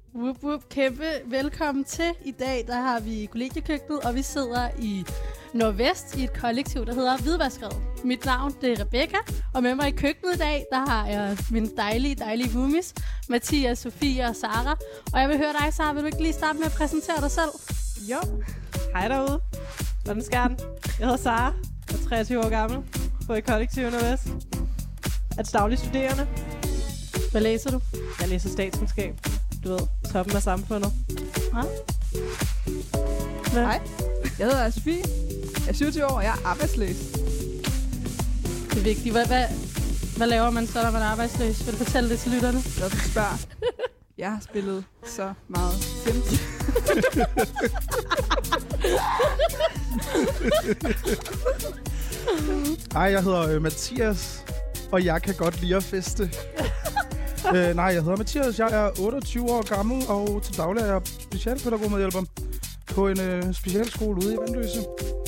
Whoop, whoop, kæmpe velkommen til. I dag der har vi kollegiekøkkenet, og vi sidder i Nordvest i et kollektiv, der hedder Hvidvaskeriet. Mit navn det er Rebecca, og med mig i køkkenet i dag, der har jeg mine dejlige roomies, Mathias, Sofie og Sara. Og jeg vil høre dig, Sara, vil du ikke lige starte med at præsentere dig selv? Jo, hej derude. Hvordan skal den? Jeg hedder Sara, jeg er 23 år gammel, bor i kollektiv Nordvest. Er til daglig studerende. Hvad læser du? Jeg læser statskundskab. Du ved, toppen af samfundet. Ja. Hej, jeg hedder Sofie. Jeg er 27 år, og jeg er arbejdsløs. Det er vigtigt. Hvad laver man så, når man er arbejdsløs? Vil du fortælle det til lytterne? Lad os spørge. Jeg har spillet så meget Sims. Hej, jeg hedder Mathias, og jeg kan godt lide at feste. Nej, jeg hedder Mathias, jeg er 28 år gammel, og til daglig er jeg specialpædagogmedhjælper på en specialskole ude i Vandløse.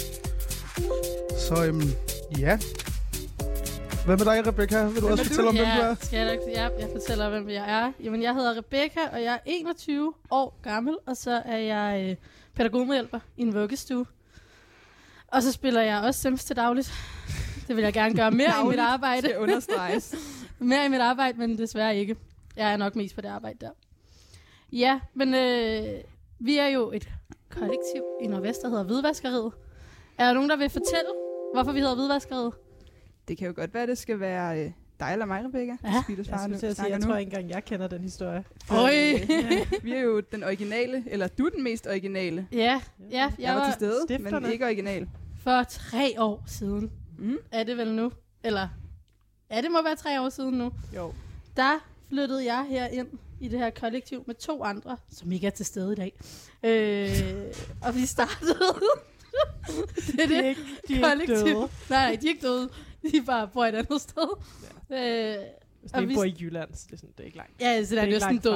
Så ja. Hvad med dig, Rebecca? Vil du også fortælle om, hvem du er? Jeg fortæller, hvem jeg er. Jamen, jeg hedder Rebecca, og jeg er 21 år gammel, og så er jeg pædagogmedhjælper i en vuggestue. Og så spiller jeg også Sims til dagligt. Det vil jeg gerne gøre mere i mit arbejde. Det understreges. Mere i mit arbejde, men desværre ikke. Jeg er nok mest på det arbejde der. Ja, men vi er jo et kollektiv i Nordvest, der hedder Hvidvaskeriet. Er der nogen, der vil fortælle, hvorfor vi hedder Hvidvaskeriet? Det kan jo godt være, det skal være dig eller mig, Rebecca. Ja. Jeg tror ikke engang, jeg kender den historie. Vi er jo den originale, eller du er den mest originale. Ja, Jeg var til stede, stifterne. men ikke original. For 3 år siden. Er det vel nu? Eller, ja, det må være 3 år siden nu. Jo. Der flyttede jeg her ind i det her kollektiv med 2 andre, som ikke er til stede i dag. Og vi startede... det er det kollektiv. Nej, de er ikke døde. De bare bor et andet sted. Ja. Hvis vi bor i Jylland, så det er ikke langt. Ja, så det er næsten død.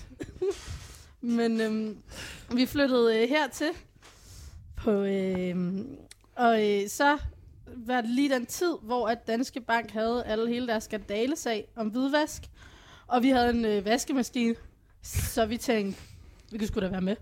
Men vi flyttede hertil på... så var det lige den tid, hvor at Danske Bank havde hele deres skandalesag om hvidvask. Og vi havde en vaskemaskine, så vi tænkte, vi kunne sgu da være med.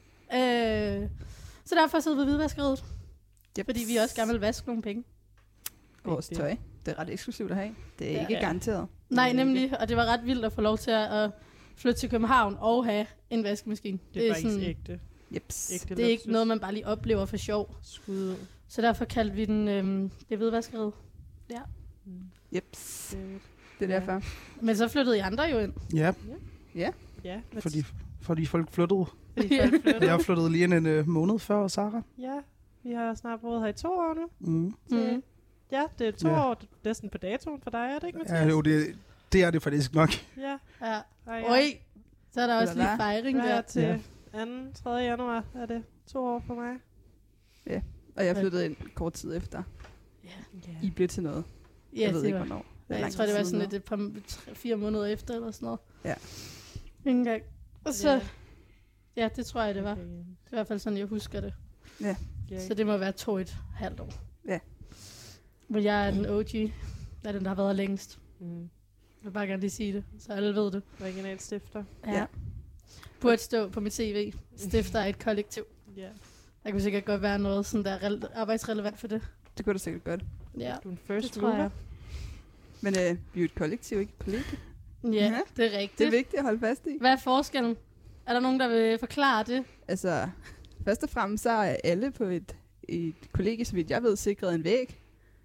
Så derfor sidder vi Hvidvaskeriet. Yep. Fordi vi også gerne vil vaske nogle penge. Vores tøj. Det er ret eksklusivt at have. Det er ikke garanteret. Nej, nemlig. Og det var ret vildt at få lov til at flytte til København og have en vaskemaskine. Det er faktisk sådan, ægte. Jeps. Ægte det er ikke noget, man bare lige oplever for sjov. Skud. Så derfor kaldte vi den det Hvidvaskeriet. Ja. Jeps. Det er derfor. Men så flyttede I andre jo ind. Ja, Ja. fordi folk flyttede. Flyttede. Jeg flyttede lige en måned før, Sara. Ja, vi har snart boet her i 2 år nu. Mm. Ja, det er 2 år næsten på datoen for dig, er det ikke, Mathias? Ja, jo, det er det faktisk nok. Ja. Ja. Ja. Oj, så er der også lige fejring Ja, der. til 2. 3. januar er det 2 år for mig. Ja, og jeg flyttede ind kort tid efter. Ja. I blev til noget. Ja, Jeg ved det ikke, var. hvornår. Ja, jeg tror, det var sådan et par 4 måneder efter, eller sådan noget. Ja. Ingen gang. Og så... Ja. Ja, det tror jeg, det var. Okay. Det er i hvert fald sådan, jeg husker det. Ja. Så det må være 2,5 år. Ja. Men jeg er den OG. Jeg er den, der har været her længst. Mm. Jeg vil bare gerne lige sige det, så alle ved det. Original stifter. Ja. Burde stå på mit CV. Stifter af et kollektiv. Ja. Der kunne sikkert godt være noget, sådan, der er arbejdsrelevant for det. Det kunne da sikkert godt. Ja, Du er en det first tror jeg. Men vi er jo et kollektiv, ikke et kollegie. Ja, det er rigtigt. Det er vigtigt at holde fast i. Hvad er forskellen? Er der nogen, der vil forklare det? Altså, først og fremmest så er alle på et kollegie, så vidt jeg ved, sikret en væg.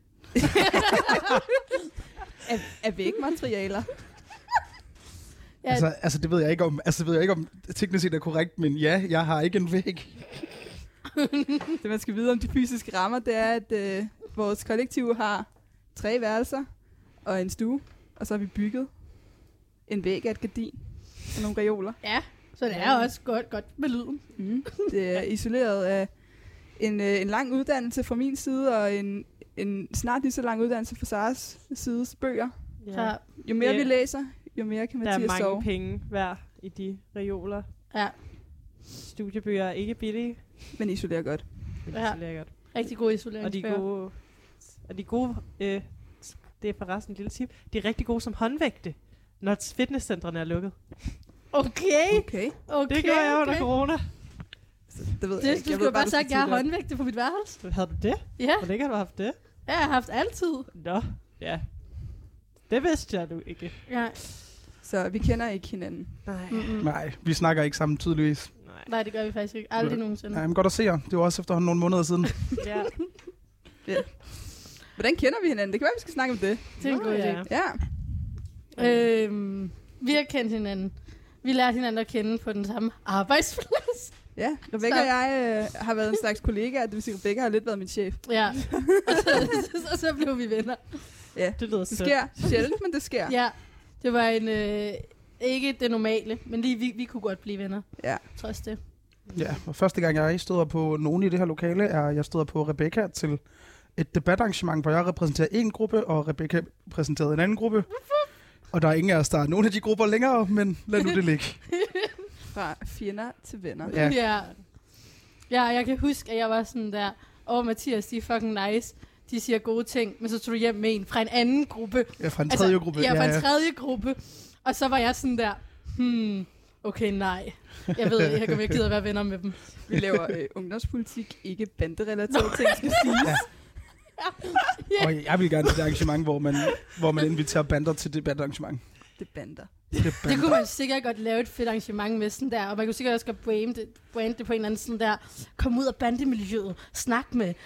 af vægmaterialer. Ja, Altså, det ved jeg ikke om, teknisk set er korrekt, men ja, jeg har ikke en væg. Det man skal vide om de fysiske rammer, det er, at vores kollektiv har 3 værelser og en stue, og så har vi bygget en væg af et gardin og nogle reoler. ja, så det er også godt med lyden. Det er isoleret af en lang uddannelse fra min side, og en snart lige så lang uddannelse fra Saras sides bøger. Ja. Jo mere vi læser, jo mere kan Der er Mathias mange sove. penge hver i de reoler. Ja, Studiebøger er ikke billige, Men isolerer godt. men Ja. det er lækkert. rigtig god Og isoleringsbøger. de gode, det er forresten et lille tip, de er rigtig gode som håndvægte, når fitnesscentrene er lukket. Okay. Okay. Det gør jeg under corona. Det ved jeg Det, ikke. du Jeg skulle ved bare du sagt, at jeg skal har tidligere. håndvægte på mit værelse. Havde du det? Ja, Hvor længe har du haft det? jeg har haft altid. Nå, ja. Det vidste jeg nu ikke. Ja. Så vi kender ikke hinanden. Nej. Mm-mm. Nej, vi snakker ikke sammen tydeligvis. Nej, det gør vi faktisk ikke. Aldrig nogensinde. Nej, men godt at se jer. Det var også efterhånden nogle måneder siden. Ja. Hvordan kender vi hinanden? Det kan være, vi skal snakke om det. Det er en god ja. idé. Ja. Vi har kendt hinanden. Vi lærte hinanden at kende på den samme arbejdsplads. Ja, Rebecca og jeg har været en slags kollega, det vil sige, Rebecca har lidt været min chef. Ja. Og så blev vi venner. Ja, Det lyder det sødt. sker sjældent, men det sker. Ja. Det var en... ikke det normale, men lige vi kunne godt blive venner. Ja. Trods det. Ja, og første gang jeg støder på nogen i det her lokale, er jeg støder på Rebecca til et debatarrangement, hvor jeg repræsenterer en gruppe, og Rebecca præsenterede en anden gruppe. Og der er ingen af os, der er nogen af de grupper længere, men lad nu det ligge. Fra fjender til venner. Ja. Ja, jeg kan huske, at jeg var sådan der, Mathias, de er fucking nice. De siger gode ting, men så tog du hjem med en fra en anden gruppe. Ja, fra en tredje gruppe. Ja, fra en tredje gruppe. Og så var jeg sådan der, okay, nej. Jeg ved ikke, om jeg gider være venner med dem. Vi laver ungdomspolitik, ikke banderelaterede ting, skal siges. Ja. Og jeg vil gerne til det arrangement, hvor man inviterer bander til debatarrangement. Det bander. Det kunne man sikkert godt lave et fedt arrangement med sådan der, og man kunne sikkert også godt brande det på en eller anden sådan der, kom ud af bandemiljøet, snak med.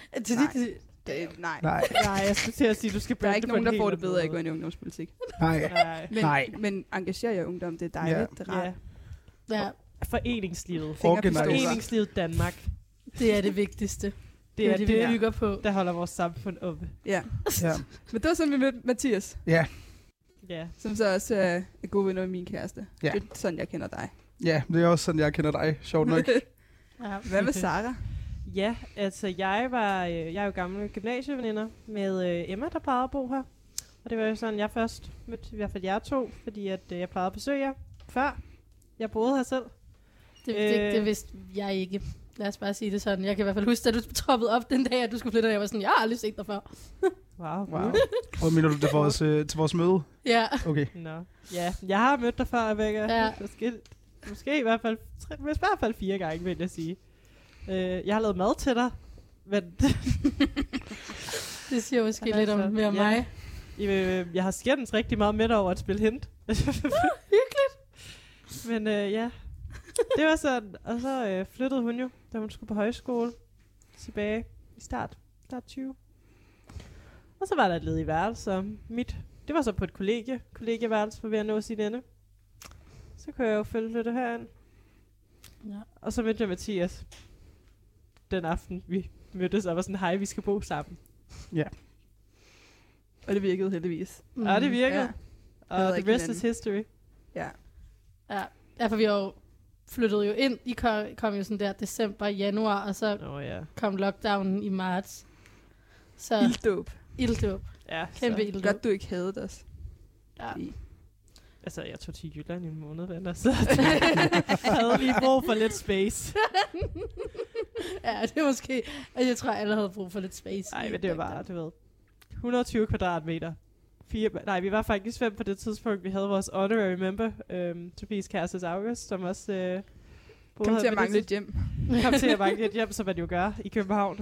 Nej. Nej. Nej, jeg skulle til at sige, du skal Der er ikke nogen, der får det helt bedre af at anden gå ind i ungdomspolitik. Nej. Nej. Men, Nej. men engagerer jer ungdom, det er dejligt, det er Ja. rart. Ja, Foreningslivet. Organize. Foreningslivet Danmark. det er det vigtigste. Det er vi det, bygger på. der holder vores samfund oppe. Ja. Ja. Men det var sådan, vi mødte Mathias, Ja. Ja. som så også er gode venner med min kæreste. Ja. Det er sådan, jeg kender dig. Ja, det er også sådan, jeg kender dig. Sjovt nok. Ja. Hvad med Sara? Ja, altså jeg er jo gamle gymnasieveninder med Emma, der plejede at bo her. Og det var jo sådan, jeg først mødte i hvert fald jer to, fordi at jeg plejede at besøge jer før. Jeg boede her selv. Det vidste jeg ikke. Lad os bare sige det sådan. Jeg kan i hvert fald huske, at du troppede op den dag, at du skulle flytte, og jeg var sådan, jeg har aldrig set dig før. Wow. Og mener du det til vores møde? Ja. Okay. Nå. Ja, jeg har mødt dig før, Rebecca. Ja. Måske i hvert fald 4 gange, vil jeg sige. Jeg har lavet mad til dig, men Det siger måske Men lidt om altså, mere om ja. mig. jeg har skændt rigtig meget med dig over at spille hint. Hyggeligt. Men ja, det var sådan. Og så flyttede hun jo, da hun skulle på højskole, tilbage i start 20. Og så var der et ledigt værelse. Det var så på et kollegieværelse, for ved at nå sin ende. Så kunne jeg jo flytte herind. Ja. Og så mødte jeg Mathias den aften, vi mødtes og var sådan, hej, vi skal bo sammen. Og det virkede heldigvis. Og det virkede. Ja. Og Bedre the ikke rest is hinanden. history. Ja. Ja, for vi har jo flyttet jo ind. I kom jo sådan der december, januar, og så Ja. kom lockdownen i marts. Så Ilddåb. ilddåb. Ja, Kæmpe så, ilddåb. Godt, du ikke havde os. Ja. altså, jeg tog til Jylland i en måned, venner, så jeg havde lige brug for lidt space. Ja, det er måske... Altså, jeg tror, alle havde brug for lidt space. Nej, men det var bare, du ved, 120 kvadratmeter. Vi var faktisk 5 på det tidspunkt. Vi havde vores honorary member, Tobias Kærstes August, som også Kom til at mangle et hjem. Kom til at mangle et hjem, som man jo gør i København.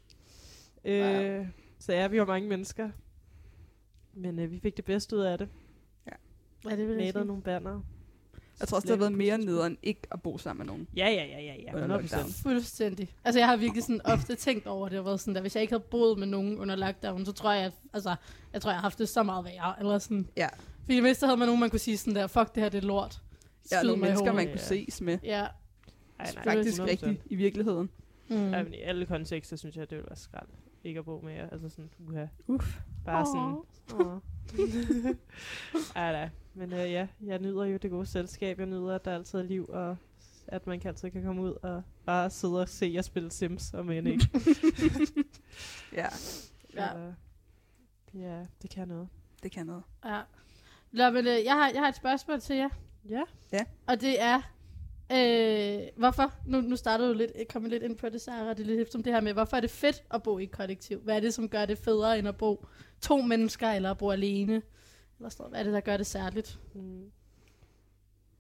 Så ja, vi var mange mennesker. Men vi fik det bedste ud af det. Ja, det vil jeg Matede sige. nogle banner. Jeg tror også, det har været mere nederen ikke at bo sammen med nogen. Ja. Under 100%. Fuldstændig. Altså, jeg har virkelig sådan ofte tænkt over det, og været sådan der, hvis jeg ikke havde boet med nogen under lockdown, så tror jeg, jeg har haft det så meget værre, eller sådan. Ja. Fordi hvis der havde man nogen, man kunne sige sådan der, fuck det her, det er lort. Ja, Skyd nogle mig i mennesker, man hovedet. kunne ses med. Ja. Nej, Faktisk 100%. rigtigt i virkeligheden. Mm. Ja, men i alle kontekster, synes jeg, det ville være skrald. Ikke at bo med jer. Altså sådan, Uff. Bare sådan. Ej, nej. Men ja, jeg nyder jo det gode selskab. Jeg nyder, at der altid er liv, og at man altid kan komme ud og bare sidde og se jer spille Sims, og men ikke. Ja, Ja. Ja, det kan noget. det kan noget. Ja. Nå, men jeg har et spørgsmål til jer. Ja. Og det er, hvorfor? Nu startede du lidt, kom lidt ind på det, Sara. Det er lidt som det her med, hvorfor er det fedt at bo i et kollektiv? Hvad er det, som gør det federe, end at bo 2 mennesker, eller at bo alene? Eller sådan noget. Hvad er det, der gør det særligt?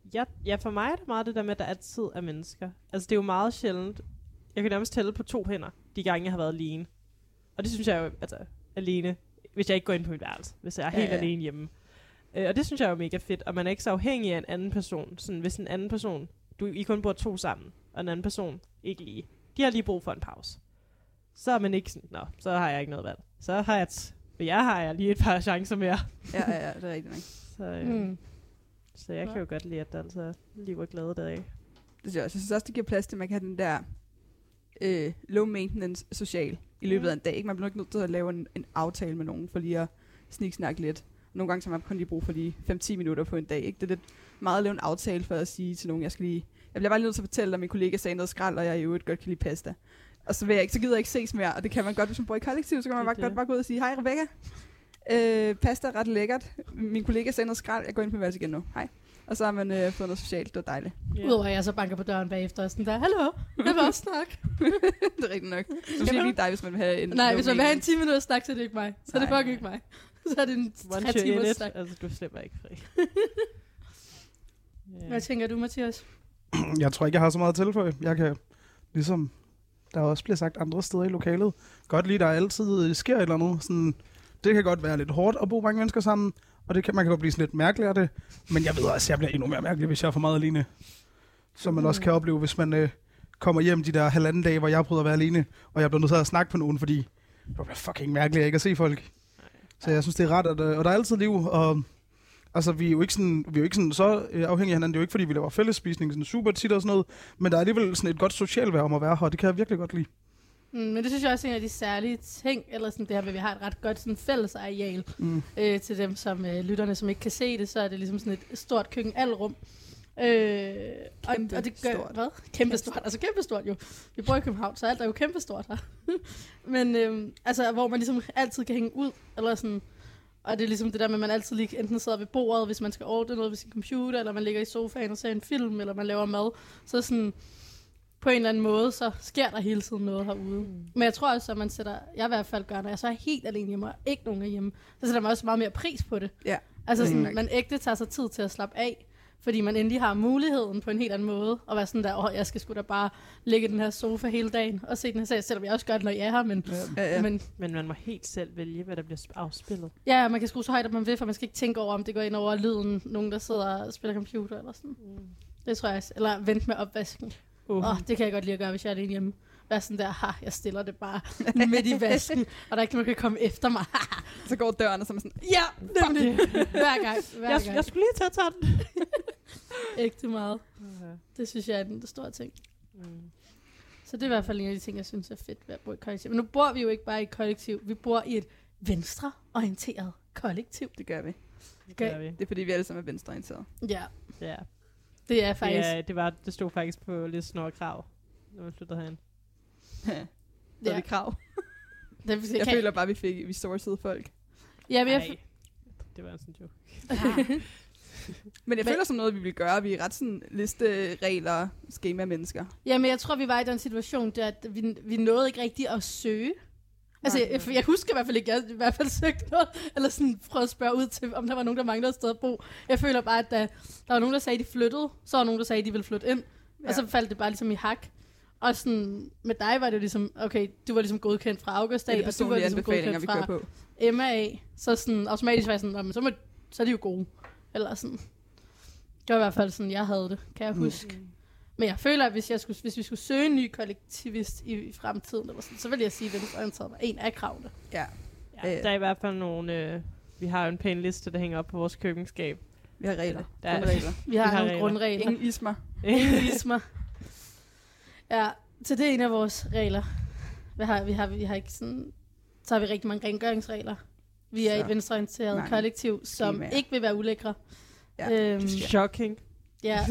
Ja, for mig er det meget det der med, at der altid er mennesker. Altså, det er jo meget sjældent. Jeg kan nærmest tælle på 2 hænder, de gange, jeg har været alene. Og det synes jeg jo, altså, alene, hvis jeg ikke går ind på mit værelse. Hvis jeg er helt alene hjemme. Og det synes jeg er jo mega fedt. Og man er ikke så afhængig af en anden person. Sådan, hvis en anden person, I kun bor 2 sammen, og en anden person ikke lige. De har lige brug for en pause. Så er man ikke sådan, så har jeg ikke noget valg. Så har jeg lige et par chancer mere. Ja, det er rigtigt nok. Så jeg kan jo godt lide, at der altså er liv og glade dage. Det synes jeg synes også, det giver plads til, at man kan have den der low maintenance social i løbet af en dag. Ikke? Man bliver ikke nødt til at lave en aftale med nogen, for lige at sniksnakke lidt. Nogle gange så man kun lige brug for lige 5-10 minutter på en dag. Ikke? Det er lidt meget at lave en aftale for at sige til nogen, jeg bliver bare lige nødt til at fortælle, at min kollega sagde noget skrald, og jeg i øvrigt godt kan lide pasta. Og så gider jeg ikke ses mere, og det kan man godt, hvis man bor i kollektiv, så kan man bare gå ud og sige, hej Rebecca, pasta er ret lækkert, min kollega sagde noget skrald, jeg går ind på værelse igen nu, hej. Og så har man fået noget socialt, det var dejligt. Yeah. Udover at jeg så banker på døren bagefter og sådan der, hallo, jeg vil også snakke. Det er rigtigt nok. Så siger ikke dig, hvis man vil have en... Nej, hvis man vil have en 10 minutter snak, så er det ikke mig. Så er det fucking ikke mig. Så er det en 3 timer snak. Altså, du slipper ikke fri. Hvad tænker du, Mathias? Jeg tror ikke, jeg har så meget at tilføje. Jeg kan ligesom... Der også bliver sagt andre steder i lokalet. Godt lide, der altid sker et eller andet. Sådan, det kan godt være lidt hårdt at bo mange mennesker sammen, og man kan godt blive sådan lidt mærkelig af det. Men jeg ved også, at jeg bliver endnu mere mærkelig, hvis jeg er for meget alene. Som man også kan opleve, hvis man kommer hjem de der 1,5 dage, hvor jeg prøver at være alene, og jeg bliver nødt til at snakke på nogen, fordi det bliver fucking mærkeligt at ikke at se folk. Så jeg synes, det er ret, og der er altid liv, og altså, vi er jo ikke sådan så afhængige af hinanden. Det er jo ikke, fordi vi laver fællesspisning sådan super tit og sådan noget, men der er alligevel sådan et godt socialværd om at være her, og det kan jeg virkelig godt lide. Men det synes jeg også er en af de særlige ting, eller sådan det her, vi har et ret godt sådan fælles areal til dem, som lytterne, som ikke kan se det, så er det ligesom sådan et stort køkkenalrum. Og det gør, stort. Hvad? Kæmpestort. Altså kæmpestort jo. Vi bor i København, så alt er jo kæmpestort her. Men altså, hvor man ligesom altid kan hænge ud, eller sådan. Og det er ligesom det der med, at man altid lige enten sidder ved bordet, hvis man skal ordne noget ved sin computer, eller man ligger i sofaen og ser en film, eller man laver mad. Så sådan, på en eller anden måde, så sker der hele tiden noget herude. Men jeg tror også, at jeg i hvert fald gør, når jeg så er helt alene hjemme, og ikke nogen er hjemme, så sætter man også meget mere pris på det. Ja. Altså sådan, man ægte tager sig tid til at slappe af, fordi man endelig har muligheden på en helt anden måde, og være sådan der, jeg skal sgu da bare ligge i den her sofa hele dagen, og se den her serie, selvom jeg også gør det, når jeg er her, men man må helt selv vælge, hvad der bliver afspillet. Ja, man kan skrue så højt, at man vil, for man skal ikke tænke over, om det går ind over lyden, nogen der sidder og spiller computer, eller sådan. Det tror jeg også. Eller vente med opvasken. Det kan jeg godt lide at gøre, hvis jeg er alene hjemme. Være sådan der, jeg stiller det bare midt i vasken, og der er ikke nogen, der kan komme efter mig. Så går døren, og så er man sådan, ja, nemlig. Hver gang. Jeg skulle lige tage den. Ægte meget. Det synes jeg er den store ting. Så det er i hvert fald en af de ting, jeg synes er fedt ved at bo i kollektiv. Men nu bor vi jo ikke bare i et kollektiv. Vi bor i et venstreorienteret kollektiv. Det gør vi. Det er fordi, vi alle sammen er venstreorienteret. Ja. Ja. Det er faktisk... Ja, det stod faktisk på listen over krav, når man flyttede herind. Det er krav. Jeg føler bare, vi sourcede folk. Ja, men det var sådan en joke. Men jeg føler som noget, vi vil gøre. Vi er ret sådan listeregler, schema-mennesker. Ja, men jeg tror, vi var i den situation, der at vi nåede ikke rigtigt at søge. Altså, jeg husker i hvert fald ikke, jeg i hvert fald søgte noget, eller sådan prøvede at spørge ud til, om der var nogen, der manglede et sted at bo. Jeg føler bare, at der var nogen, der sagde, at de flyttede, så var nogen, der sagde, at de ville flytte ind, og så faldt det bare ligesom i hak. Og sådan, med dig var det jo ligesom, okay, du var ligesom godkendt fra August af, og du var ligesom godkendt fra Emma af. Så sådan, automatisk var jeg sådan, så er de jo gode. Eller sådan. Det var i hvert fald sådan, jeg havde det, kan jeg huske. Men jeg føler, at hvis vi skulle søge en ny kollektivist i fremtiden, eller sådan, så vil jeg sige, at venstreorienteret var en af kravene. Ja, der er i hvert fald nogle... vi har jo en pæn liste, der hænger op på vores køkkenskab. Vi har regler. Vi har nogle grundregler. Ingen ismer. Ingen ismer. Ja, så det er en af vores regler. Vi har ikke sådan... Så har vi rigtig mange rengøringsregler. Vi er et venstreorienteret kollektiv, som ikke vil være ulækre. Ja. Shocking. Ja.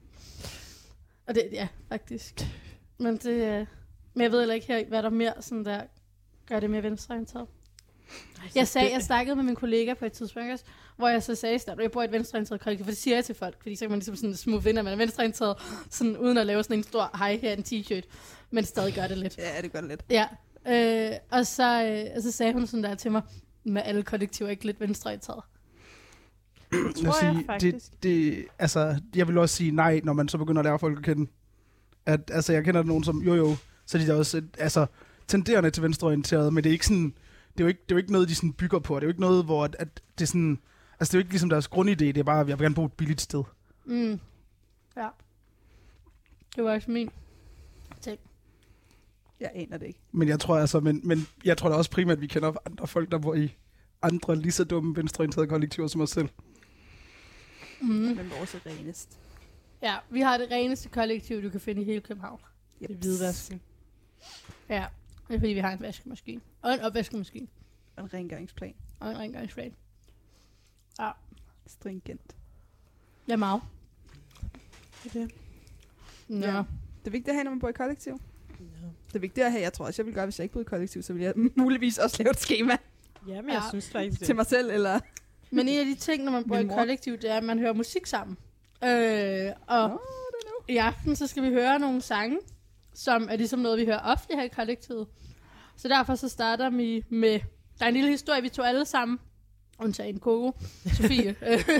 Og det, faktisk. Men jeg ved heller ikke her, hvad der mere sådan der gør det mere venstreorienteret. Jeg snakkede med min kollega på et tidspunkt også, hvor jeg så sagde, at jeg bor i et venstreorienteret kollektiv, for det siger jeg til folk, fordi så kan man ligesom sådan smooth ind, at man er venstreorienteret, sådan uden at lave sådan en stor hej her en t-shirt, men stadig gør det lidt. Ja, det gør det lidt. Ja. Og så sagde hun sådan der til mig, med alle kollektiver ikke lidt venstreorienteret. tror jeg faktisk. Jeg vil også sige nej, når man så begynder at lære folk at kende. Jeg kender nogen, som så de er også tenderende til venstreorienteret, men det er ikke sådan, det er jo ikke noget, de sådan bygger på. Det er jo ikke noget, hvor at det er sådan, det er jo ikke ligesom deres grundidé, det er bare, at jeg vil gerne bo et billigt sted. Mm. Ja. Det var også min ting. Jeg aner det ikke. Men jeg tror men jeg tror da også primært, at vi kender andre folk, der bor i andre lige så dumme venstreorienterede kollektiver som os selv. Men vores er renest. Ja, vi har det reneste kollektiv, du kan finde i hele København. Det er hvidvasken. Ja, det er fordi, vi har en vaskemaskine. Og en opvaskemaskine. Og en rengøringsplan. Og en rengøringsplan. Ja. Stringent. Det er meget. Det er det. Nå. Ja. Det er vigtigt at have, når man bor i kollektiv. Ja. Det er vigtigt at have. Jeg tror også, jeg ville gøre, hvis jeg ikke boede i kollektiv, så ville jeg muligvis også lave et schema Jamen, jeg synes faktisk, til mig selv. Eller Men en af de ting, når man bor i Min mor. kollektiv, det er, at man hører musik sammen. Og i aften, så skal vi høre nogle sange, som er ligesom noget, vi hører ofte her i kollektivet. Så derfor så starter vi med, der er en lille historie, vi tog alle sammen, undtagen Coco, Sofie,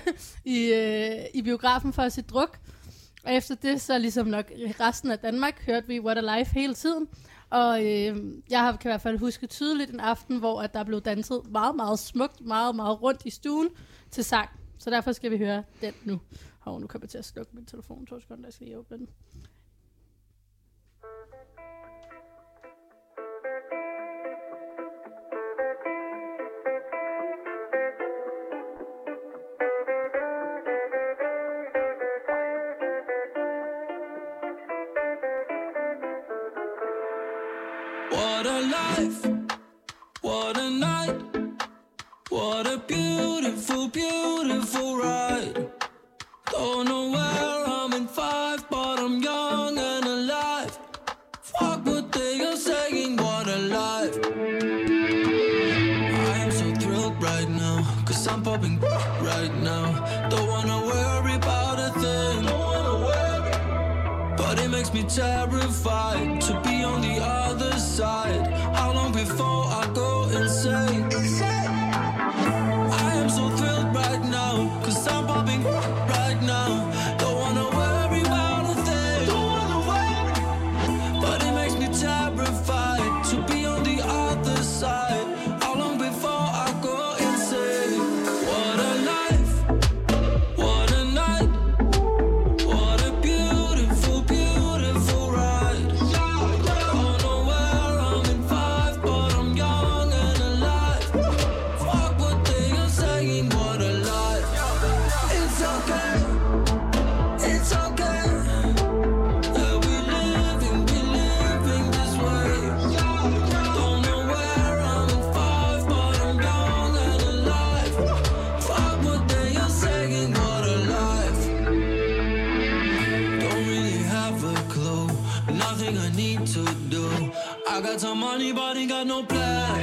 i biografen for at se druk. Og efter det, så ligesom nok resten af Danmark, hørte vi What a Life hele tiden. Og jeg kan i hvert fald huske tydeligt en aften, hvor at der blev danset meget, meget smukt, meget, meget rundt i stuen til sang. Så derfor skal vi høre den nu. Nu kommer jeg til at slukke min telefon. 2 sekunder, jeg skal lige åbne den. What a life, what a night, what a beautiful, beautiful ride. Don't know where I'm in 5, but I'm young and alive. Fuck what they are saying, what a life. I am so thrilled right now, cause I'm popping right now. Don't wanna worry about a thing, but it makes me terrified to be on the other side. How long before I go insane? I am so thrilled right now, cause I'm popping right now. Don't wanna worry about a thing, but it makes me terrified to be on the other side. How long before I go insane? What a life, what a night, what a beautiful, beautiful ride. Don't know where I'm in 5, but I'm young and alive. Fuck what they are saying, what a life. It's okay, it's okay. Yeah, we living this way. Don't know where I'm in 5, but I'm young and alive. Fuck what they are saying, what a life. Don't really have a clue, nothing I need to do. I got some money, but ain't got no plans.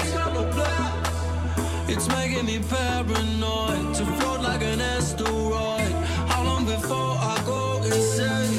It's making me paranoid to float like an asteroid. How long before I go insane?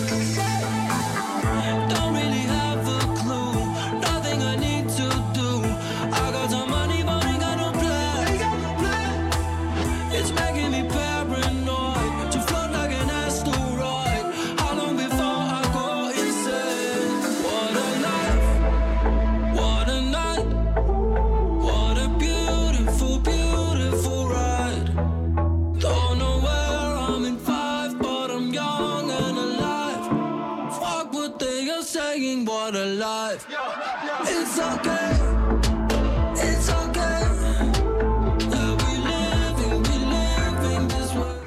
Don't really have a clue, nothing I need to do. I got some money, but ain't got no plans. It's making me paranoid to float like an asteroid. How long before I go insane? What a life, what a night, what a beautiful, beautiful ride. Don't know where I'm in 5, but I'm young and alive. Fuck what they are saying, what a life. It's okay, it's okay. Yeah, we living this way.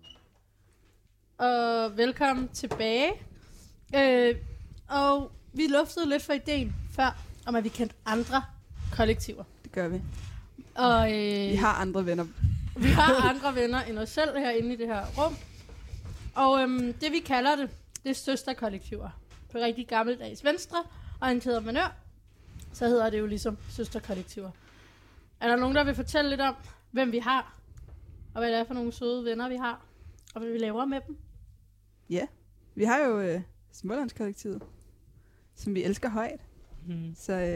Og velkommen tilbage. Og vi luftede lidt for ideen før, om at vi kendte andre kollektiver. Det gør vi. Og Vi har andre venner. vi har andre venner end os selv herinde i det her rum. Og det vi kalder det er søsterkollektiver. På rigtig gammeldags venstre og en kæder manør, så hedder det jo ligesom søsterkollektiver. Er der nogen, der vil fortælle lidt om, hvem vi har, og hvad det er for nogle søde venner, vi har, og hvad vi laver med dem? Ja, vi har jo Smålandskollektivet, som vi elsker højt. Hmm. Så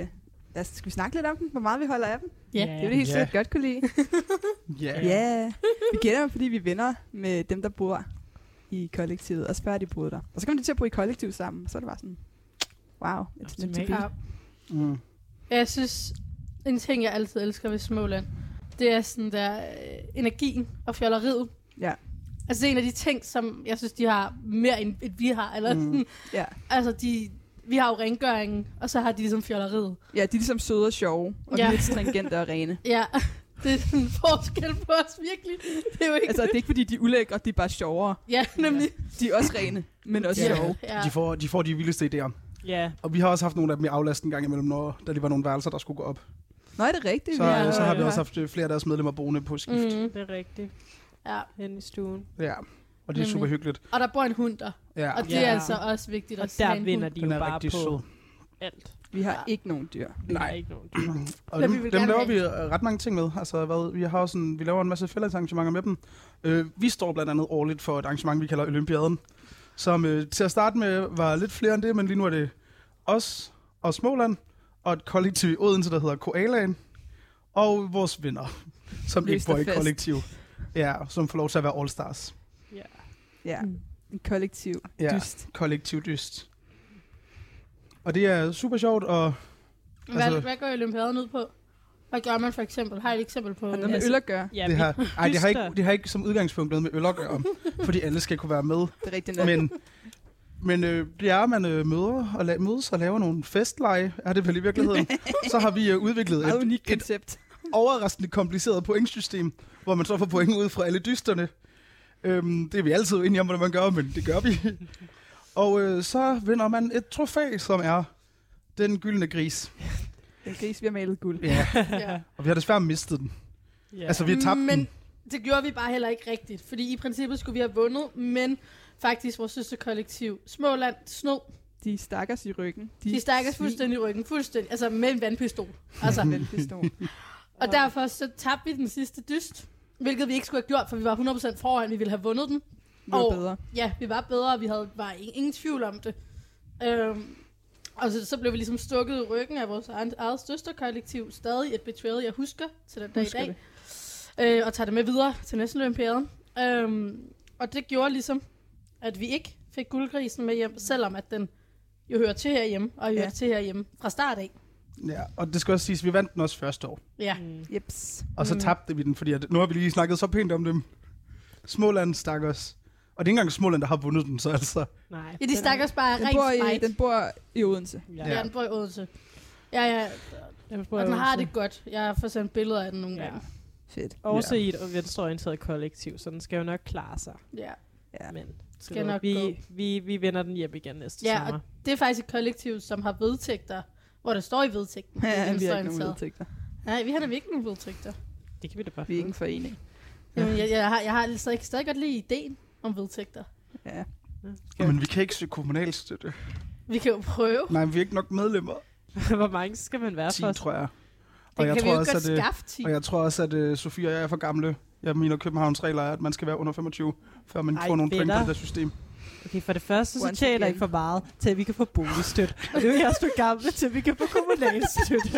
Skal vi snakke lidt om dem? Hvor meget vi holder af dem? Ja. Det er det helt Ja. sikkert godt kunne lide. Ja. Ja. Vi kender dem, fordi vi er venner med dem, der bor i kollektivet, og før de boede der. Og så kom de til at bo i kollektiv sammen, og så er det bare sådan, wow, it's meant to be. Ja. Mm. Jeg synes, en ting, jeg altid elsker ved Småland, det er sådan der energien og fjolleriet. Ja. Altså det er en af de ting, som jeg synes, de har mere end vi har. Eller sådan. Ja. Altså vi har jo rengøringen, og så har de ligesom fjolleriet. Ja, de er ligesom søde og sjove, og Ja. lidt stringente og rene. Ja, det er sådan en forskel på os virkelig. Det er jo ikke... Altså, det er ikke fordi, de er ulækre, de er bare sjovere. Ja, nemlig. De er også rene, men også Ja. sjove. Ja. De får de vildeste idéer. Ja. Og vi har også haft nogle af dem i aflast en gang imellem, da de var nogle værelser, der skulle gå op. Nå, er det rigtigt? Så, Ja, så har vi ja. også haft flere af deres medlemmer boende på skift. Mm. Det er rigtigt. Ja. Hen i stuen. Ja, og det er super Nemlig. hyggeligt. Og der bor en hund der. Ja, Og det Ja. er altså også vigtigt Og at der have en vinder hund. de den jo er bare rigtig på sød. alt. Vi har Ja. ikke nogen dyr. Vi Nej. har ikke nogen dyr. Og Men vi dem vil gerne laver have vi ret mange ting med. Altså, vi har sådan, vi laver en masse fællesarrangementer med dem. Vi står blandt andet årligt for et arrangement, vi kalder Olympiaden, som til at starte med var lidt flere end det, men lige nu er det os og Småland, og et kollektiv i Odense, der hedder Koalaen, og vores venner, som ikke bor i Løsterfest. kollektiv. Ja, som får lov til at være All-Stars. Ja. Ja, Mm. en kollektiv Ja, dyst. kollektiv dyst. Og det er super sjovt, og Hvad går Olympiaden ud på? Hvad gør man for eksempel? Har I et eksempel på? Har noget med øl at gøre? Ja, det har, dyster. det har ikke som udgangspunkt noget med øl at gøre, fordi alle skal kunne være med. Det er rigtigt nok. Men det er, at man mødes og laver nogle festleje, er det vel i virkeligheden. Så har vi udviklet Meget unikt et koncept. overraskende kompliceret pointsystem, hvor man så får point ud fra alle dysterne. Det er vi altid enige om, hvordan man gør, men det gør vi. Og så vinder man et trofæ, som er den gyldne gris. Den gris, vi har malet guld. Ja, Ja. og vi har desværre mistet den. Ja. Altså, vi har tabt Men den. det gjorde vi bare heller ikke rigtigt. Fordi i princippet skulle vi have vundet, men vores søsterkollektiv Småland snod. De stakkers i ryggen. De stakkes fuldstændig i ryggen. Fuldstændig. Altså med en vandpistol. Altså. Med en pistol. Og derfor så tabte vi den sidste dyst. Hvilket vi ikke skulle have gjort, for vi var 100% foran. Vi ville have vundet den. Vi var Og- bedre. Ja, vi var bedre, og vi var ingen tvivl om det. Og så blev vi ligesom stukket i ryggen af vores eget søsterkollektiv. Stadig et betrayal, jeg husker til den dag i Husker dag. Og tager det med videre til næste olympiaden. Og det gjorde ligesom, at vi ikke fik guldgrisen med hjem, selvom at den jo hører til herhjemme, og hører til herhjemme fra start af. Ja, og det skal også siges, at vi vandt den også første år. Ja. Mm. Jeps. Og så Mm. tabte vi den, fordi nu har vi lige snakket så pænt om dem. Småland stak os. Og det er ikke engang Småland, der har vundet den, så altså. Nej. Ja, de stakkels bare Den rent bor, spejt. den bor i Odense. Ja, den bor i Odense. Ja, og den har det godt. Jeg får sendt billeder af den nogle Ja. gange. Fedt. Også i et venstreorienteret kollektiv, så den skal jo nok klare sig. Ja. Ja. Men Skal nok gå. vi vender den hjem igen næste Ja, sommer. og det er faktisk et kollektiv, som har vedtægter, hvor der står i vedtægten. Ja, vi har ikke nogen venstreorienteret. vedtægter. Nej, vi har nemlig ikke nogen vedtægter. Det kan vi da bare Vi er ikke en forening. Jamen, jeg har stadig godt lide ideen om vedtægter. Ja. Men vi kan ikke søge kommunalstøtte. Vi kan jo prøve. Nej, vi er ikke nok medlemmer. Hvor mange skal man være 10, for? tror jeg. Det kan vi jo godt at, skaffe 10. og jeg tror også, at Sofie og jeg er for gamle. Jeg mener, Københavns regler er, at man skal være under 25, før man Ej, får nogle point på venner. det der system. Okay, for det første, så Once tjener again. ikke for meget, til at vi kan få boligstøtte. Og nu er jeg stå gamle, til at vi kan få kommunalstøtte.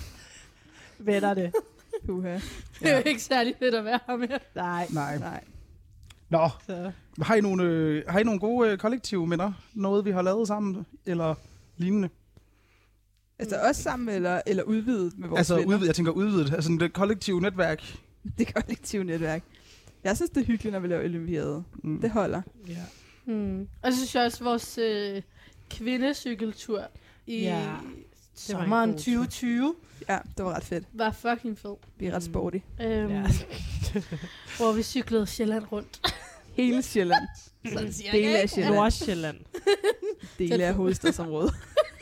Venner det? Puha. Det er jo ikke særlig fedt at være her med. Nej. Nej. Nej. Nå, Så. har I nogle gode kollektive minder? Noget, vi har lavet sammen, eller lignende? Altså også sammen, eller udvidet med vores Altså, venner. jeg tænker udvidet. Altså, det kollektive netværk. Det kollektive netværk. Jeg synes, det er hyggeligt, når vi laver olympiade. Mm. Det holder. Ja. Og så synes jeg også, vores kvindecykeltur i Ja, sommeren god tur. 2020 Ja, det var ret fedt. var fucking fed. Vi er ret sporty. Ja. Hvor vi cyklede Sjælland rundt. Hele Sjælland. Sådan cirka, Dele af ikke? Sjælland. Nordsjælland. Dele af hovedstadsområdet.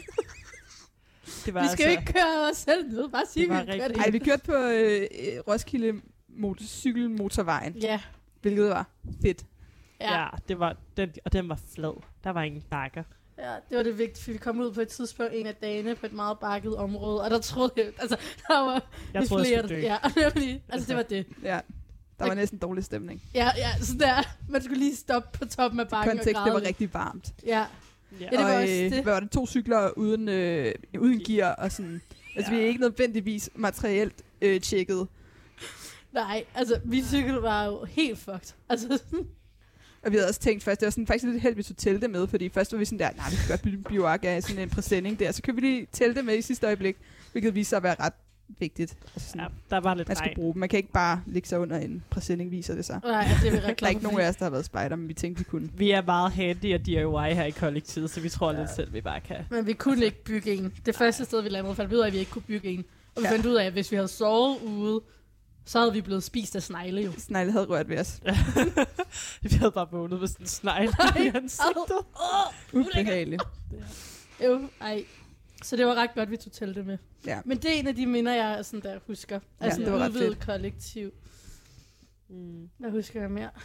Det var Vi skal jo ikke køre os selv ned. Bare sige, Det var vi kører rigtig- det. Ej, vi kørte på Roskilde cykelmotorvejen, Ja, hvilket var fedt. Ja, det var, den var flad. Der var ingen bakker. Ja, det var det vigtige, for vi kom ud på et tidspunkt en af dagene på et meget bakket område, og der troede jeg, altså, der var Jeg troede, jeg skulle dø. Ja, nemlig. Altså, det var det. Ja, der var næsten dårlig stemning. Ja, så der, man skulle lige stoppe på toppen af bakken og Kontekst, græde det var lidt. rigtig varmt. Ja, Ja. det var og også det. hvad var det? 2 cykler uden gear og sådan Altså, vi er ikke nødvendigvis materielt tjekket. Nej, altså, min cykel var jo helt fucked. Altså, Og vi havde også tænkt først, det var sådan, faktisk lidt heldigt, at vi tog telte med, fordi først var vi sådan der, nej, vi kan godt blive bioark af sådan en præsending der. Så købte vi lige telte med i sidste øjeblik, hvilket viste sig at være ret vigtigt. Altså sådan, Ja, der var lidt man skal regn. bruge dem. Man kan ikke bare ligge sig under en præsending, viser det sig. nej, det er vi ret Der er glade ikke for, nogen af os, der har været spejder, men vi tænkte, vi kunne. Vi er meget handy og DIY her i kollektivet, så vi tror lidt selv, vi bare kan. Men vi kunne ikke bygge en. Det første sted, vi landede, fandt vi ud af, at vi ikke kunne bygge en. Og vi Ja. fandt ud af, at hvis vi havde sovet ude, så havde vi blevet spist af snegle jo. Snegle havde rørt ved os. Vi havde bare vågnet med sådan en snegl i ansigtet. Ubehageligt. Jo, ej. Så det var ret godt, vi tog teltet med. Ja. Men det er en af de minder, jeg sådan der husker. Altså det var en ret udvidet fedt. kollektiv. Mm. Hvad husker jeg mere?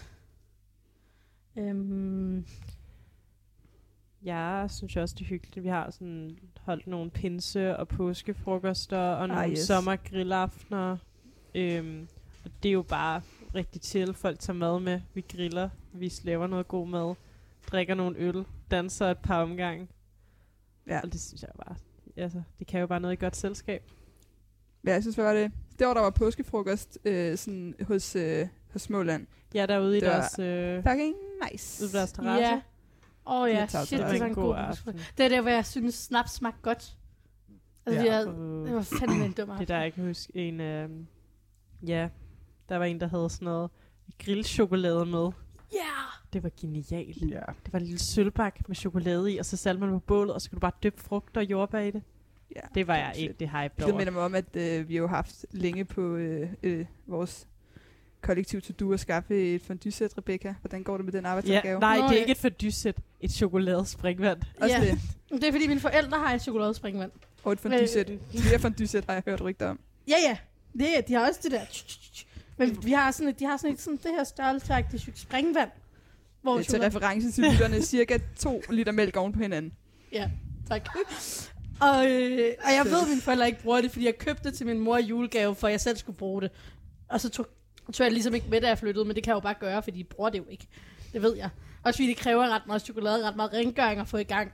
Jeg synes også, det er hyggeligt. Vi har sådan holdt nogle pinse- og påskefrokoster og nogle yes. sommergrillaftener. Og det er jo bare rigtig chill. Folk tager mad med. Vi griller. Vi laver noget god mad. Drikker nogle øl. Danser et par omgange. Ja. Og det synes jeg bare... Altså, det kan jo bare noget i godt selskab. Ja, jeg synes, hvad var det? Det var, der var påskefrokost sådan hos Småland. Ja, derude i Det var deres... Fucking nice. ude på deres terrasse. Ja. Ja, Det tager shit, også det var en god aften. aften. Det er der, hvor jeg synes, snaps smagte godt. Altså, Ja. det var fandme en dum Det aften. der, jeg kan huske en... ja, der var en, der havde sådan noget grillchokolade med. Ja! Det var genialt. Ja. Det var en lille sølvbak med chokolade i, og så satte man på bålet, og så kunne du bare dyppe frugt og jordbær i det. Ja, Det var er jeg fedt. ikke det hype Det over. minder mig om, at vi jo har haft længe på vores kollektiv to do at skaffe et fondue-sæt, Rebecca. Hvordan går det med den Ja, arbejdsopgave? nej, Nå, det er ja. ikke et fordysæt. Et chokoladespringvand. Også Ja. det. Det er fordi, mine forældre har et chokoladespringvand. Og et fondue-sæt. Flere fondue-sæt har jeg hørt rygter om. Ja. De har også det der. Men vi har sådan de har sådan det her størrelsesagtigt springvand. Hvor Til reference til lytterne, cirka 2 liter mælk oven på hinanden. Ja, tak. Og jeg ved, at mine forældre ikke bruger det, fordi jeg købte det til min mor i julegave, for jeg selv skulle bruge det. Og så tog jeg ligesom ikke med, da jeg flyttede, men det kan jeg jo bare gøre, fordi de bruger det jo ikke. Det ved jeg. Også fordi det kræver ret meget chokolade, ret meget rengøring at få i gang.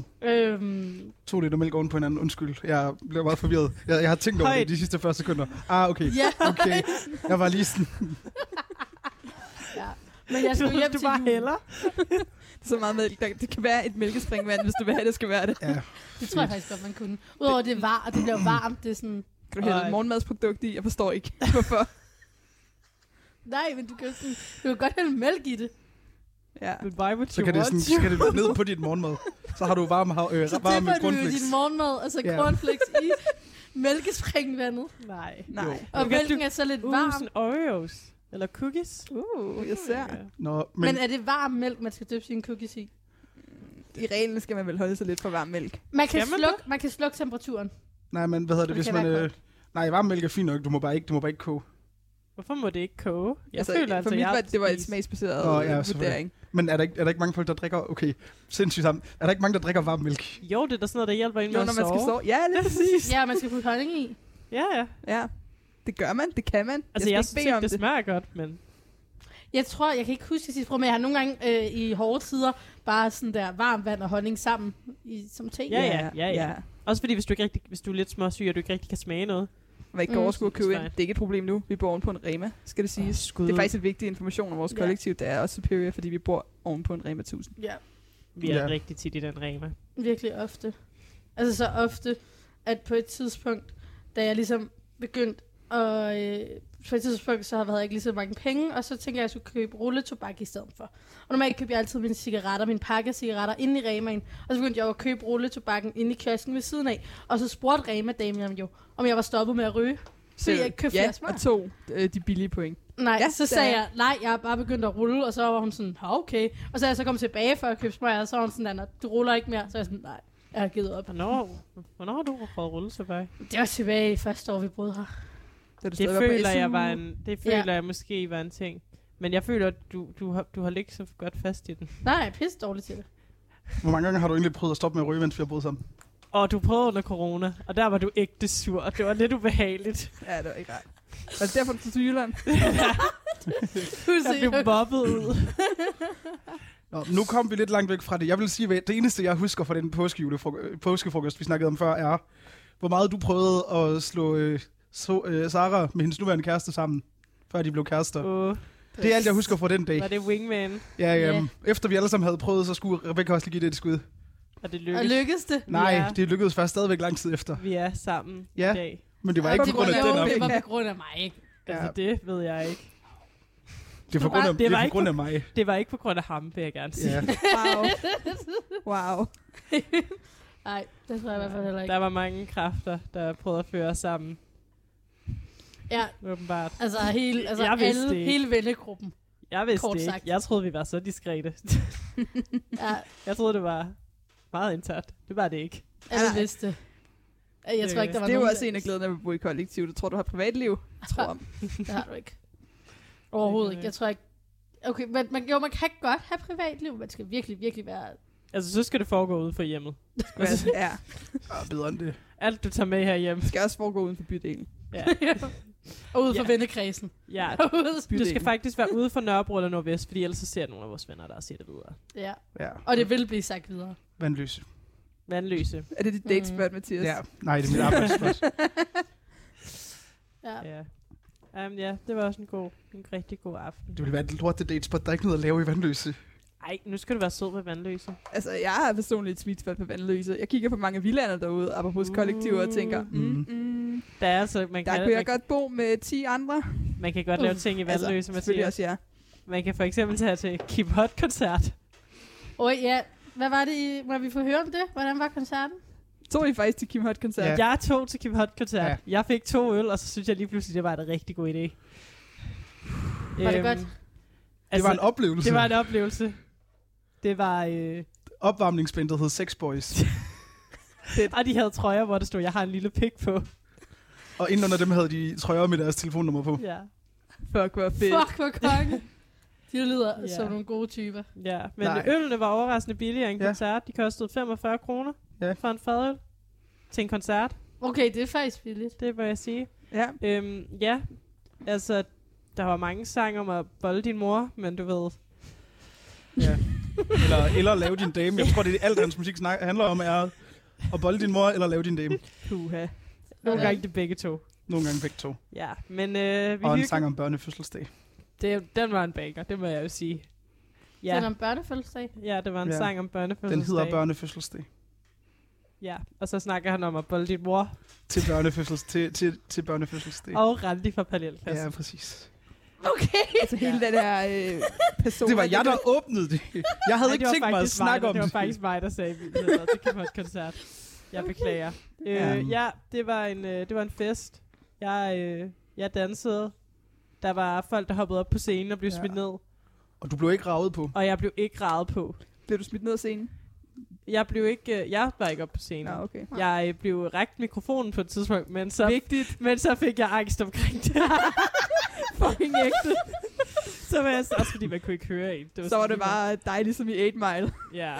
2 liter mælk oven på hinanden. Undskyld. Jeg blev meget forvirret. Jeg har tænkt over det de sidste 40 sekunder. Okay. Ja. Okay. Jeg var lige sådan... Ja. Men jeg skulle hjem Du til bare jul. hælder. Så meget mælk. Det kan være et mælkespringvand, hvis du vil have, det skal være det. Ja. Det tror jeg faktisk godt, man kunne. Udover det var, og det blev varmt, det er sådan... Kan du hælde et morgenmadsprodukt i? Jeg forstår ikke, hvorfor. Nej, men du kan godt hælde mælk i det. Ja. But why would Så you kan det, want sådan, så kan det ned på dit morgenmad. Så har du varme Så varme tipper du jo cornflakes. din morgenmad, og så Ja. cornflakes i mælkespringvandet. Nej. Nej. Og Okay, mælken er så lidt varm. Sådan Oreos. Eller cookies. Jeg ser. Nå, Men er det varm mælk, man skal dyppe sine cookies i? I reglen skal man vel holde sig lidt for varm mælk. Man Skal man kan slukke temperaturen. nej, men hvad hedder det, Det hvis kan man... være godt. nej, varm mælk er fint nok. Du må bare ikke koge. Hvorfor må det ikke koge? Jeg Altså, føler for altså, mit jeg var, det var et spist- smagsbaseret Nå, ja, selvfølgelig. vurdering. Men er der ikke mange folk, der drikker... Okay, sindssygt sammen. Er der ikke mange, der drikker varm mælk? Jo, det er da sådan noget, der hjælper en Jo, med når at man skal sove. Ja, lige præcis. Ja, man skal putte honning i. Ja, ja. Ja, det gør man. Det kan man. Altså, jeg jeg synes skal ikke, ikke bede om det det. smager godt, men... Jeg kan ikke huske det sidste prøve, men jeg har nogle gange i hårde tider bare sådan der varmt vand og honning sammen som te. Ja. Også fordi, hvis du er lidt småsyg, og du ikke rigtig kan smage noget. Hvad ikke kan overskue at købe ind. Fine. Det er ikke et problem nu. Vi bor oven på en Rema, skal det siges. Skud. Det er faktisk en vigtig information om vores Ja. kollektiv. Det er også superior, fordi vi bor oven på en Rema 1000. Ja, Vi er Ja. rigtig tit i den Rema. virkelig ofte. Altså så ofte, at på et tidspunkt, da jeg ligesom begyndte på et tidspunkt, så havde jeg ikke lige så mange penge, og så tænkte jeg, at jeg skulle købe rulletobak i stedet for. Og normalt køber jeg altid mine pakke cigaretter inde i Remaen, og så begyndte jeg jo at købe rulletobakken inde i kiosken ved siden af, og så spurgte Rema-damen jo, om jeg var stoppet med at ryge. Så jeg købte ja, flere smør. og 2 de billige point. Nej, Ja, så det sagde er- jeg, nej, jeg har bare begyndt at rulle, og så var hun sådan, okay. Og så er jeg så kommet tilbage for at købe smør, og så var hun sådan, du ruller ikke mere. Så er jeg sådan, nej, jeg har givet op. Hvornår har du prøvet rulletobak? Det var tilbage i første år, vi boede her. Da du Det stadig var på føler SU. jeg måske var en ting. Men jeg føler, at du har ligget så godt fast i den. Nej, jeg er pisse dårlig til det. Hvor mange gange har du egentlig prøvet at stoppe med at ryge, mens vi har boet sammen? Og du prøvede under corona, og der var du ægte sur, og det var lidt ubehageligt. Ja, det var ikke rart. Var det derfor, du tog til Jylland? Jeg blev mobbet ud. Nå, nu kom vi lidt langt væk fra det. Jeg vil sige, at det eneste, jeg husker fra den påskefrokost, vi snakkede om før, er hvor meget du prøvede at slå Sara med hendes nuværende kæreste sammen, før de blev kærester. Det er alt, jeg husker fra den dag. Var det wingman? Ja, efter vi alle sammen havde prøvet, så skulle Rebecca også lige give det et skud. Og det lykkedes. Og lykkedes det? Nej, det lykkedes først stadigvæk lang tid efter. Vi er sammen i Ja. dag. Men det var ikke på grund af den Det opgave. var på grund af mig. Altså, det ved jeg ikke. Det er på grund af mig. Det var ikke på grund af ham, vil jeg gerne sige. Ja. Wow. Nej, det tror jeg i hvert fald heller ikke. Der var mange kræfter, der prøvede at føre os sammen. Ja, Åbenbart. altså Jeg vidste det ikke. hele vennegruppen. Jeg vidste Kort det ikke. sagt. Jeg troede, vi var så diskrete. Ja, Jeg troede, det var meget internt. Det var det ikke. alle vidste det. Jeg tror ikke, der var Det er jo nogen, også en af glæderne ved at bo i kollektiv. Du tror, du har privatliv? Jeg tror. Det har du ikke. Overhovedet ikke. Jeg tror ikke. Okay, men man kan godt have privatliv. Man skal virkelig, virkelig være... Altså, så skal det foregå ude for hjemmet. Ja. Bedre end det. Alt, du tager med herhjemme. Det skal også foregå uden for bydelen. Ja. Og ude for Ja. vennekredsen. Ja, Ude- du skal faktisk være ude for Nørrebro eller Nordvest, fordi ellers så ser nogle af vores venner, der siger det videre. Ja. Ja. Og det vil blive sagt videre. Vandløse. Vandløse. Er det dit datespot, Mathias? Ja. Nej, det er mit arbejdsplads. Ja. Ja. Ja, det var også en rigtig god aften. Det ville være et lort datespot. Der er ikke noget at lave i Vandløse. Ej, nu skal du være sød med Vandløse. Altså, jeg har personligt et sweet spot på Vandløse. Jeg kigger på mange villander derude, apropos kollektiver, og tænker, Der er altså, der kunne jeg godt bo med 10 andre. Man kan godt lave ting i Vandløse, Altså, selvfølgelig Mathias. også, ja. Man kan for eksempel tage til Keep Hot-koncert. Ja. Hvad var det må vi få høre om det? Hvordan var koncerten? Tog I faktisk til Kim Hot-koncert? Ja. Jeg tog til Keep Hot-koncert. Ja. Jeg fik 2 øl, og så synes jeg lige pludselig, det var en rigtig god idé. Var det godt? Det var en oplevelse. Det var en oplevelse. Det var... Opvarmningsbandet hed Sex Boys. Og de havde trøjer, hvor der stod, jeg har en lille pik på. Og inden under dem havde de trøjer med deres telefonnummer på. Ja. Fuck, hvor fedt. Fuck, hvor konge. De lyder Ja. som nogle gode typer. Ja, men Nej. ølene var overraskende billigere end en Ja. koncert. De kostede 45 kroner for en fadøl til en koncert. Okay, det er faktisk billigt. Det må jeg sige. Ja. Ja, altså, der var mange sange om at bolde din mor, men du ved... Ja. Eller lave din dame. Jeg tror, det er alt, hans musik handler om, er at bolde din mor eller lave din dame. Puha. Nogle gange det begge to. Nogle gange begge to. Ja, men vi Og en sang om børnefødselsdag. Den var en banger, det må jeg jo sige. Ja. Den om børnefødselsdag. Ja, det var en sang om børnefødselsdag. Den hedder børnefødselsdag. Ja, og så snakker han om at bolde din mor. Til børnefødselsdag. Og Randi fra parallelklassen. Ja, præcis. Okay. Altså hele den der person. Det var jeg, der åbnede det. Jeg havde ikke tænkt mig at snakke om det. det. Det var faktisk mig, der sagde, at vi havde til Kim Hot-koncert. Jeg beklager. Ja, det var en fest. Jeg dansede. Der var folk, der hoppede op på scenen og blev smidt ned. Og du blev ikke raget på. Og jeg blev ikke raget på. Blev du smidt ned af scenen? Jeg var ikke op på scenen. Nå, okay. Jeg blev rækt mikrofonen på et tidspunkt, men så, Vigtigt. men så fik jeg angst omkring det. Fucking ægte. Så var jeg også, fordi man kunne ikke høre en. Så var det bare dig, ligesom i 8 Mile. Ja.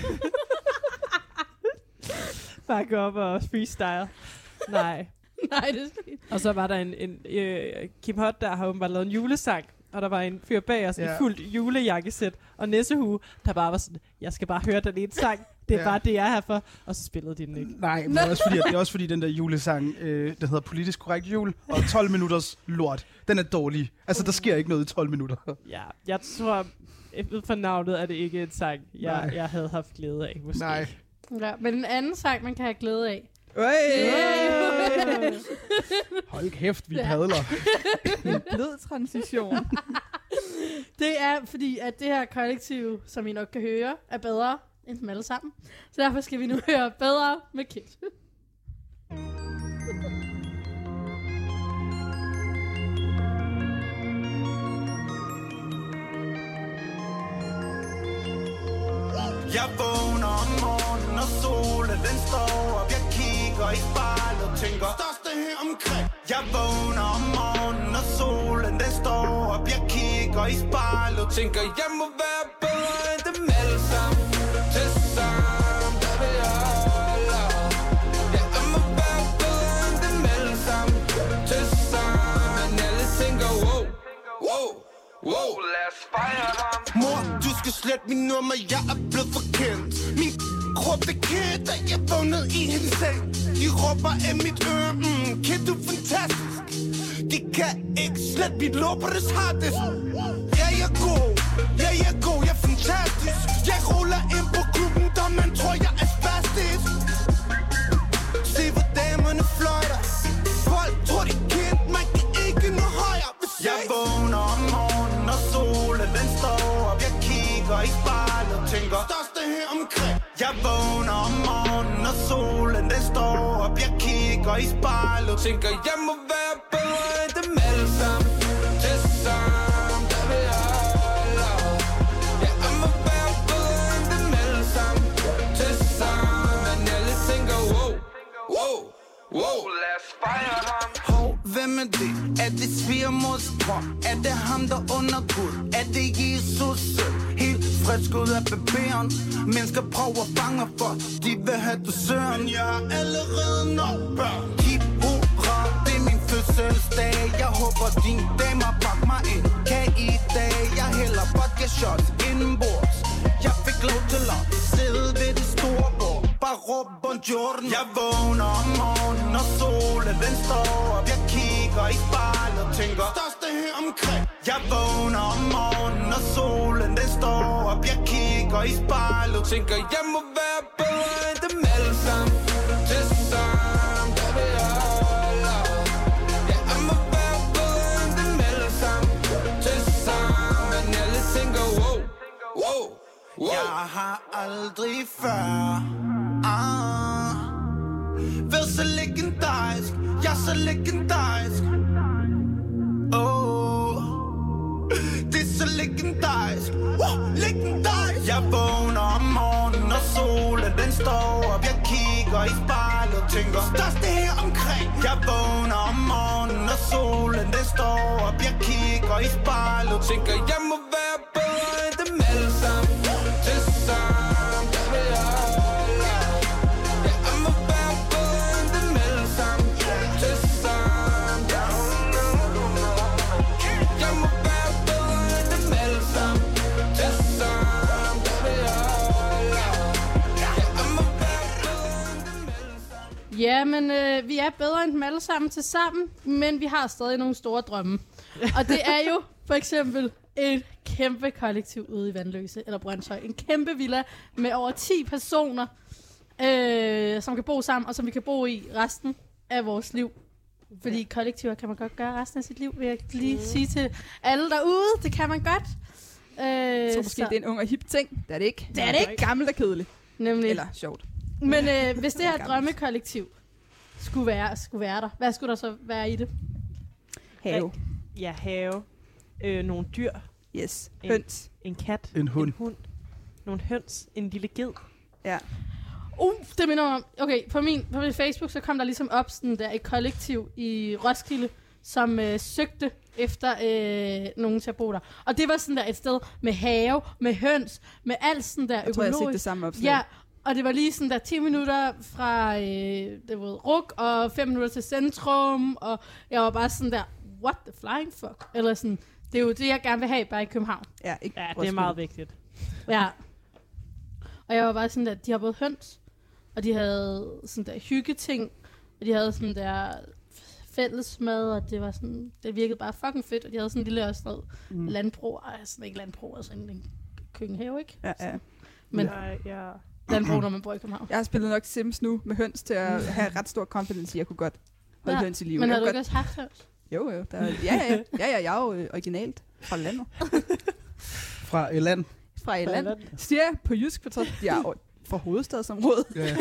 Bare gå op og freestyle. Nej. Nej, det er skidt. Og så var der en Kim Hot, der har åbenbart lavet en julesang. Og der var en fyr bag os i fuldt julejakkesæt og nissehue, der bare var sådan, jeg skal bare høre den ene sang. Det er bare det, jeg er her for. Og så spillede de den ikke. Nej, men det er også fordi den der julesang, den hedder Politisk Korrekt Jul, og 12 minutters lort. Den er dårlig. Altså, der sker ikke noget i 12 minutter. Ja, jeg tror, ud fra navnet er det ikke en sang, jeg havde haft glæde af, måske. Nej. Ja, men en anden sang, man kan have glæde af. Hold kæft, vi padler. En blød transition. Det er fordi, at det her kollektiv, som I nok kan høre, er bedre end dem alle sammen. Så derfor skal vi nu høre Bedre med Kit. Jeg vågner om morgenen, og solen den står op. Jeg kigger i spejlet og tænker, største her omkring. Jeg vågner om morgenen, og solen den står op. Jeg kigger i spejlet og tænker, jeg må være bedre end dem alle sammen. Til sammen, der vil jeg holde. Ja, jeg må være bedre end dem alle sammen. Til sammen, men alle tænker, wow, wow, wow. Lad os fejre ham. Mor, du skal slette min nummer, jeg er blevet forkendt. Min råbte kid, da jeg vågnede i hendes seng. De råber af mit øre, kid, du er fantastisk. De kan ikke slet mit lopperes hardest. Ja, jeg er god, jeg er fantastisk. Jeg ruller ind på klubben, der man tror, jeg er spastisk. Se, hvor damerne fløjter. Folk tror, de kendt, man kan ikke nå højere. Jeg vågner om morgenen, og solen den står op. Jeg kigger i spejlet og tænker, største her omkring. Jeg vågner om morgenen, og solen den står op. Jeg kigger i spejlet og tænker, jeg må være bedre end dem alle sammen. Det samme, der vil jeg holde. Ja, jeg må være bedre end dem alle sammen. Det samme, men alle tænker, wow, lad os fejre ham. Hvem er det? Er det svigermors drøm? Er det ham, der under Gud? Er det Jesus søn? Helt frisk ud af paperen. Mennesker prøver at fange for, de vil have du søren. Men jeg har allerede nok børn. Hip hurra, det er min fødselsdag. Jeg håber din damer pakker mig en kage i dag. Jeg hælder vodka shots indenbords. Jeg fik lov til at sidde ved det store bord. Bare råb buongiorno. Jeg vågner om morgenen, og solen den står op. Jeg kigger i spejlet og tænker, største her omkring. Jeg vågner om morgenen, og solen den står op. Jeg kigger i spejlet og tænker, jeg må være bedre end dem alle sammen. Det samme, der vil jeg holde. Ja, jeg må være bedre end dem alle sammen. Det samme, men alle tænker, wow. Jeg har aldrig før været så legendarisk. Jeg er så legendarisk. Det er så legendarisk. Legendarisk. Jeg vågner om morgenen, og solen den står op. Jeg kigger i spejlet og tænker, største her omkring. Jeg vågner om morgenen, og solen den står op. Jeg kigger i spejlet og tænker, jeg må være bedre end dem alle sammen. Det samme, der vil jeg holde. Ja, jeg må være bedre end dem alle sammen. Det samme, jeg må være bedre end dem alle sammen. Det samme, der vil jeg holde. Ja, jeg må være bedre end dem alle sammen. Ja, men vi er bedre end dem alle sammen til sammen, men vi har stadig nogle store drømme. Og det er jo for eksempel et kæmpe kollektiv ude i Vandløse eller Brønshøj. En kæmpe villa med over 10 personer, som kan bo sammen, og som vi kan bo i resten af vores liv. Fordi kollektiver kan man godt gøre resten af sit liv, vil jeg lige sige til alle derude. Det kan man godt. Så måske det er en ung og hip ting. Det er det ikke. Det er det ikke. Gammelt og kedeligt. Nemlig. Eller sjovt. Men hvis det her drømmekollektiv skulle være der, hvad skulle der så være i det? Have. Ja, have. Nogle dyr. Yes. Høns. En kat. En hund. En hund. Nogle høns. En lille ged. Ja. Det minder mig om, okay, på min Facebook, så kom der ligesom op sådan der et kollektiv i Roskilde, som søgte efter nogen til at bo der. Og det var sådan der et sted med have, med høns, med alt sådan der Jeg tror, jeg har set økologisk. det samme opslag. Ja, og det var lige sådan der 10 minutter fra RUK, og 5 minutter til centrum, og jeg var bare sådan der, what the flying fuck? Eller sådan, det er jo det, jeg gerne vil have bare i København. Ja, ikke Ja, det er Roskilde. meget vigtigt. Ja. Og jeg var bare sådan der, de har både høns, og de havde sådan der hyggeting, og de havde sådan der fællesmad, og det var sådan, det virkede bare fucking fedt, og de havde sådan en lille også noget landbrug, sådan ikke landbrug, altså en køkkenhave, ikke? Ja, ja. Men Ja. landbrug, når man bor i København. Jeg har spillet nok Sims nu med høns til at have ret stor confidence i, at jeg kunne godt holde høns i live. Men Jeg har du kunne ikke også haft høns? Jo. Ja, jeg er jo originalt fra landet. Fra et land. Fra et land. Siger jeg på jysk, for jeg er fra hovedstadsområdet. Ja.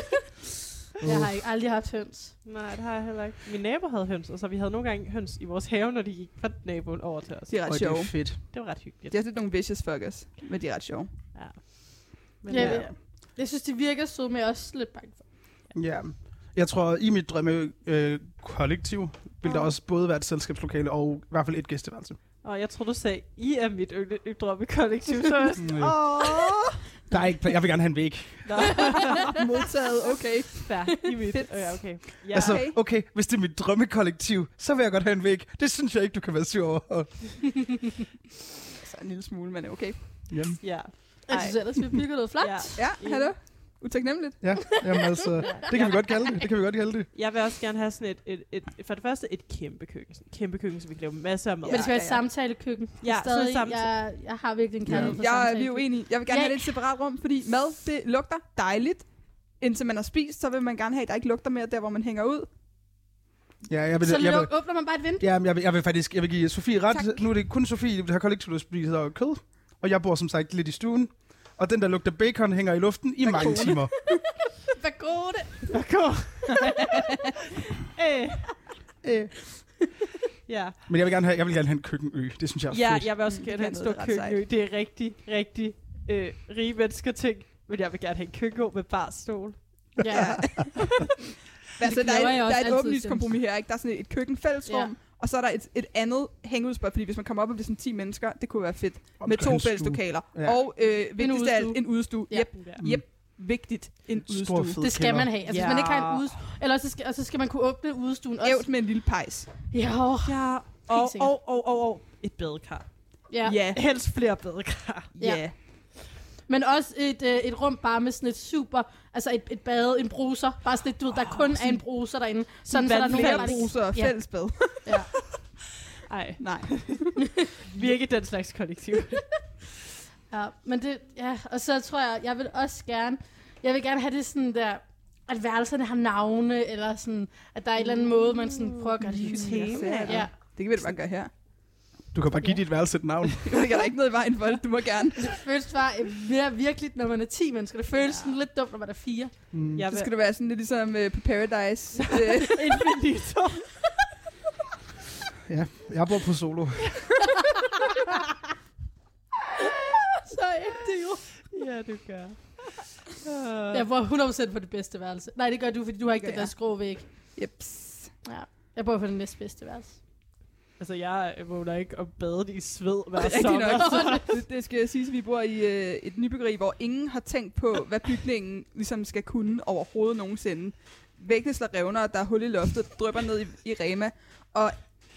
Jeg har aldrig haft høns. Nej, det har jeg heller ikke. Min nabo havde høns, og så vi havde nogle gange høns i vores have, når de gik fra naboen over til os. De er ret Og det sjove. er fedt. Det var ret hyggeligt. Det er sådan nogle vicious fuckers, men de er ret sjove. Ja. Men Ja, jeg synes, de virker søde, men jeg er også lidt bange for. Ja. Jeg tror, i mit drømme kollektiv vil der også både være et selskabslokale og i hvert fald et gæsteværelse. Og jeg tror du sagde, I er mit drømmekollektiv, så jeg sådan, Der er ikke, jeg vil gerne have en væg. Modtaget, okay. fair, I mit. Ja, okay. Ja, Altså, okay, hvis det er mit drømmekollektiv, så vil jeg godt have en væg. Det synes jeg ikke, du kan være sur over. Så en lille smule, men okay. Ja. ja. Jeg synes ellers, vi har bygget noget flot. Ja. Ja, hallo. Utaknemmeligt. Ja, jamen altså, det kan vi godt kalde det. Jeg vil også gerne have sådan for det første et kæmpe køkken. Sådan et kæmpe køkken, så vi kan lave masser af mad. Men det skal være et samtalekøkken. Ja, Stadig, sådan jeg har virkelig en kærlighed for Vi er jo samtalekøkken. enige. Jeg vil gerne have det i et separat rum, fordi mad, det lugter dejligt. Indtil man har spist, så vil man gerne have, at der ikke lugter mere der, hvor man hænger ud. Ja, Åbner man bare et vindue? Ja, jeg vil give Sofie ret. Tak. Nu er det kun Sofie, der har kollektivt spist kød. Og jeg bor som sagt lidt i stuen. Og den, der lugter bacon, hænger i luften i mange timer. Hvad går det? Ja. Men jeg vil gerne have en køkkenø. Det synes jeg er fedt. Jeg vil også gerne have en stor køkkenø. Det er rigtig rige mennesker ting. Men jeg vil gerne have en køkkenø med barstol. Ja. Altså, der kræver jeg er også et altid, åbenlyst kompromis her, ikke? Der er sådan et køkkenfællesrum, Ja. og så er der et andet hængeudspot, fordi hvis man kommer op og bliver sådan 10 mennesker, det kunne være fedt. Og Med man skal have 2 en fælles stue. lokaler. Ja. Og vigtigst af alt, en udstue. Ja. Yep. Vigtigt. En Stor, udstue. fed Det skal kælder. man have. Altså, hvis man ikke har en udstue, eller så skal man kunne åbne udstuen også. Ævt med en lille pejs. Ja. Ja. sikkert. Og et badekar. Ja. Ja. Helst flere badekar. Ja. Men også et rum bare med sådan et super, altså et bade, en bruser. Bare sådan et, du ved, der kun er en bruser derinde. Sådan, så der er nogen, Flere der bare lige- bruser og Ja. fællesbad. Ja. Ej, Nej. vi er ikke den slags kollektiv. Ja, men det, ja, og så tror jeg vil også gerne, jeg vil gerne have det sådan der, at værelserne har navne, eller sådan, at der er en eller anden måde, man sådan prøver at gøre det hyggeligt. Ja. Det kan vi da bare gøre her. Du kan bare give dit værelse et navn. Det er der ikke noget i vejen for det. Du må gerne. Det føles bare mere virkeligt, når man er 10 mennesker. Det føles sådan lidt dumt, når man er 4. Jeg Så skal det være sådan lidt ligesom på Paradise. Infinito. Ja, jeg bor på solo. Så ægte jo. Ja, du gør. Jeg bor 100% på det bedste værelse. Nej, det gør du, fordi du har ikke Det den gør der jeg. skråvæg. Jeps. Ja. Jeg bor på den næstbedste værelse. Altså, jeg vågner ikke og badet i sved hver Rigtig sommer. nok. Det skal siges, at vi bor i et nybyggeri, hvor ingen har tænkt på, hvad bygningen ligesom skal kunne overhovedet nogensinde. Væggene slår revner, og der er hul i loftet, drypper ned i Rema. Og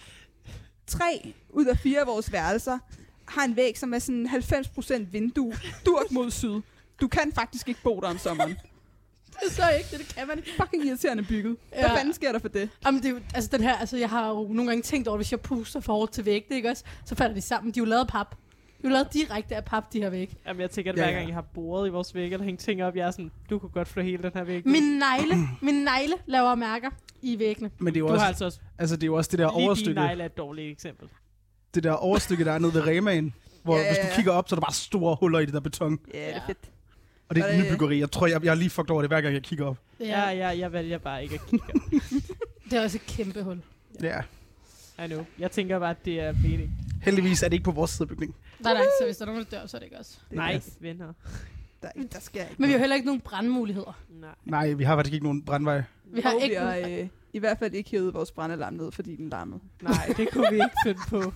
3 ud af 4 af vores værelser har en væg, som er sådan 90% vindue, durk mod syd. Du kan faktisk ikke bo der om sommeren. Det er så ikke det kan man ikke. Fucking irriterende bygget. Hvad Ja. fanden sker der for det? Jamen, det er jo, altså den her, altså jeg har jo nogle gange tænkt over, hvis jeg puster for hårdt til væggene, ikke også? Så falder de sammen. De er jo lavet af pap. De er jo lavet direkte af pap, de her væg. Jamen, jeg tænker, at Ja, hver ja. gang jeg har boret i vores væg, eller hængt ting op, jeg er sådan, du kunne godt flå hele den her væg. Min negle laver mærker i væggene. Men det er jo Du også, har altså også det er jo også det der lige din overstykke. negle er et dårligt eksempel. Det der overstykke, der er nede ved Remaen. Hvor Ja, ja, hvis du ja. kigger op, så er der bare store huller i det der beton. Ja, det er fedt. Og det er Og et det- nybyggeri. Jeg tror, jeg er lige fucked over det, hver gang jeg kigger op. Ja, jeg vælger bare ikke at kigge. Det er også et kæmpe hul. Ja. I know. Jeg tænker bare, at det er mening. Heldigvis er det ikke på vores sidebygning. Nej, så hvis der er nogen, der dør, så er det ikke også. Det er Nej, nice. venner. Der sker ikke Men vi har heller ikke nogen brandmuligheder. Nej. Nej, vi har faktisk ikke nogen brandvej. Vi har Og ikke vi har nogen... i hvert fald ikke hævet vores brændalarm ned, fordi den larmede. Nej, det kunne vi ikke finde på.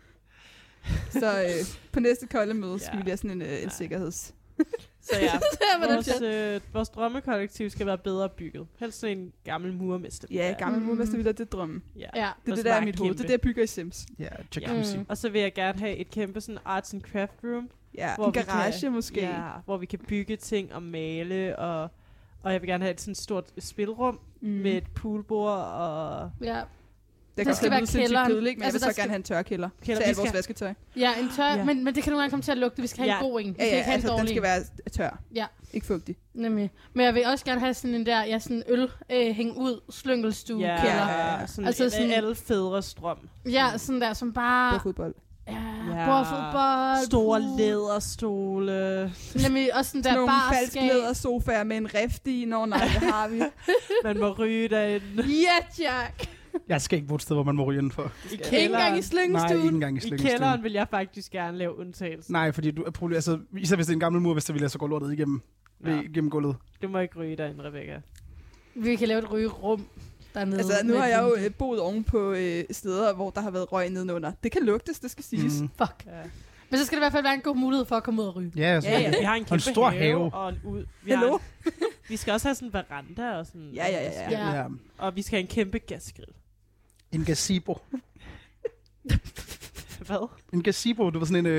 Så på næste kolde møde skal Ja. vi lige have sådan en sikkerheds... Så ja, det vores drømmekollektiv skal være bedre bygget. Helst sådan en gammel murmester. Ja, gammel murmestervilla, det er drømmen. Ja. Ja. Det er det, der er mit hoved. Det er det, jeg bygger i Sims. Ja, Ja. Og så vil jeg gerne have et kæmpe sådan arts and craft room. Ja, Hvor en vi garage kan, måske. Ja, hvor vi kan bygge ting og male. Og jeg vil gerne have et sådan stort spilrum med et poolbord og... Ja. Det Der kan skal også være lyde sindssygt kælderen. kedeligt, men jeg vil Altså, så der skal- gerne have en tørkælder til Vi alt vores skal- vasketøj. Ja, en tør, Ja. men det kan nogle gange komme til at lugte. Vi skal have en Ja. god en. Vi Ja, skal ja, ikke have en altså den dårlig skal være tør. Ja. Ikke fugtig. Nemlig. Men jeg vil også gerne have sådan en der, sådan øl hænge ud, slyngelstue, Ja, kælder. sådan, Altså altså sådan- sådan alle fædres drøm. Ja, sådan der, som bare... Bordfodbold. Ja, bordfodbold. Store pool. læderstole. Nemlig også sådan Sådan der nogle falsk barskab. lædersofaer med en rift i. Nå nej, det har vi. Man må ryge derinde. Ja, Jack. Jeg skal ikke bo et sted, hvor man må ryge indenfor. I Ikke engang i Nej, ikke slyngestuen. engang i I slængestuen. kælderen vil jeg faktisk gerne lave undtagelse. Nej, fordi du er problem, altså, især hvis det er en gammel mur, hvis der vil så går lortet igennem, gennem gulvet. Du må ikke ryge derinde, Rebecca. Vi kan lave et rygerum dernede. Altså, nu med har et jeg jo vindue. boet oven på steder, hvor der har været røg nedenunder. Det kan lugtes, det skal siges. Fuck. Ja. Men så skal det i hvert fald være en god mulighed for at komme ud og ryge. Ja, altså, Ja, vi har en Og kæmpe en stor have. og en ud. Hello? Vi skal også have sådan en veranda og sådan. Ja. Ja. ja. Og vi skal have en kæmpe gasgrill. En gazebo. Hvad? En gazebo, du var sådan en,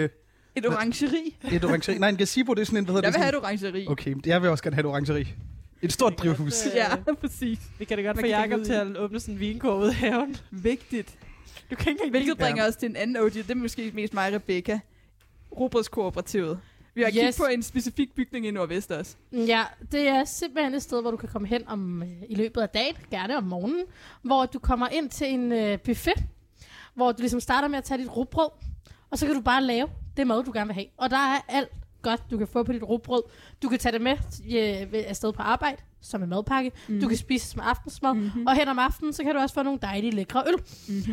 Et orangeri. Et orangeri. Nej, en gazebo, det er sådan en, hvad hedder Jeg det? vil have Sådan... et orangeri. Okay, jeg vil også gerne have et orangeri. Et stort drivhus. Ja, præcis. Vi kan da godt Man få kan Jacob gå ud til i. at åbne sådan en vinkurv ud i haven. Vigtigt. Du kan ikke Hvilket Ja. bringer os til en anden OG. Det er måske mest mig og Rebecca. Robrødskooperativet. Vi har kigget på en specifik bygning i Nordvest også. Ja, det er simpelthen et sted, hvor du kan komme hen i løbet af dagen, gerne om morgenen, hvor du kommer ind til en buffet, hvor du ligesom starter med at tage dit rugbrød, og så kan du bare lave det mad, du gerne vil have. Og der er alt godt, du kan få på dit rugbrød. Du kan tage det med afsted på arbejde, som en madpakke. Du kan spise som aftensmad. Og hen om aftenen, så kan du også få nogle dejlige, lækre øl.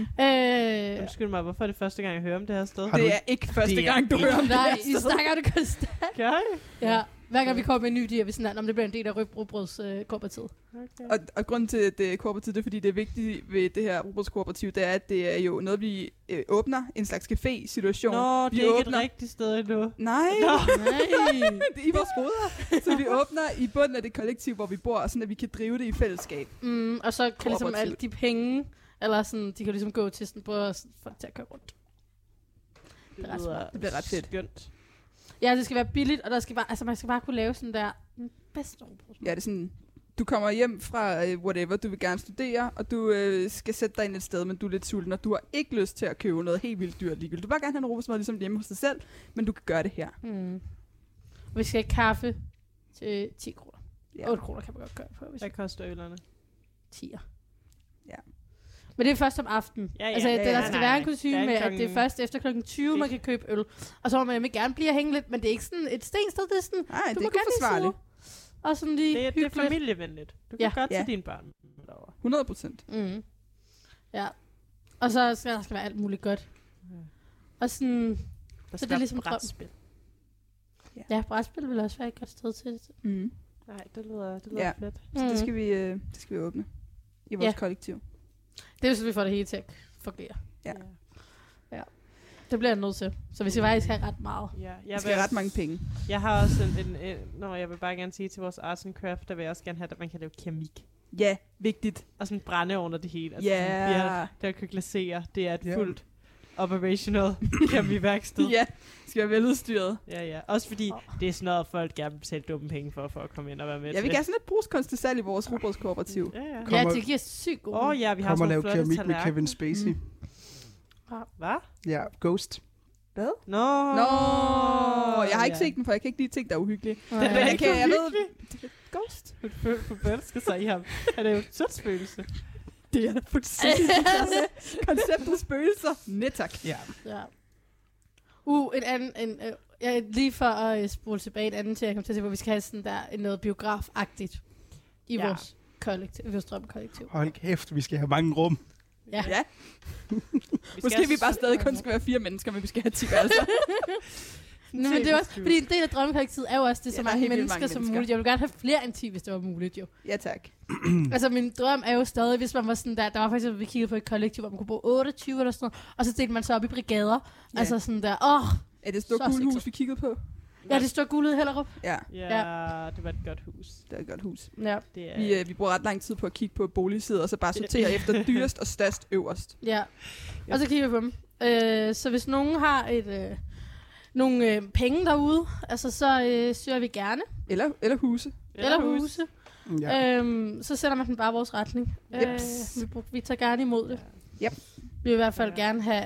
Undskyld mig, hvorfor er det første gang, jeg hører om det her sted? Har du- Det er ikke første Det er gang, du ikke- hører om det Nej, her I sted. snakker det konstant. Gør I? Ja, hver gang vi kommer med en ny idé, er vi sådan, om det bliver en del af rugbrødskooperativet. Okay. Og grunden til, at det er kooperativ, det er, fordi det er vigtigt ved det her robrødskooperativ, det er, at det er jo noget, vi åbner, en slags café-situation. Nå, vi det er ikke åbner... et rigtigt sted endnu. Nej, Nå. Nej. det er i vores hoveder. Så vi åbner i bunden af det kollektiv, hvor vi bor, sådan at vi kan drive det i fællesskab. Og så kan ligesom Kooperativt. alle de penge, eller sådan, de kan ligesom gå til sådan, på at få det til at køre rundt. Det er ret lyder Det bliver ret fedt. Skønt. Ja, det skal være billigt, og der skal bare, altså man skal bare kunne lave sådan der den bedste rugbrød. Ja, det er sådan... Du kommer hjem fra whatever, du vil gerne studere, og du skal sætte dig ind et sted, men du er lidt sulten, og du har ikke lyst til at købe noget helt vildt dyrt ligegyldigt. Du vil bare gerne have en robrødsmad ligesom hjemme hos dig selv, men du kan gøre det her. Vi skal have kaffe til 10 kroner. Ja. 8 kroner kan man godt gøre på, hvis Hvad koster ølerne? 10'er. Ja. Men det er først om aftenen. Ja, ja. Altså, Ja, der ja. skal være en kutyme med, at det er klokken- først efter klokken 20, man kan købe øl. Og så må man gerne blive og hænge lidt, men det er ikke sådan et stensted, det er sådan, Nej, du det må er ikke gerne lige forsvarligt. sidde og sådan lige Det er hygge lidt. familievenligt. Du kan Ja. godt Ja. tage dine børn derover. 100%. Ja. Og så skal der være alt muligt godt. Og sådan, Der Så skal det er være ligesom brætspil. ja, brætspil vil også være et godt sted til det. Mm. Nej, det lyder Ja. fedt. Så det skal vi åbne i vores Ja. kollektiv. Det er jo sådan, vi får det hele til at fungere. Ja. Det bliver jeg nødt til. Så vi skal faktisk have ret meget. Ja, Vi skal have ret mange penge. Jeg har også jeg vil bare gerne sige til vores arts and craft, der vil jeg også gerne have, at man kan lave keramik. Ja, vigtigt. Og sådan brændeovn og det hele. Altså, Ja. sådan, der kan glasere. Det er et Ja. fuldt operational keramiværksted. Ja, skal være veludstyret. Ja. Også fordi det er sådan noget, folk gerne vil betale dumme penge for at komme ind og være med Jeg til. vil gerne sådan lidt brugskunst til salg i vores robrødskooperativ. Ja. Ja, Kommer- det giver sygt god. Ja, vi har Kom og sådan lav nogle flotte keramik med tallerkener. Kevin Spacey. Hvad? Ja, Ghost. Hvad? Nå, Jeg har ikke set den, for jeg kan ikke lide ting, der er uhyggelige. Den er Men ikke jeg ved, uhyggelig. Ghost. Hun forelsker sig i ham. Han er jo et sødsfølelse. Det er da fuldstændig konceptet spøgelser. Nej tak. Ja. Ja. En anden, lige for at spole tilbage en anden til, jeg kom til at se, hvor vi skal have sådan der noget biograf-agtigt i Ja. vores kollektiv, i vores drømmekollektiv. Hold kæft, vi skal have mange rum. Ja. Ja. Måske vi bare stadig kun skal være 4 mennesker, men vi skal have 10 værelser. Nå, men det er også, fordi en del af drømmekollektivet er jo også det, så Ja, der er mange helt vildt mennesker mange som mennesker. muligt. Jeg vil gerne have flere end 10, hvis det var muligt jo. Ja tak. Altså min drøm er jo stadig, hvis man var sådan der var faktisk, vi kiggede på et kollektiv, hvor man kunne bo 28 eller sådan noget, og så delte man så op i brigader. Ja. Altså sådan der, Er det stort Så gule hus, sexet. vi kiggede på? ja, det står guld ud i Hellerup. Ja, Ja, det var et godt hus. det er et godt hus. Ja. Det er, Vi bruger ret lang tid på at kigge på boligsider, og så bare sortere efter dyrest og størst øverst. Ja, og så kigger vi på dem. Så hvis nogen har nogle penge derude, altså så søger vi gerne. Eller huse. Eller huse. Ja. Så sender man den bare vores retning. Jeps. Vi tager gerne imod det. Yep. Vi vil i hvert fald gerne have,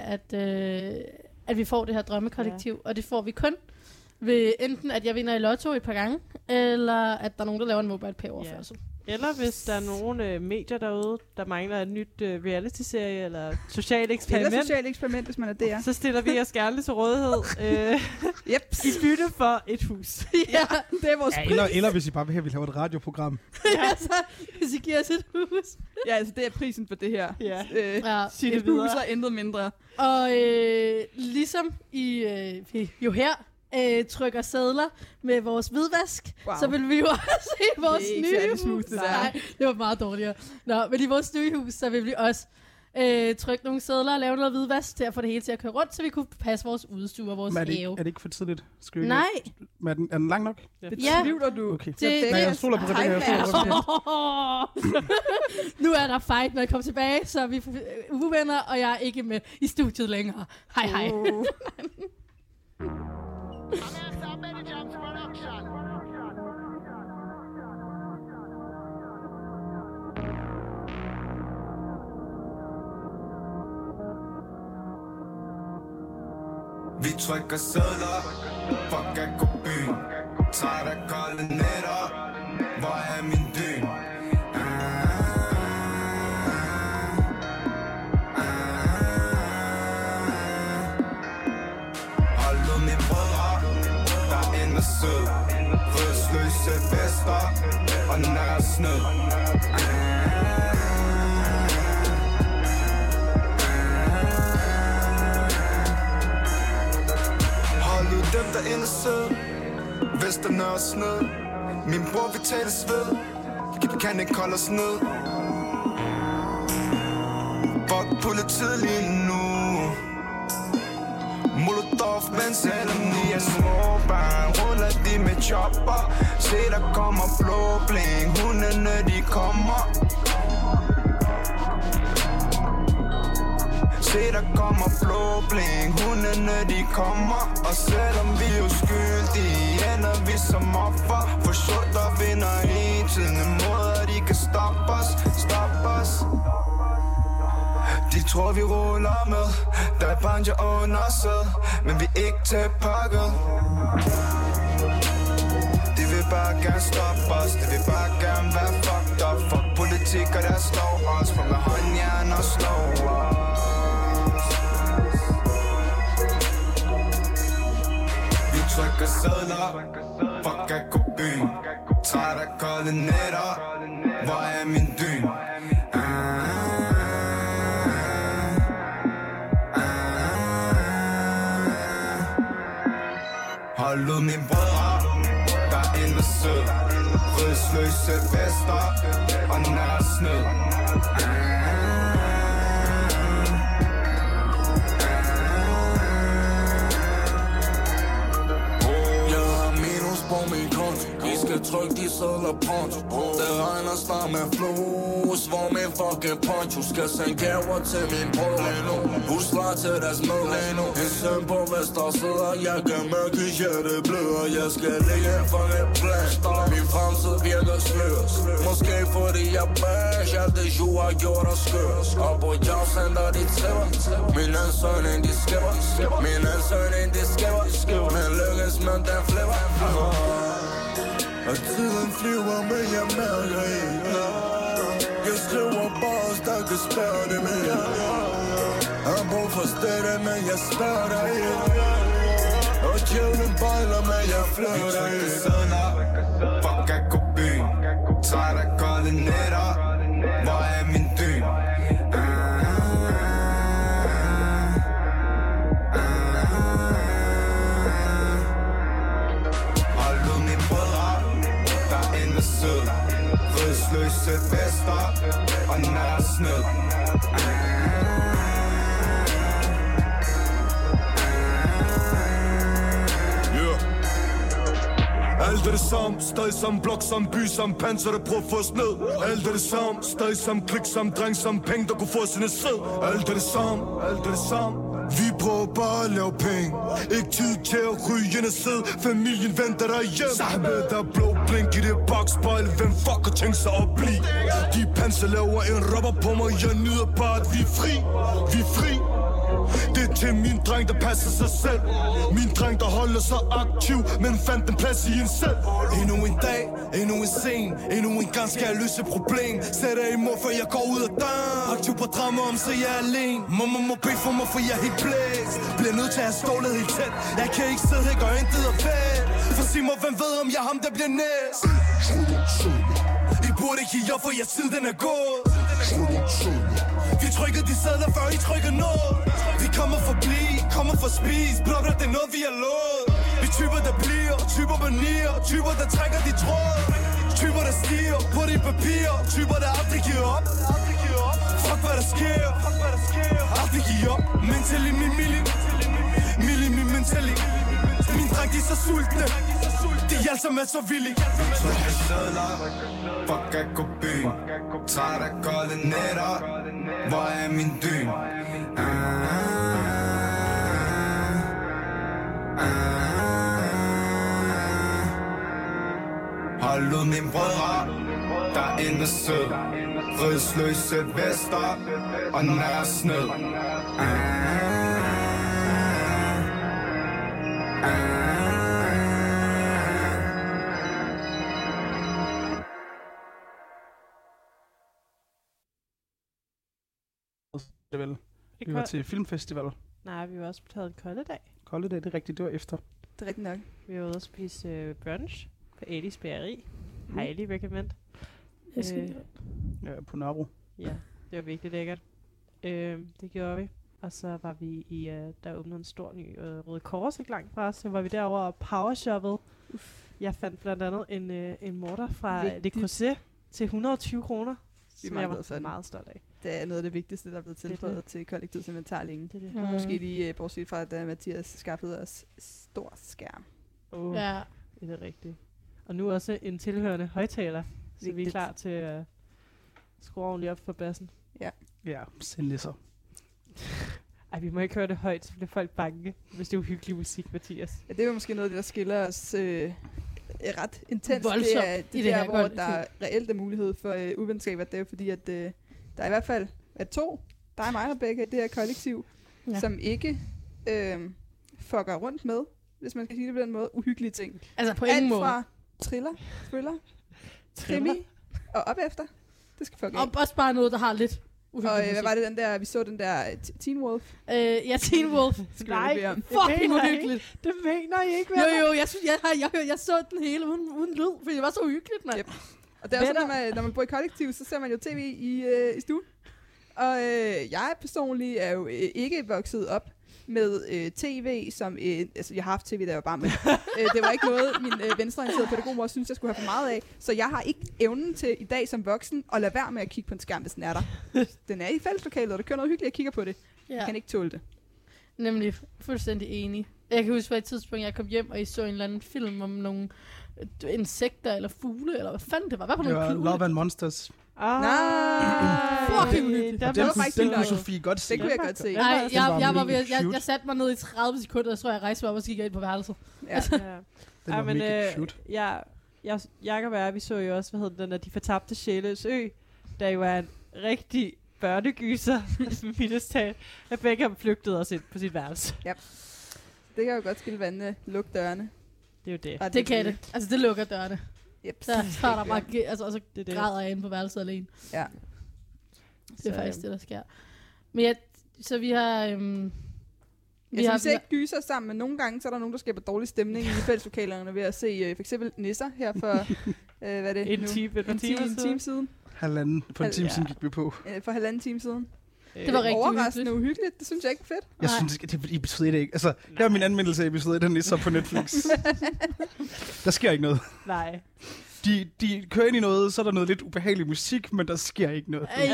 at vi får det her drømmekollektiv, og det får vi kun ved enten, at jeg vinder i lotto et par gange, eller at der er nogen, der laver en mobile pay overførsel. Eller hvis der er nogle medier derude, der mangler et nyt reality-serie eller socialt eksperiment, Eller socialt eksperiment, hvis man er der. så stiller vi os gerne til rådighed Yep. i bytte for et hus. Ja, Det er vores Ja, eller hvis I bare vil have, at vi laver et radioprogram. altså, hvis I giver os et hus. Ja, altså det er prisen for det her. Ja. Ja. Sig det Et hus videre. og intet mindre. Og ligesom vi jo her trykker sedler med vores hvidvask, Wow. så vil vi jo også i vores Det er ikke nye særlig hus. smooth, det der. Nej, det var meget dårligere. Nå, men i vores nye hus, så vil vi også trykke nogle sedler og lave noget hvidvask til at få det hele til at køre rundt, så vi kunne passe vores udstue og vores Men er have. det ikke for tidligt? Skal vi Nej, Men er den lang nok? Det Ja. tvivler du. Okay. Det- Nej, jeg stoler på Rebecca. Jeg stoler på Rebecca. nu er der fight, når jeg kommer tilbage, så er vi uvenner, og jeg er ikke med i studiet længere. Hej hej. Oh. Vi trykker sædler, fuck at gå byen. Træt af kolde nætter, hvor er min dyn? Hold ud mine brødre, der ender sød. Rødsløse vester og nær snød. Dem der ender sød, Vesterne og snød. Min bror vil tage det sved, kan ikke holde os ned. Fuck politiet lige nu. Molotov, men selvom de er små barn, ruller de med chopper. Se der kommer blå bling, hundene de kommer. Se der kommer blå bling, hundene de kommer. Og selvom vi er uskyldige, ender vi som offer. For shorter vinder hele tiden måder, de kan stoppe os, stoppe os. De tror vi ruller med, der er banje under sæd, men vi er ikke til pakket. De vil bare gerne stoppe os, de vil bare gerne være fucked up. Fuck politik og der slår os, for med håndjern og slår os. Trykker sædler, fuck at gå byen. Træt af kolde nætter, hvor er min dyn? Hold ud mine brødre, der ender sød. Rødsløse vester og nær snød. På min konto, de skal trykke de sædler pronto. Det regner snart med flus, hvor min fucking poncho skal sende gaver til min bror lige nu. Husler til deres mød lige nu. En søn på vester sidder, jeg kan mørke hjerte bløder. Jeg skal ligge for et plan, min fremtid virker sløs. Måske fordi jeg bash, alt det jo har gjort og skørs. Og på jobcenter de tæver, min ansøgning de skæver. Min ansøgning de skæver, men lykkes men den flipper. Og tiden flyver, men jeg mærker ikke. Jeg skriver bars, der kan spærre det med. Har brug for stedet, men jeg spærrer dig ikke. Og kjævlen bejler, men jeg flytter ikke. Vi trykker sædler, fuck at gå byen. Træt af kolde nætter, hvor er min dyn? Sød, rødsløse vester og nær snød. Alt er det samme, stadig som blok, som by, som panser, der prøver at få os ned. Alt er det samme, stadig som klik, som dreng, som penge, der kunne få os ind i sæd. Alt er det samme, alt er det samme. Vi prøver bare at lave penge. Ikke tid til at ryge ind og sidde. Familien venter dig hjem. Samme der er blå blink i det bagspejl. Hvem fuck har tænkt sig at blive? De panser laver en rapper på mig. Jeg nyder bare at vi er fri. Vi er fri. Det er til min dreng, der passer sig selv. Min dreng, der holder sig aktiv, men fandt en plads i en selv. Endnu en dag, endnu en scene. Endnu en gang skal jeg løse et problem. Sætter imod, for jeg går ud af døren. Aktiv på drama om, så jeg er alene. Mamma må bede for mig, for jeg er helt blæst. Bliver nødt til at have stålet helt tæt. Jeg kan ikke sidde her, gør intet og fedt. For sig mig, hvem ved, om jeg er ham, der bliver næst. I burde ikke give op, for jeg tid, den er gået. Vi trykker de sædler, før I trykker noget. Vi kommer for at blive, kommer for at spise. Blot det er noget, vi har lovet. Vi typer, der bliver, typer manier. Typer, der trækker de tråd. Typer, der stiger på de papirer. Typer, der aldrig giver op. Fuck, hvad der sker. Aldrig giver op. Mentally, min mentally. Min dreng, de er så sultne. De er alle sammen så villige. Trykker sædler, fuck at gå byen. Træt af kolde nætter, hvor er min dyn? Hold ud mine brødre, der er intet sød. Frihedsløse vester og nærsnød. Vi var til filmfestival. Nej, vi var også taget en koldedag. Koldedag, det er rigtigt, det var efter. Det er rigtigt nok. Vi var ude og spise brunch på Edis Bageri. Highly recommend. Ja, på Nørrebro. Ja, det var virkelig lækkert. Det gjorde vi. Og så var vi i, der åbnede en stor ny Røde Kors ikke langt fra os. Så var vi derovre og powershoppede. Jeg fandt blandt andet en morter fra Le Creuset til 120 kroner. Som jeg var meget stolt af. Det er noget af det vigtigste, der er blevet tilføjet til kollektivets inventar længe. Det er det. Måske lige bortset fra, at Mathias skaffede os stor skærm. Ja. Det er rigtigt. Og nu også en tilhørende højtaler. Så vi er Vigtigt. klar til at skrue ordentligt op for bassen. Ja, send det så. Ej, vi må ikke høre det højt, så bliver folk bange, hvis det er uhyggelig musik, Mathias. Ja, det er jo måske noget af det, der skiller os ret intens. Voldsomt Det er i det det der, her hvor kollektiv. der er reelt er mulighed for uvenskaber. Det er jo fordi, at der er i hvert fald to, der er mig og Rebecca, det her kollektiv, som ikke fucker rundt med, hvis man kan sige det på den måde, uhyggelige ting. Altså på ingen Alt måde. fra thriller, krimi og op efter. Det skal fuck af. Og også bare noget, der har lidt Og uhyggelig hvad var det den der, vi så den der Teen Wolf? Ja, Teen Wolf. Nej, det om. Fucking uhyggeligt. Det mener I ikke, Jo, jeg synes, jeg så den hele uden lyd, fordi det var så uhyggeligt, mand. Yep. Og det er også sådan, når man bor i kollektiv, så ser man jo tv i stuen. Og jeg personligt er jo ikke vokset op med tv, som... altså, jeg har haft tv, da jeg var barn, men det var ikke noget, min venstreorienterede pædagogmor synes, jeg skulle have for meget af. Så jeg har ikke evnen til i dag som voksen at lade være med at kigge på en skærm, hvis den er der. Den er i fælleslokalet, og der kører noget hyggeligt, jeg kigger på det. Ja. Jeg kan ikke tåle det. Nemlig fuldstændig enig. Jeg kan huske, på et tidspunkt, jeg kom hjem, og I så en eller anden film om nogle insekter eller fugle, eller hvad fanden det var. Hvad for Det nogle var fugle? Love and Monsters. Fucking uhyggeligt. Og den var faktisk den nok. kunne Sofie godt se. Det kunne jeg godt se. Nej, Den var jeg var mega ved, cute. jeg satte mig ned i 30 sekunder, og så tror jeg rejste mig op og gik ind på værelset. Ja. Ja. Den var mega cute. Jakob og jeg, vi så jo også, hvad hedder den der, De Fortabte Sjæles Ø, der jo er en rigtig børnegyser, mindestal. Rebecca flygtede os ind på sit værelse. Det kan jo godt skille vandene, lukke dørene. Det er jo det. Ret Det kan lidt. det. Altså, det lukker dørene. Yep. Så er der bare, altså, og så Det er det. græder jeg inde på værelset alene. Ja. Det er faktisk det, der sker. Men så vi har... Vi ser ikke gyser sammen, men nogle gange så er der nogen, der skaber dårlig stemning i fælleslokalerne ved at se for eksempel nisser her for, hvad er det En nu? time siden. Halvanden for en time siden gik vi på. For 1,5 time siden. Det var rigtig Overraskende uhyggeligt. Det synes jeg ikke er fedt. Jeg Nej. synes, det er episode 1 ikke. Altså, det var min anmeldelse af episode 1 af Nisser på Netflix. Der sker ikke noget. Nej. De kører ind i noget, så er der noget lidt ubehagelig musik, men der sker ikke noget. Det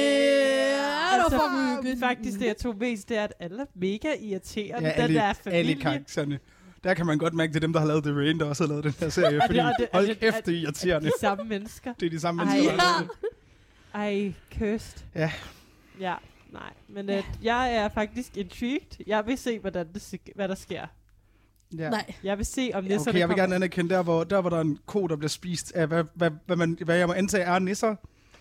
var Altså, for uhyggeligt. Faktisk det, jeg tog mest, det er, at alle er mega irriterende. Ja, Den der alle familie. karakterne. Der kan man godt mærke, det er dem, der har lavet The Rain, der også har lavet den her serie. Fordi hold kæft, det er irriterende. De samme mennesker. Det er de samme Ej, mennesker, der har lavet det. Ej, køst. Ja. Ja, nej. Men jeg er faktisk intrigued. Jeg vil se, hvad der sker. Ja. Nej. Jeg vil se, om nisserne Okay, jeg vil kommer. gerne anerkende, der hvor der er en ko, der bliver spist af, hvad jeg må antage er nisser.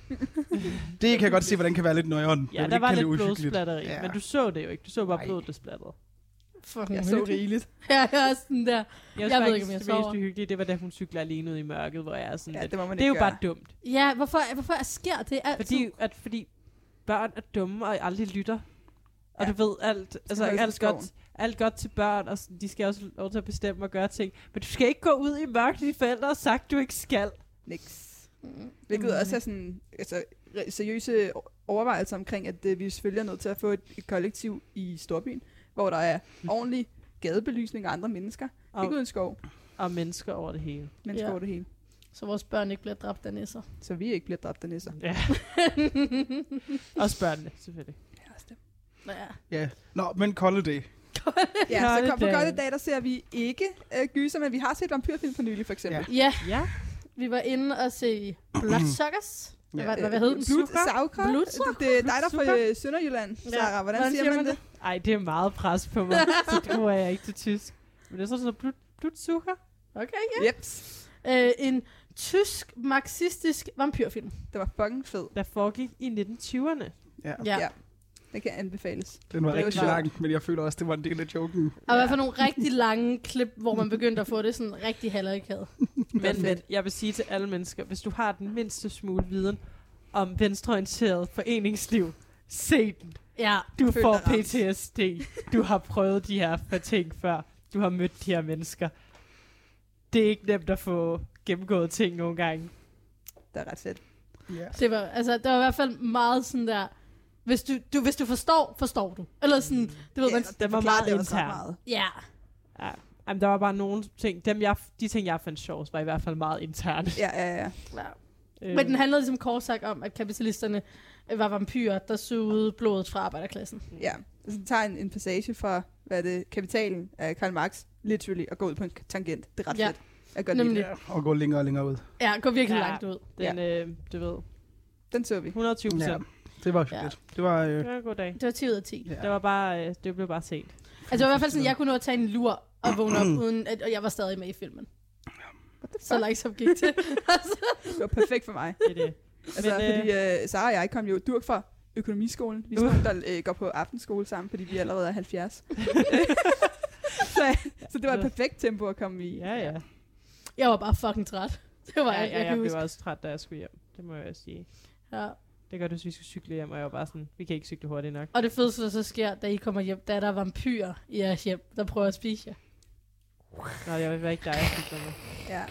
Det kan jeg godt se, hvordan kan være lidt nøjeren. Ja, Jeg vil der ikke var kalde lidt det uhyggeligt. blodsplatteri. Ja. Men du så det jo ikke. Du så bare Nej. blodet, der splattede. Fucking Jeg så uhyggeligt. rigeligt. Ja, jeg er sådan der. Jeg ved ikke, om jeg det sover. mest uhyggelige, det var, da hun cykler alene ud i mørket, hvor jeg er sådan Ja, lidt, det må man det er jo ikke bare gøre. dumt. Ja, hvorfor sker det altid? Fordi børn er dumme og aldrig lytter. Og Ja. du ved alt, altså holde sig i alt godt til børn, og de skal også have lov til at bestemme og gøre ting. Men du skal ikke gå ud i mørket, de forældre har sagt, du ikke skal. Niks. Hvilket også er sådan, altså, seriøse overvejelser omkring, at vi selvfølgelig er nødt til at få et kollektiv i storbyen, hvor der er ordentlig gadebelysning og andre mennesker. Og- Ikke uden skov. Og mennesker over det hele. Mennesker Ja. over det hele. Så vores børn ikke bliver dræbt af nisser. Så vi ikke bliver dræbt af nisser. Ja. Også børnene, selvfølgelig. Ja, også det. Ja. Ja. Nå, men Kolde Day. Ja, så på Kolde Kolde Dag, der ser vi ikke gyser, men vi har set vampyrfilm for nylig, for eksempel. Ja, Ja. vi var inde og se Bloodsuckers. Ja. Hvad hed den? Sauerkraut. Blodsukker? Det er dig, der er fra Sønderjylland, Sarah. Hvordan siger man det? Ej, det er meget pres på mig, så det bruger jeg ikke til tysk. Men det er sådan noget blodsukker. Okay, ja. Jeps. En tysk, marxistisk vampyrfilm. Det var fucking fed. Der foregik i 1920'erne. Ja. Ja. Det kan anbefales. Den var Det var rigtig sjovt. lang, men jeg føler også, det var en del af joken. Og i hvert fald nogle rigtig lange klip, hvor man begyndte at få det sådan rigtig halvøjkaget. Men jeg vil sige til alle mennesker, hvis du har den mindste smule viden om venstreorienteret foreningsliv, se den. Ja. Du Føl får dig ramt. PTSD. Du har prøvet de her ting før. Du har mødt de her mennesker. Det er ikke nemt at få gennemgået ting nogle gange. Det er ret fedt. Ja. Det var i hvert fald meget sådan der, hvis du forstår, forstår du. Eller sådan, det ved man. Den var meget intern. Ja. Ja. Jamen, der var bare nogle ting. De ting, jeg fandt sjovt, var i hvert fald meget interne. Ja. Men den handlede ligesom kort sagt om, at kapitalisterne var vampyrer, der sugede blodet fra arbejderklassen. Ja. Så tager en passage fra, Kapitalen af Karl Marx, literally, og går ud på en tangent. Det er ret Ja. fedt. Jeg gør det. Nemlig. Og gå længere og længere ud. Ja, går virkelig Ja. langt ud. Den, du ved, Den så vi. 120%. Ja. Det var hyggeligt. Det var... Det var en god dag. Det var 10 ud af 10. Ja. Det var bare, det blev bare sent. Altså det var i hvert fald sådan, jeg kunne nå at tage en lur og vågne op, uden at og jeg var stadig med i filmen. Så langsomt gik det. Det var perfekt for mig. Det er det. Altså, Men, fordi Sara og jeg kom jo durk fra økonomiskolen. Vi er sådan nogle, der går på aftenskole sammen, fordi vi allerede er 70. så det var et perfekt tempo at komme i. Ja. Jeg var bare fucking træt. Det var jeg kan Jeg blev huske. også træt, da jeg skulle hjem. Det må jeg sige. Ja. Det gør det, hvis vi skal cykle hjem, og jeg var bare sådan, vi kan ikke cykle hurtigt nok. Og det fedeste, der så sker, da I kommer hjem, da der er vampyrer i jeres hjem, der prøver at spise jer. Nej, jeg var ikke dig, jeg cykler med. Ja.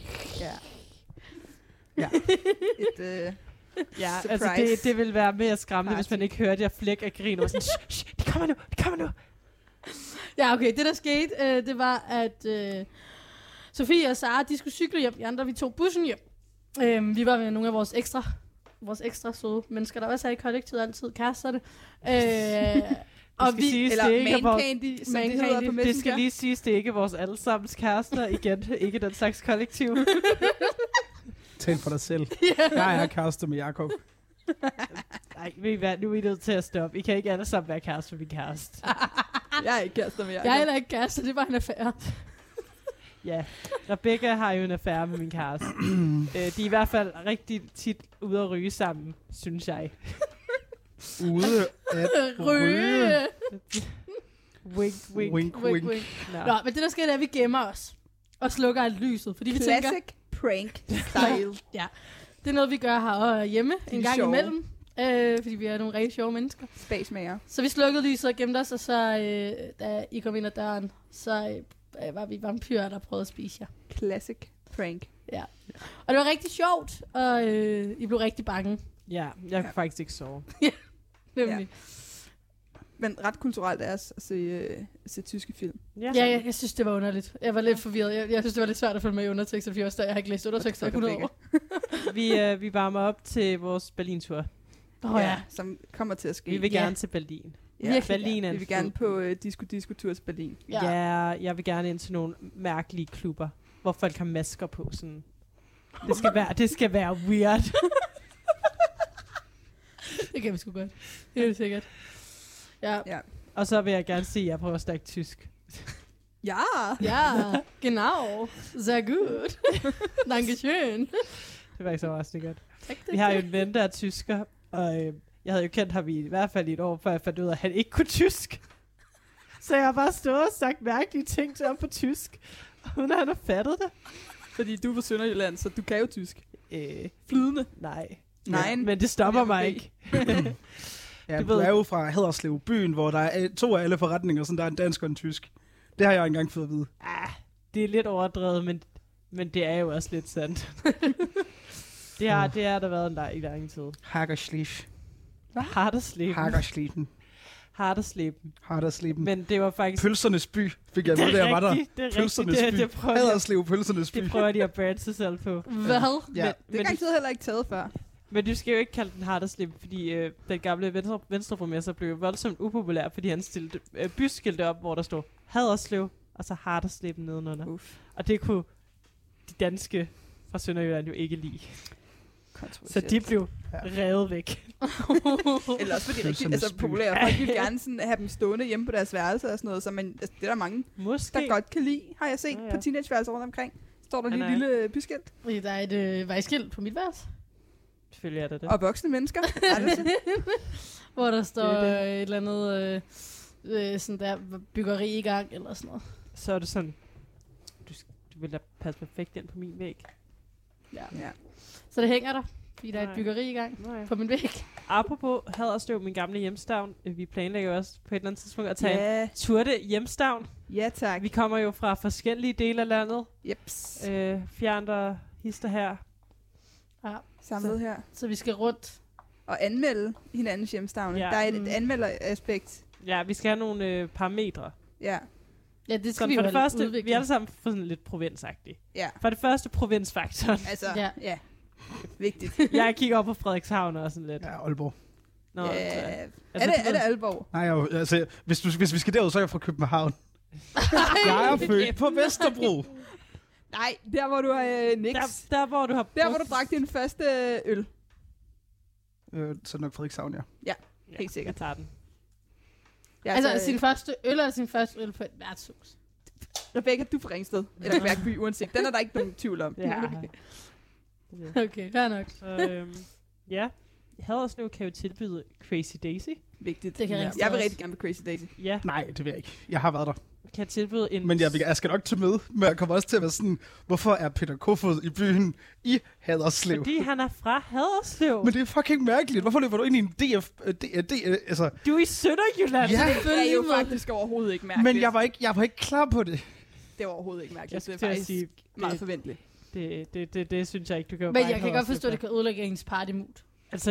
Ja. Ja, Surprise. altså det vil være mere skræmmende, Party. hvis man ikke hørte jer flække af grin og sådan, shh, de kommer nu. Ja, okay. Det, der skete, det var, at Sofie og Sara, de skulle cykle hjem. Vi andre, vi tog bussen hjem. Vi var med nogle af vores ekstra søde mennesker, der også er i kollektivet altid, kæresterne. Og skal siges, Eller det er ikke man vores- candy, som Man det hedder candy. på Det Messenger. skal lige siges, det er ikke vores allesammens kærester. Igen, ikke den slags kollektiv. Tal for dig selv. Jeg er kæreste med Jakob. Nej, nu er I nødt til at stoppe. I kan ikke alle sammen være kærester med min kæreste. Jeg er ikke kærester med jeg er heller ikke kæreste, det var en affære. Ja, Rebecca har jo en affære med min kæreste. De er i hvert fald rigtig tit ude at ryge sammen, synes jeg. Ude at Ryge. Wink, wink. Wink, Wink, wink. wink. Nå. Nå, men det der sker, det er, at vi gemmer os. Og slukker alt lyset. Fordi vi tænker, Classic prank style. det er noget, vi gør her hjemme en gang sjove. imellem. Fordi vi er nogle rigtig sjove mennesker. Spasmager. Så vi slukkede lyset og gemte os, og så da I kom ind ad døren, så var vi vampyrer, der prøvede at spise jer. Classic prank. Og det var rigtig sjovt, og I blev rigtig bange. Ja, jeg kan faktisk ikke sove. Nemlig. Men ret kulturelt er at se tyske film. Ja, jeg synes, det var underligt. Jeg var lidt forvirret. Jeg synes, det var lidt svært at følge med i undertekster, fordi jeg har ikke læst undertekster i 100 år. Vi varmer op til vores Berlin-tur. Ja. Som kommer til at ske. Vi vil Ja. gerne til Berlin. Ja. Virkelig Berlin er Vi en vil gerne fed- på disco-tur til Berlin. Ja. Ja, jeg vil gerne ind til nogle mærkelige klubber, hvor folk har masker på. Sådan. Det skal være weird. Det kan vi sgu godt. Helt sikkert. Ja. Og så vil jeg gerne se, at jeg prøver at snakke tysk. Ja! Ja, genau. Sehr gut. Dankeschön. Det var ikke så meget sikkert. Tak, Vi har jo en ven, der er tysker, og jeg havde jo kendt ham i hvert fald i et år, før jeg fandt ud af, at han ikke kunne tysk. Så jeg har bare stået og sagt mærkelige ting til ham på tysk, uden at han har fattet det. Fordi du er fra Sønderjylland, så du kan jo tysk. Flydende? Nej. Nej. Men det stopper Men mig jeg ikke. Ja, Du du ved- er jo fra Haderslev, byen, hvor der er 2 af alle forretninger, sådan der er en dansk og en tysk. Det har jeg engang fået at vide. Det er lidt overdrevet, men det er jo også lidt sandt. det har der været i lang tid. Hagerschlich. Hardersleben. Hadersleben. Men det var faktisk... Pølsernes by, fik jeg med, da jeg var der. Det er rigtigt. Pølsernes by. Det prøver de, Haderslev, pølsernes by. det prøver de at brande sig selv på. Hvad? Ja. Det er garanteret heller ikke taget før. Men du skal jo ikke kalde den Hardersleben, fordi den gamle venstreborgmester blev voldsomt upopulær, fordi han stillede byskilte op, hvor der stod Haderslev, og så Hardersleben nedenunder. Og det kunne de danske fra Sønderjylland jo ikke lide. Så de blev revet væk. Eller også fordi rigtig Pølsernes by. populære. Folk vil gerne sådan have dem stående hjemme på deres værelse og sådan noget. Så man, altså, det er der mange, Måske. der godt kan lide, har jeg set Ja. på teenageværelser rundt omkring. Står der lige Han et er- lille byskilt. Der er et vejskilt på mit værelse, Selvfølgelig er det det. Og voksne mennesker. Rettelse. hvor der står Det er et eller andet sådan der byggeri i gang, eller sådan noget. Så er det sådan, du vil da passe perfekt ind på min væg. Ja. Ja. Så det hænger der, fordi der er et Nej. byggeri i gang Nej. på min væg. Apropos Haderslev, min gamle hjemstavn. Vi planlægger jo også på et eller andet tidspunkt at tage en Ja, tur til hjemstavn. ja tak. Vi kommer jo fra forskellige dele af landet. Jeps. Fjernt og hister her. Ja. Samlet her. Så vi skal rundt. Og anmelde hinandens hjemstavne. Ja. Der er et anmelderaspekt. Ja, vi skal have nogle parametre. Ja. Ja, det skal Så vi for jo det første, udvikle. vi er alle sammen for sådan lidt provinsagtige. Ja. For det første, provinsfaktoren. Altså, Ja. ja. Vigtigt. Jeg kigger op på Frederikshavn og sådan lidt. Ja, Aalborg. Nå, Ja. altså, Er det Aalborg? Nej, altså, hvis vi skal derud, så er jeg fra København. Jeg er født på Vesterbro. Nej, der hvor du har niks. der hvor du har Der hvor du drak din første øl. Så er det nok Frederikshavn, ja. Ja, Helt sikkert. Jeg tager den. Ja, Altså sin første øl eller sin første øl på et værtshus. Rebecca, du er fra Ringsted. Eller Kværkby, uanset. Den er der ikke nogen tvivl om. Ja. Okay, fair nok. Så, ja. Haderslev kan jo tilbyde Crazy Daisy. Vigtigt. Det kan Ringsted Jeg vil også. rigtig gerne på Crazy Daisy. Ja, Nej, det vil jeg ikke. Jeg har været der. kan tilbyde en... Men jeg skal nok tage med, men jeg kommer også til at være sådan, hvorfor er Peter Kofod i byen i Haderslev? Fordi han er fra Haderslev. Men det er fucking mærkeligt. Hvorfor løber du ind i en altså... Du er i Sønderjylland. Ja, Det er jo faktisk overhovedet ikke mærkeligt. men jeg var ikke klar på det. Det er overhovedet ikke Jeg mærkeligt. skulle Det til er at faktisk sige, meget forventeligt. det synes jeg ikke, du kan jo Men bare jeg kan godt Haderslev forstå, at det for. kan ødelægge ens partymood. Altså,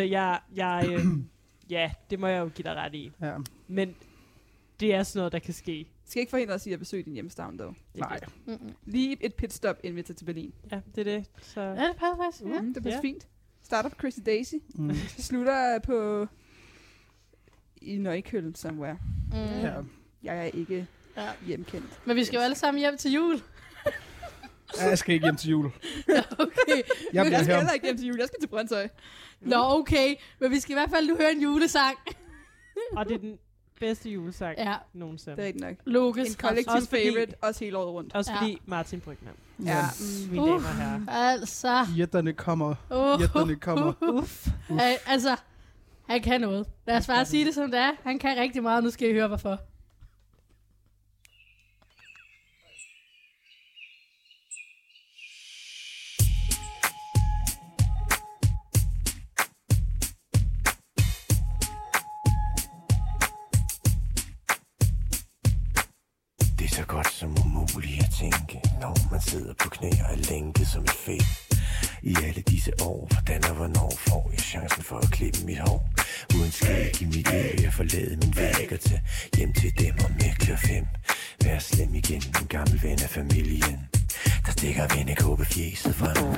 ja, det må jeg jo give dig ret i. Ja, Men det er sådan noget, der kan ske. Det skal ikke forhindre os i at besøge din hjemstavn, dog. Det er nej. det. Mm-mm. Lige et pitstop, inden vi tager til Berlin. Ja, det er det. Så Ja, det passer faktisk. Ja. Det passer Ja. fint. Starter på Crazy Daisy. Mm. Slutter på... i Neukölln somewhere. Mm. Ja. Jeg er ikke Ja. hjemkendt. Men vi skal jo alle sammen hjem til jul. Ja, jeg skal ikke hjem til jul. Okay. Jeg bliver Jeg skal her. heller ikke hjem til jul. Jeg skal til Brøndshøj. Nå, okay. Men vi skal i hvert fald nu høre en julesang. Og det er den bedste julesang Ja, nogensinde. Det er rigtigt nok. logisk. En kollektiv Også fordi- favorite, også hele året rundt. Også Ja. fordi Martin Brygman. Ja. Mine damer og herrer. Altså. Jætterne kommer. Jætterne kommer. Uff. Altså, han kan noget. Lad os bare sige det som det er. Han kan rigtig meget, nu skal I høre hvorfor. Det er så godt som umuligt at tænke, når man sidder på knæ og er lænket som et fæ. I alle disse år, hvordan og hvornår får jeg chancen for at klippe mit hår? Uden skæg i mit liv, jeg forlade min væg og tage hjem til dem og mækler 5. Vær slem igen, en gammel ven af familien, der stikker vennekåbe fjeset frem.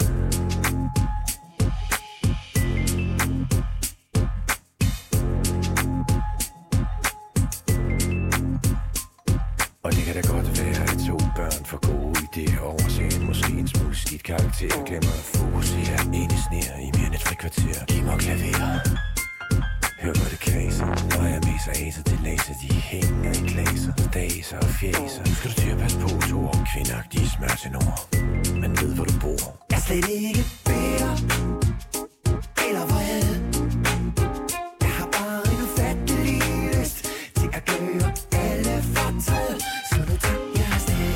Og det kan da godt være, at 2 børn får gode idéer overser måske en smule skidt karakter. Glemmer at fokusere ind i snær i mere end et frikvarter. Giv mig klaver. Hør hvor det kvæser. Når jeg messer aser til laser, de hænger i glaser. Daser og fjæser. Nu skal du til at passe på 2 år kvindagtige smør til nord. Man ved hvor du bor. Jeg er slet ikke bitter eller vred. Jeg har bare en ufattelig lyst til at gøre alle fortræd. Så nu tager jeg afsted.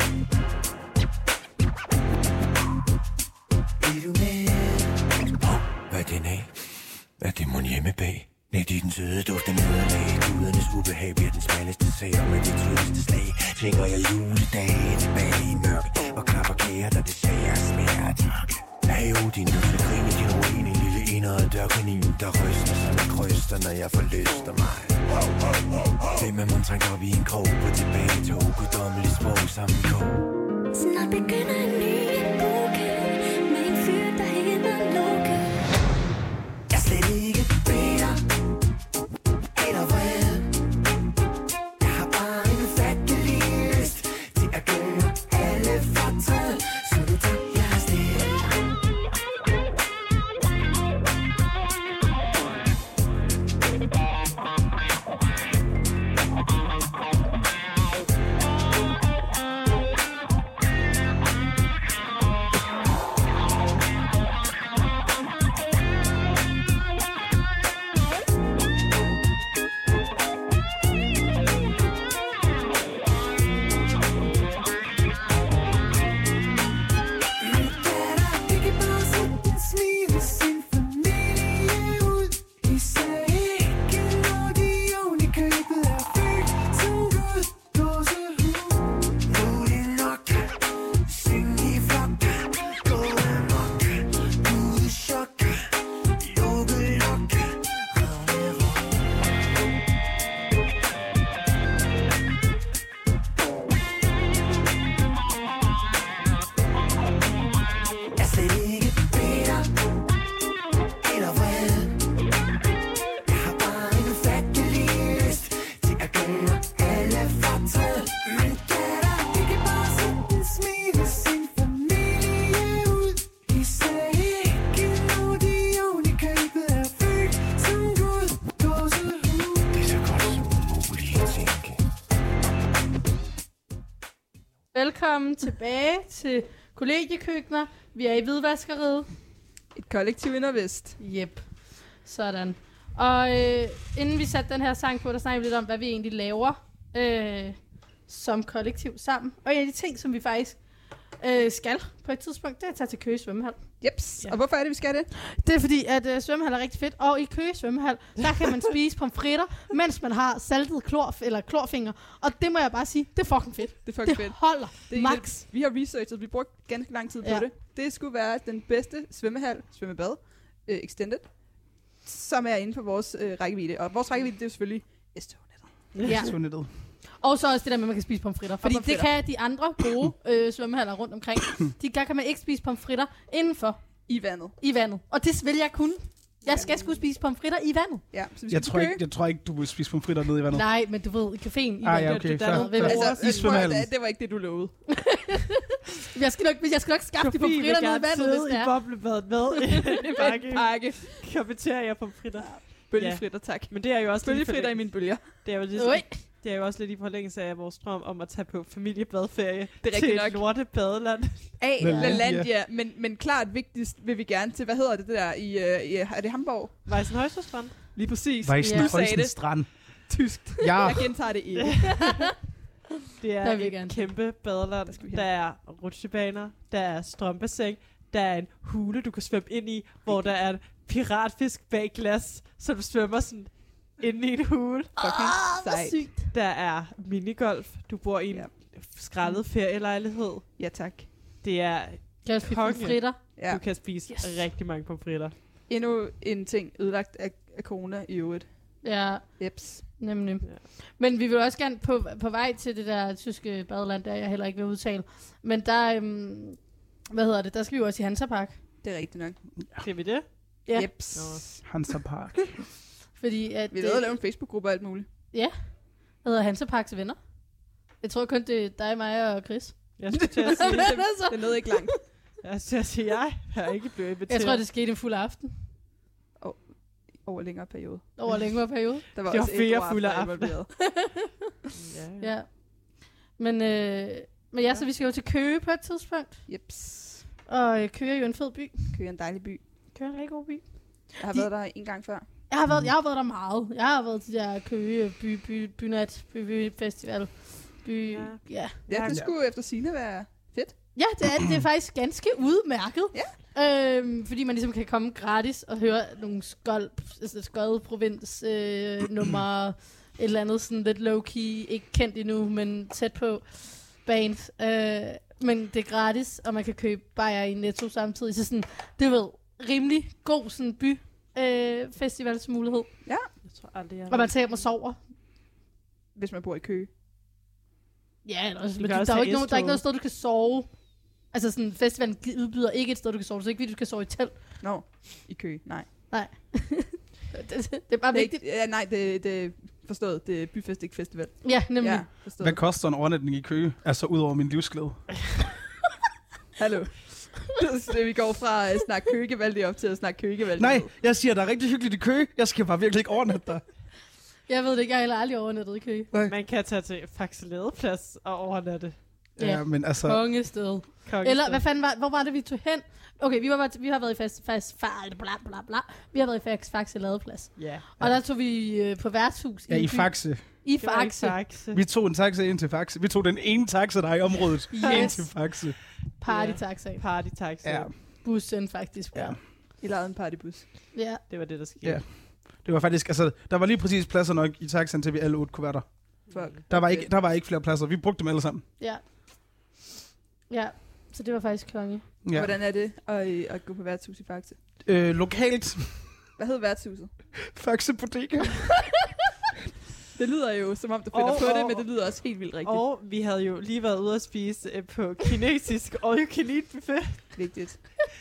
Er du med? Hvad er den af? Er det mon hjemme bag? Net i den søde duft af nederlag. Gudernes ubehag bliver den smalleste sag. Og med det tydeligste slag tænker jeg juledage tilbage i mørke. Og klapper kære, der det sager smerte. Hey Odin, du skal grine din ruin. En lille indre dørkanin, der ryster som en kryster, når jeg forlyster mig. Hvem er man trængt op i en krog på tilbage til guddommelig sprog sammen kog. Snart begynder en ny epoke med en fyr, der hedder Loke. Jeg er slet ikke bitter eller vred. Jeg har bare en ufattelig lyst til at gøre alle fortræd. Så nu tager jeg afsted. Velkommen tilbage til kollegiekøkkener. Vi er i hvidvaskeriet. Et kollektiv i Nordvest. Yep. Sådan. Og inden vi satte den her sang på, der snakkede vi lidt om, hvad vi egentlig laver som kollektiv sammen. Og en af de ting, som vi faktisk skal på et tidspunkt, det er at tage til Køge svømmehal. Jeps. Ja. Og hvorfor er det, vi skal det? Det er fordi, at svømmehal er rigtig fedt. Og i Køge svømmehal, der kan man spise pomfritter, mens man har saltet klorfinger. Og det må jeg bare sige, det er fucking fedt. Det er fucking fedt. Holder. Det er max. Vi har researchet, vi brugte ganske lang tid på det. Det skulle være den bedste svømmebad, extended, som er inden for vores rækkevidde. Og vores rækkevidde, det er jo selvfølgelig Ja. Og så også det der med, at man kan spise pomfritter. Fordi det kan de andre gode svømmehaller rundt omkring. Der kan man ikke spise pomfritter indenfor. I vandet. Og det vil jeg kunne. Jeg skal sgu spise pomfritter i vandet. Ja, så jeg tror ikke, du vil spise pomfritter nede i vandet. Nej, men du ved, i caféen i vandet. Ja, okay, altså, i svømmehallen. Det var ikke det, du lovede. jeg skal nok skaffe de pomfritter nede i vandet, hvis det er. i boblebadet med en pakke. Kafeteria pomfritter. Bølgefritter, tak. Men det er jo også bølgefritter i mine bølger. Det er jo det er jo også lidt i forlængelse af vores drøm om at tage på familiebadferie det er til et lortebadeland. Lalandia, men klart vigtigst vil vi gerne til, hvad hedder det der i er det Hamburg? Weißenhäuser-strand. Lige præcis. Weißenhäuser-strand. Tysk. Ja. Jeg gentager det ikke. Det er et kæmpe badeland. Der er rutsjebaner, der er strømbassin, der er en hule, du kan svømme ind i, hvor der er en piratfisk bag glas, så du svømmer sådan inde i en hule. Fucking sygt. Der er minigolf. Du bor i en skrællet ferielejlighed. Ja, tak. Det er kan jeg spise pomfritter? Ja. Du kan spise rigtig mange pomfritter. Endnu en ting ødelagt af corona i øvrigt. Ja. Jeps. Nemlig. Ja. Men vi vil også gerne på vej til det der tyske badeland, der jeg heller ikke vil udtale. Men der, der skal vi jo også i Hansapark. Det er rigtigt nok. Skal vi det? Ja. Jeps. Hansapark. Fordi at vi lavede en Facebook-gruppe og alt muligt. Ja. Der hedder Hansaparks venner. Jeg tror kun, det er dig, mig og Chris. Jeg skulle til at sige, det nåede ikke langt. Jeg skal sige, jeg har ikke blevet inviteret. Jeg tror, det skete en fuld aften. Over længere periode. Over længere periode. Der var det også 4 fulde aftener. Ja. Men ja, så vi skal jo til Køge på et tidspunkt. Jeps. Og Køge er jo en fed by. Køge er en dejlig by. Køge er en rigtig god by. Jeg har været der en gang før. Jeg har været der meget. Jeg har været til der Køge bynat, byfestival. Ja, det skulle efter sigende være fedt. Ja, det er det. Det er faktisk ganske udmærket. Ja. Fordi man ligesom kan komme gratis og høre nogle skød provins nummer et eller andet sådan lidt low-key, ikke kendt endnu, men tæt på band. Men det er gratis, og man kan købe bajer i Netto samtidig. Så sådan, det er rimelig god sådan by festivalsmulighed. Ja. Jeg tror aldrig, jeg og man tager og sover. Hvis man bor i Køge. Ja, der er ikke noget sted, du kan sove. Altså sådan, festivalen udbyder ikke et sted, du kan sove. Så ikke fordi, du kan sove i telt. Nå, i Køge. Nej. det er bare vigtigt. Det er forstået. Det er byfest, ikke festival. Ja, nemlig. Ja, hvad koster en overnatning i Køge? Altså ud over min livsglæde. Hallo. Vi går fra at snakke Køgevalg op til at snakke Køgevalg. Nej, jeg siger, der er rigtig hyggeligt i Køge. Jeg skal bare virkelig ikke overnatte der. Jeg ved det ikke, jeg har heller aldrig overnattet i Køge. Nej. Man kan tage til Faxe Ladeplads og overnatte. Ja, men altså... Kongested. Eller, hvad fanden hvor var det, vi tog hen? Okay, vi har været i Vi har været i Faxe Ladeplads. Ja. Og der tog vi på værtshus. Ja, i Faxe. I Faxe. Vi tog en taxa ind til Faxe. Vi tog den ene taxa, der er i området, ind til Faxe. Party-taxa. Party-taxa. Ja. Bussen faktisk. Ja. I lavede en partybus. Ja. Det var det, der skete. Ja. Det var faktisk, altså, der var lige præcis pladser nok i taxaen, til vi alle 8 kunne være der. Fuck. Der var ikke flere pladser. Vi brugte dem alle sammen. Ja. Ja, så det var faktisk konge. Ja. Hvordan er det at gå på værtshus i Faxe? Lokalt. Hvad hed værtshuset? Faxe Bodega. Det lyder jo, som om du finder på det, men det lyder også helt vildt rigtigt. Og vi havde jo lige været ude at spise på kinesisk all-you-can-eat buffet. Vigtigt.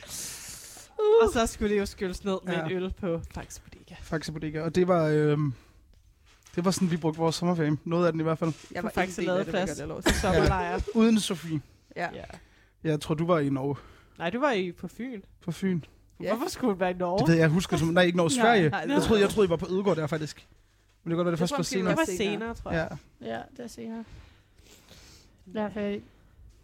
Og så skulle det jo skyldes ned med en øl på Faxe Bodega. Faxe Bodega. Og det var... det var sådan, vi brugte vores sommerferie. Noget af den i hvert fald. Jeg var Faxe Ladeplads. Sommerlejr. Uden Sofie. Ja. Jeg tror, du var i Norge. Nej, du var på Fyn. På Fyn. Ja. Hvorfor skulle du være i Norge? Det ved jeg husker som... Nej, ikke Norge, Sverige. Nej, jeg troede, I var på Ødegård der faktisk. Men det kan godt være, det først var senere. Det var senere, tror jeg. Ja, det er senere. Derfor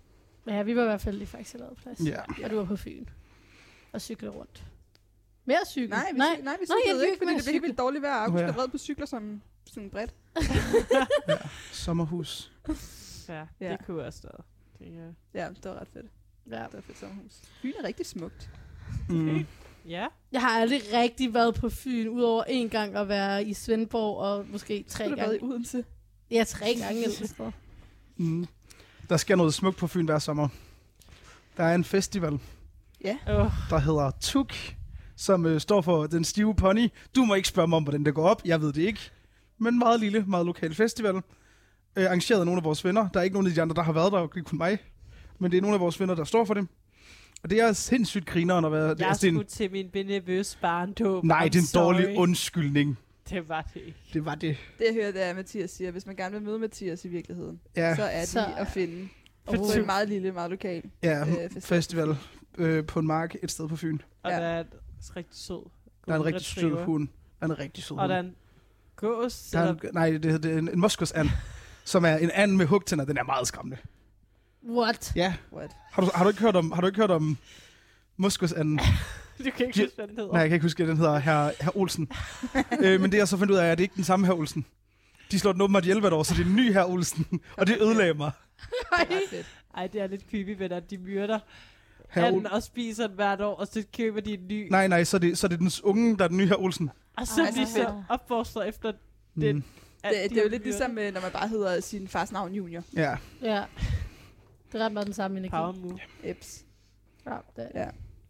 Ja, vi var i hvert fald i Faxe Ladeplads. Ja. Og du var på Fyn. Og cyklede rundt. Mere cykel? Nej, vi jeg cyklede ikke, fordi med det blev helt vildt dårligt vejr. August Ja. er vred på cykler som sådan bredt. Sommerhus. Ja, Ja. det kunne også stå. Ja, det var ret fedt. Ja. Det var fedt sommerhus. Fyn er rigtig smukt. Mm. Ja. Jeg har aldrig rigtig været på Fyn, udover en gang at være i Svendborg, og måske 3 Du har været i gange. Odense. Ja, 3 gange eller sådan noget. Mm. Der sker noget smukt på Fyn hver sommer. Der er en festival, der hedder TUK, som står for Den Stive Pony. Du må ikke spørge mig om, hvordan det går op. Jeg ved det ikke. Men meget lille, meget lokal festival. Arrangeret af nogle af vores venner. Der er ikke nogen af de andre, der har været der, og det er kun mig. Men det er nogle af vores venner, der står for det. Og det er sindssygt grineren at være... Jeg skulle til min benevøs barndåb. Nej, det er en I'm dårlig sorry. undskyldning. Det var det ikke. Det var det. Det jeg hører, det er, at Mathias siger, hvis man gerne vil møde Mathias i virkeligheden, Ja, så er Så- de at finde For på en meget lille, meget lokal. ja festival. festival på en mark et sted på Fyn. Og Ja. der er en rigtig sød. Der er en golden rigtig sød retriever. hund. Der er en rigtig sød Og hund. der er en gås. Der er nej, det er en moskusand, som er en and med hugtænder. Den er meget skræmmende. What? Ja. What? Har du ikke hørt om moskusanden? Du kan ikke huske, hvad den hedder. Nej, jeg kan ikke huske, at den hedder herr Olsen. Men det jeg så fandt ud af, er, at det ikke er den samme herr Olsen. De slår den åbenbart ihjel hvert år, så det er en ny herr Olsen. Og det ødelagde mig. Det er ret fedt. Ej, det er lidt creepy, venner. De myrder Herr anden Ol- og spiser den hvert år, og så køber de en ny. Nej, så er det dens unge, der er den nye herr Olsen. Og så Ej, er de så så fedt. opfostret efter den. Mm. at Det de er jo har lidt myrdet. ligesom, når man bare hedder sin fars navn Junior. Ja. Ja. Det er ret meget den samme energi. Power move. Eps. Ja, det Ja.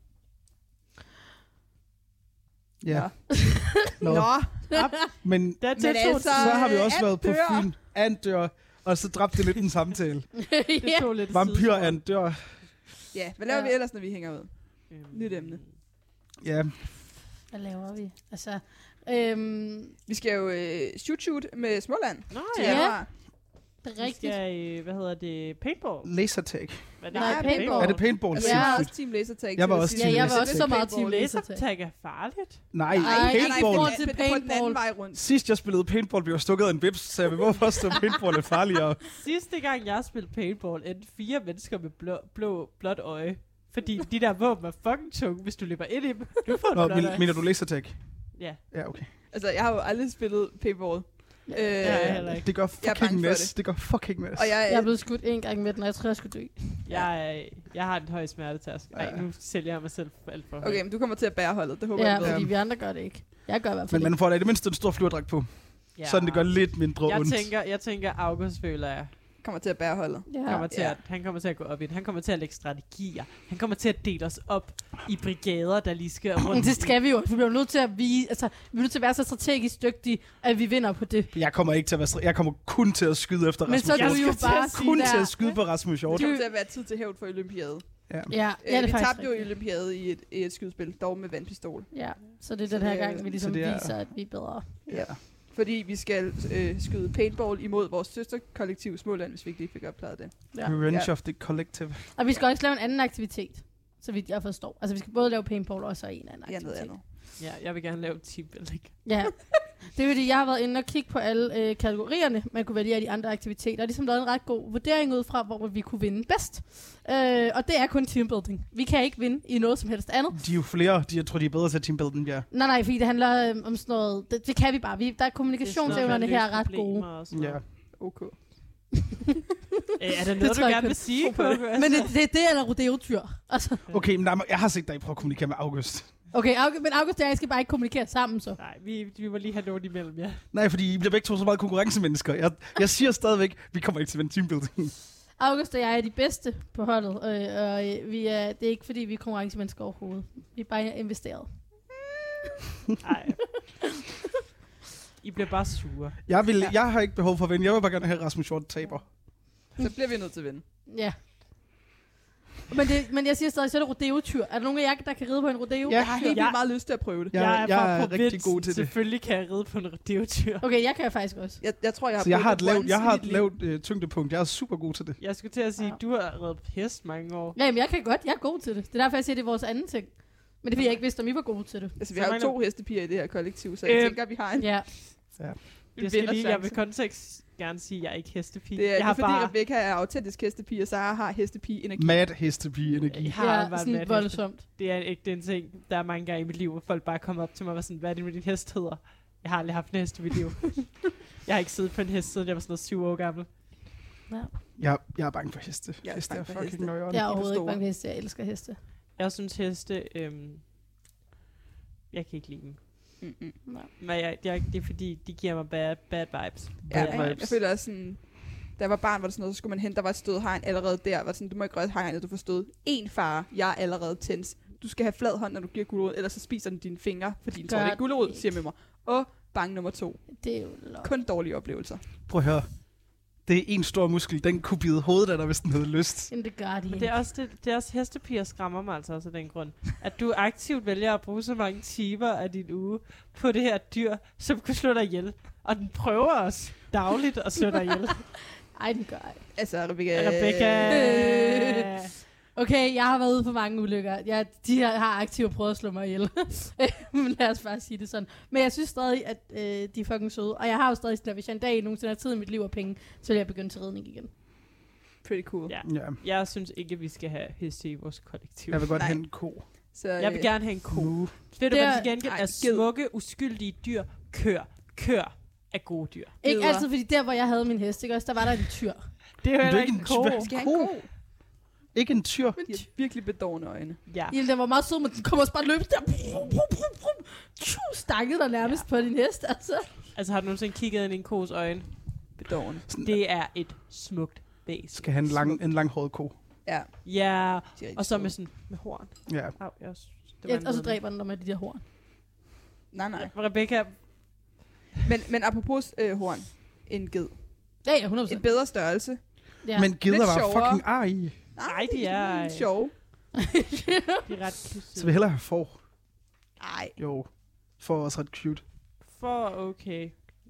Ja. Nå. Nå. Men Der er Men til altså- så har vi også and været på dør. Fyn. And dør. Og så dræbte det lidt en samtale. det tog lidt Vampyr and dør. Ja, hvad laver Ja. vi ellers, når vi hænger ud? Nyt emne. Ja. Hvad laver vi? Altså, Vi skal jo shoot med Småland Nå til ja. januar. det er Vi rigtigt. skal, hvad hedder det, paintball? Lasertag. Hvad er det? Nej, paintball. Er det paintball? Altså, Ja. jeg er også team lasertag. Jeg var så også vil team sige- Ja, jeg var lasertag. også så meget team lasertag. Lasertag er farligt. Nej, Nej, Nej, paintball. i forhold til på den anden paintball. vej rundt. Sidst jeg spillede paintball, blev jeg stukket af en bips, så jeg vil hvorfor stå paintball er farligere. Sidste gang, jeg spillede paintball, endte 4 mennesker med blåt øje. Fordi de der våben er fucking tunge, hvis du løber ind i dem. Du får Nå, et blåt øje. mener du lasertag? Ja. Ja, okay. Altså, jeg har jo aldrig spillet paintball. Ja, heller ikke. Det gør Jeg er bange fucking for mess. det. Det gør fucking mess. Og Jeg er blevet skudt en gang med den, og jeg tror, jeg skulle dø. Jeg har en høj smertetærsk. Nej, nu sælger jeg mig selv alt for højt. Okay, men du kommer til at bære holdet. Det håber Ja, jeg ved. fordi vi andre gør det ikke. Jeg gør i hvert fald Men man får da i det mindste en stor flyverdragt på. Ja. Sådan det gør lidt mindre ondt. Jeg tænker, August føler jeg Kommer til at bære holdet. ikke. kommer til at, han kommer til at gå op i det. Han kommer til at lægge strategier. Han kommer til at dele os op i brigader, der lige skal Men rundt. det skal vi jo. Vi bliver nødt til at vi er nødt til at være så strategisk dygtige, at vi vinder på det. Jeg kommer ikke til at være jeg kommer kun til at skyde efter Men Rasmus så er du Hjort. jo bare Kun sige til der. at skyde på Rasmus Hjort. Det kommer til at være tid til hævd for Olympiade. Ja. Ja, ja, det er vi faktisk tabte jo i rigtigt. Olympiade i et skydespil, dog med vandpistol. Ja, så det er Så den her det er- gang, vi ligesom så det er- viser, at vi er bedre. Ja. Fordi vi skal skyde paintball imod vores søsterkollektiv Småland, hvis vi ikke lige fik opklaret det. Ja. Revenge Ja. of the Collective. Og vi skal også lave en anden aktivitet, så vidt jeg forstår. Altså, vi skal både lave paintball og så en anden Ja, noget aktivitet. andet. Ja, jeg vil gerne lave teambuilding. Ja, det er fordi, jeg har været inde og kigge på alle kategorierne, man kunne vælge af de andre aktiviteter, og ligesom lavet en ret god vurdering ud fra, hvor vi kunne vinde bedst. Og det er kun teambuilding. Vi kan ikke vinde i noget som helst andet. De er jo flere. Jeg tror, de er bedre til teambuilding, ja. Nej, fordi det handler om sådan noget, det kan vi bare. Der er kommunikationsevnerne her er ret gode. Ja. OK. Er der Det noget, tror du jeg gerne kun. vil sige? Okay. Men det eller rodeo-tyr. Altså, Okay, men jeg har set dig prøve at kommunikere med August. okay, men August og jeg skal bare ikke kommunikere sammen, så. Nej, vi må lige have nogen imellem, ja. Nej, fordi I bliver begge to så meget konkurrencemennesker. Jeg siger stadigvæk, vi kommer ikke til at vinde teambuilding. August og jeg er de bedste på holdet, og det er ikke fordi, vi er konkurrencemennesker overhovedet. Vi er bare investeret. Nej. I bliver bare sure. Jeg har ikke behov for at vinde. Jeg vil bare gerne have Rasmus Hjort taber. Så bliver vi nødt til at vinde. Ja. Men jeg siger stadig, så er det rodeo-tyr. Er der nogen af jer, der kan ride på en rodeo? Ja. Jeg har helt vildt Jeg- meget lyst til at prøve det. Jeg er fra rigtig provins. god til det. Selvfølgelig kan jeg ride på en rodeo-tyr. Okay, jeg kan faktisk også. Jeg tror, jeg har Så jeg har prøvet det et once i lavt, mit liv. tyngdepunkt. Jeg er super god til det. Jeg skulle til at sige, Ja. du har reddet hest mange år. Ja, men jeg kan godt. Jeg er god til det. Det er derfor, jeg siger, det er vores anden ting. Men det er fordi, jeg ikke vidste, om I var gode til det. Altså, vi Så har jo mangler- 2 hestepiger i det her kollektiv, så jeg tænker, vi har en Ja. Jeg skal lige, jeg vil gerne sige, at jeg er ikke hestepige. Det er, jeg har fordi Rebecca er autentisk hestepige, og Sara har hestepige-energi. Mad hestepige-energi. Jeg har Ja, bare sådan været voldsomt. Det er ikke en ting, der er mange gange i mit liv, hvor folk bare kommer op til mig og var sådan, hvad er det med din hest hedder? Jeg har aldrig haft en hest i mit liv. Jeg har ikke siddet på en hest, siden jeg var sådan noget 7 år gammel. Ja. Jeg er bange for heste. Jeg er Heste er bange for fucking heste. nøjeren. Jeg er overhovedet ikke store. bange for heste. Jeg elsker heste. Jeg synes heste, jeg kan ikke lide dem. Mm-mm. Men det er fordi, de giver mig bad vibes. Ja, Bad jeg vibes. føler også sådan, da jeg var barn, var det sådan noget, så skulle man hente, der var et stød hegn allerede der. Var det sådan, du må ikke røre hegnet, du får stød. En far, jeg er allerede tens. Du skal have flad hånd, når du giver gulerod, ellers så spiser den dine fingre, fordi den tror, det er Gør gulerod, det. siger med mig. Og bange nummer 2. Det er jo lov. Kun dårlige oplevelser. Prøv at høre. Det er en stor muskel. Den kunne bide hovedet af dig, hvis den havde lyst. Men det gør de Men ikke. det er også hestepiger skræmmer mig altså også af den grund. At du aktivt vælger at bruge så mange timer af din uge på det her dyr, som kunne slå dig ihjel. Og den prøver også dagligt at slå dig ihjel. Ej, den gør ikke. Altså, Rebecca. Rebecca. Okay, jeg har været ude for mange ulykker. De har aktivt prøvet at slå mig ihjel. Men lad os bare sige det sådan. Men jeg synes stadig, at de er fucking søde. Og jeg har jo stadig sådan, at hvis jeg en dag nogensinde har tid i mit liv og penge, så vil jeg begynde til ridning igen. Pretty cool. Ja. Ja. Jeg synes ikke, at vi skal have heste i vores kollektiv. Jeg vil godt Nej. have en ko. Så, Jeg vil gerne have en ko. Nu. Ved du, Det hvad er- til gengæld Ej, er ged. smukke, uskyldige dyr? Kør af gode dyr. Ikke Geder. altid, fordi der, hvor jeg havde min hest, ikke også, der var der en tyr. Det er jo Men du heller er ikke ikke en en ko. tyr. skal jeg have en Ko. ko? Ikke en tyr. De har virkelig bedårende øjne. Ja. Jamen, den var meget sød, men den kommer også bare løbet der. Stakket der nærmest på din hest, altså. Altså, har du nogensinde kigget ind i en kos øjne? Bedårende. Det er et smukt væsen. Skal have en langhåret ko. Ja. Ja, de er rigtig og så søde. med sådan med horn. Ja. Au, jeg også, det var Ja, en og så lille- dræber den der med de der horn. Nej. Rebecca, Men apropos horn. En ged. Ja, ja, 100%. En bedre størrelse. Ja. Men gider Lidt var sjovere. fucking ej. Nej, de er- sjov. de er ret Så vil kyssede. jeg hellere have får. Nej. Jo. For er også ret cute. For okay.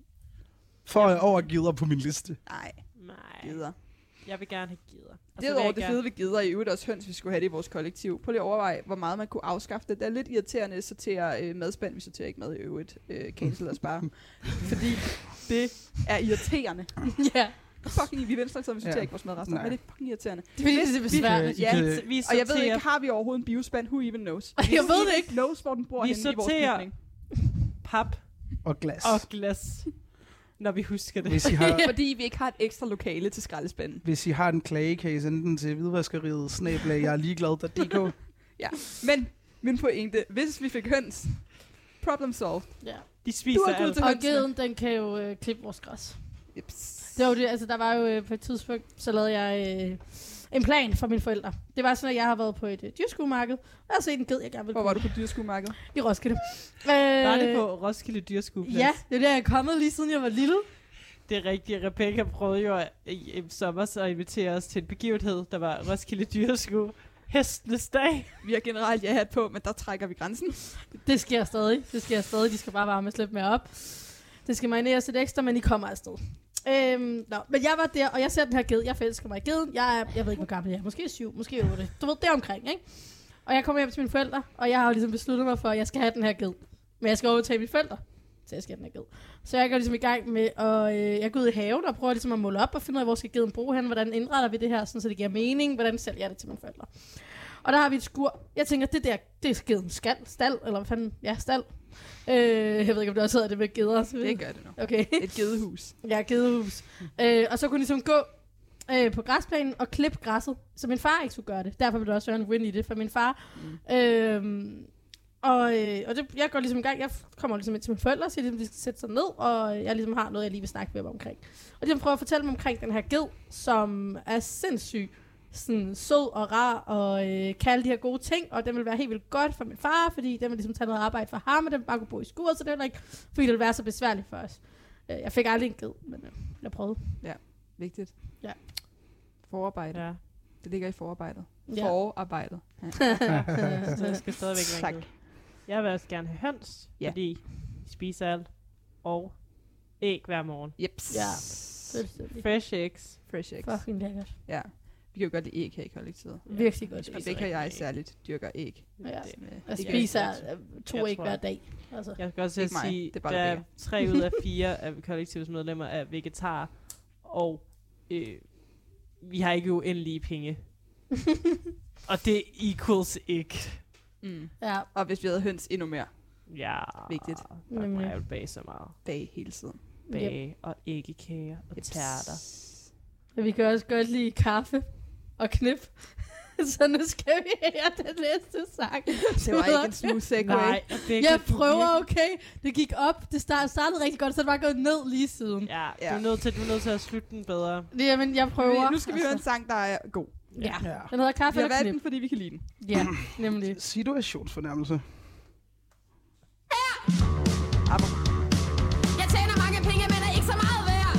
For er over gider på min liste. Nej. Nej, Gider. jeg vil gerne have gider. Og så Det er vil over jeg det gerne- fede ved gider, i øvrigt også høns, vi skulle have det i vores kollektiv. Prøv lige at overveje, hvor meget man kunne afskaffe det. Det er lidt irriterende at sortere madspand. Vi sorterer ikke mad i øvrigt. Cancel os bare. Fordi det er irriterende. Ja, Fucking, vi er venstre, så vi sorterer Ja. ikke vores madrester. Nej. Men det er fucking irriterende. det er fordi, det er besværligt. I Ja, kan- Vi Og jeg ved sorterer ikke, har vi overhovedet en biospand? Who even knows? Jeg ved det ikke. Knows, hvor den bor Vi henne i vores sorterer- bygning. pap Og glas. og glas, når vi husker det. Hvis I har, Fordi vi ikke har et ekstra lokale til skraldespanden. hvis I har en klage, kan I sende den til hvidvaskeriet snablag. Jeg er ligeglad.dk. Ja. Men min pointe, hvis vi fik høns, problem solved. Ja. De spiser Du har gået alt. til Og hønsene. geden, den kan jo klippe vores græs. Jeps. Det var jo det, altså der var jo på et tidspunkt, så lavede jeg en plan for mine forældre. Det var sådan, at jeg har været på et dyrskuemarked, og jeg har set en ged, jeg gerne ville Hvor var du på dyrskuemarkedet? i Roskilde. Var det på Roskilde Dyrskueplads? Ja, det er der, jeg er kommet lige siden jeg var lille. Det er rigtigt. Rebecca prøvede jo i sommer at invitere os til en begivenhed, der var Roskilde Dyrskue. Hestenes dag. Vi har generelt ja-hat på, men der trækker vi grænsen. Det sker stadig. De skal bare varme og slippe med op. Det skal marineres lidt ekstra, men I kommer afsted. Men jeg var der, og jeg ser den her ged. Jeg forelsker mig i geden. Jeg ved ikke, hvor gammel jeg er. Måske 7, måske 8. Du ved, det er omkring, ikke? Og jeg kommer hjem til mine forældre, og jeg har jo ligesom besluttet mig for, at jeg skal have den her ged. Men jeg skal overtage mine forældre, så jeg skal have den her ged. Så jeg går ligesom i gang med, og jeg går ud i haven og prøver ligesom at måle op og finde ud af, hvor skal geden bruge hen, hvordan indretter vi det her, sådan, så det giver mening, hvordan sælger jeg det til mine forældre. Og der har vi et skur. Jeg tænker, det er gedens stald, eller hvad fanden? Ja, stald. Jeg ved ikke, om det også hedder det med geder. Det gør det nu. Okay. Et gedehus. Ja, gedehus. Og så kunne de ligesom gå på græsplænen og klippe græsset, så min far ikke skulle gøre det. Derfor ville der også være en win i det for min far. Og det, jeg går ligesom i gang. Jeg kommer ligesom ind til mine forældre og siger, at de skal sætte sig ned, og jeg ligesom har noget, jeg lige vil snakke med dem omkring. Og de prøver at fortælle mig omkring den her ged, som er sindssygt sådan sød og rar, og kan alle de her gode ting, og den vil være helt vildt godt for min far, fordi den vil ligesom tage noget arbejde for ham, og den vil bare kunne bo i skuret, så det er ikke, fordi det vil være så besværligt for os. Jeg fik aldrig en ged, men jeg prøvede. Vigtigt. Ja. Forarbejde. Ja. Det ligger i forarbejdet. Ja. Forarbejdet. Så jeg skal stadigvæk være Tak. en ged. Jeg vil også gerne have høns, Ja. fordi de spiser alt. Og æg hver morgen. Jeps. Ja. Fuldstændig. Fresh eggs. Fresh eggs. Fucking lækkert. Ja. Vi kan jo godt lide æg her i kollektivet. Virkelig godt. spiser Rebecca og ikke jeg æg. særligt dyrker æg. Ja. Med Jeg ikke spiser æg. 2 Jeg æg tror- hver dag. Altså. Jeg skal også Ikke mig. sige, Det er bare der er Rebecca. 3 ud af 4 af kollektivets medlemmer er vegetarer. Og vi har ikke uendelige penge. Og det equals ikke. Ja, Og hvis vi havde høns endnu mere, Ja, Vigtigt. Nemlig. Jeg vil bage så meget. bag hele tiden. Bage og æggekager og tærter. og vi kan også godt lide kaffe og knip. Så nu skal vi høre den næste sang. Det var ikke en smooth segue. Nej, det Jeg prøver, okay. Det gik op. Det startede rigtig godt, så det var gået ned lige siden. Ja, Ja. du er nødt til at slutte den bedre. Jamen, jeg prøver. Nu skal vi høre en sang, der er god. Ja, Ja. den hedder Vi kaffe har eller valgt knip. den, fordi vi kan lide den. Ja, nemlig. Situationsfornemmelse. Jeg tjener mange penge, men er ikke så meget værd.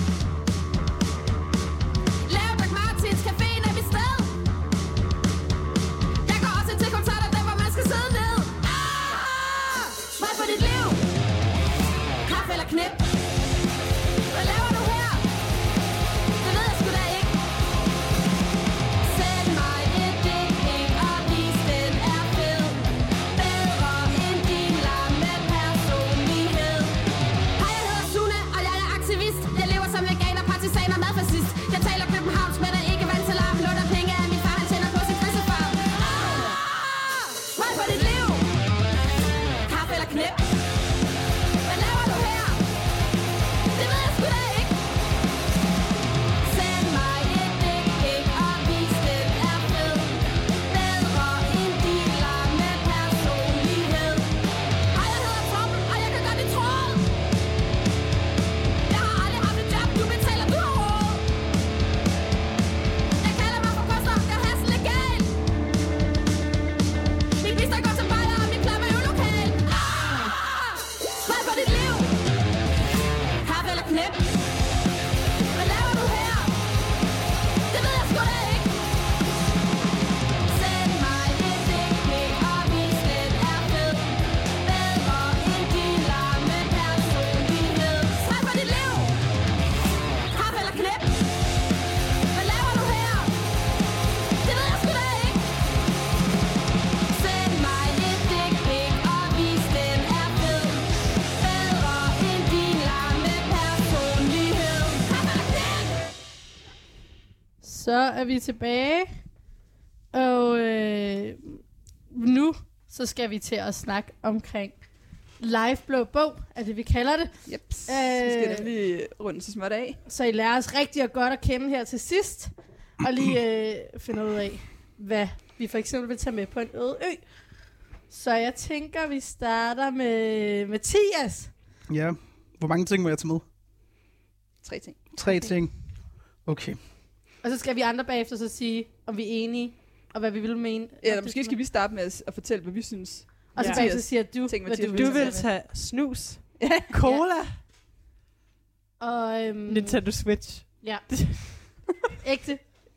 Lav Doc Martins Caféen er mit sted. Jeg går også til koncerter, der hvor man skal sidde ned. Smag på dit liv. Kaffe eller knip. Hvad laver du her? Det ved jeg sgu da ikke. Send mig et digtning og vis den er fed. Bedre end din lamme personlighed. Hej, jeg hedder Sune, og jeg er aktivist. Jeg lever som veganer, partisan og madfascist. Jeg taler københavns, men er ikke vant til larm. Låner penge af min far, han tjener på sin grisefarm. Smag på dit liv. Kaffe eller knip. Hvad laver du her? Det ved jeg sgu da ikke. Send mig et digtning og vis den er fed. Bedre end din lamme personlighed. Hej, jeg hedder Torben, og jeg kan godt lide tråd. Jeg har aldrig haft et job, du betaler, du har råd. Jeg kalder mig for koster, gør hassen legal. Min bister går til bajer, og min klapper er jo lokal. Smag på dit liv. Kaffe eller knip. Hvad laver du her? Det ved jeg sgu da ikke. Send mig et digtning og vis den er fed. Bedre end din lamme personlighed. Smag på dit liv. Kaffe eller knip. Hvad laver du her? Det ved jeg sgu da ikke. Send mig et digtning og vis den er fed. Bedre end din lamme personlighed. Kaffe eller knip. Så er vi tilbage. Og nu så skal vi til at snakke omkring live blå bog, er det vi kalder det. Jeps. Vi skal nemlig runde så småt af. Så I lærer os rigtig og godt at kende her til sidst. Og lige finder ud af, hvad vi for eksempel vil tage med på en øde ø. Så jeg tænker, vi starter med Mathias. Ja. Hvor mange ting må jeg tage med? 3 ting. 3 ting. Okay. Og så skal vi andre bagefter så sige, om vi er enige, og hvad vi vil mene. Eller måske skal vi starte med at fortælle, hvad vi synes. Og så Ja. bagefter siger du, Tænk, hvad Mathias, du Du vil. vil tage snus, Ja. cola, Og Nintendo Switch. ja. Ægte.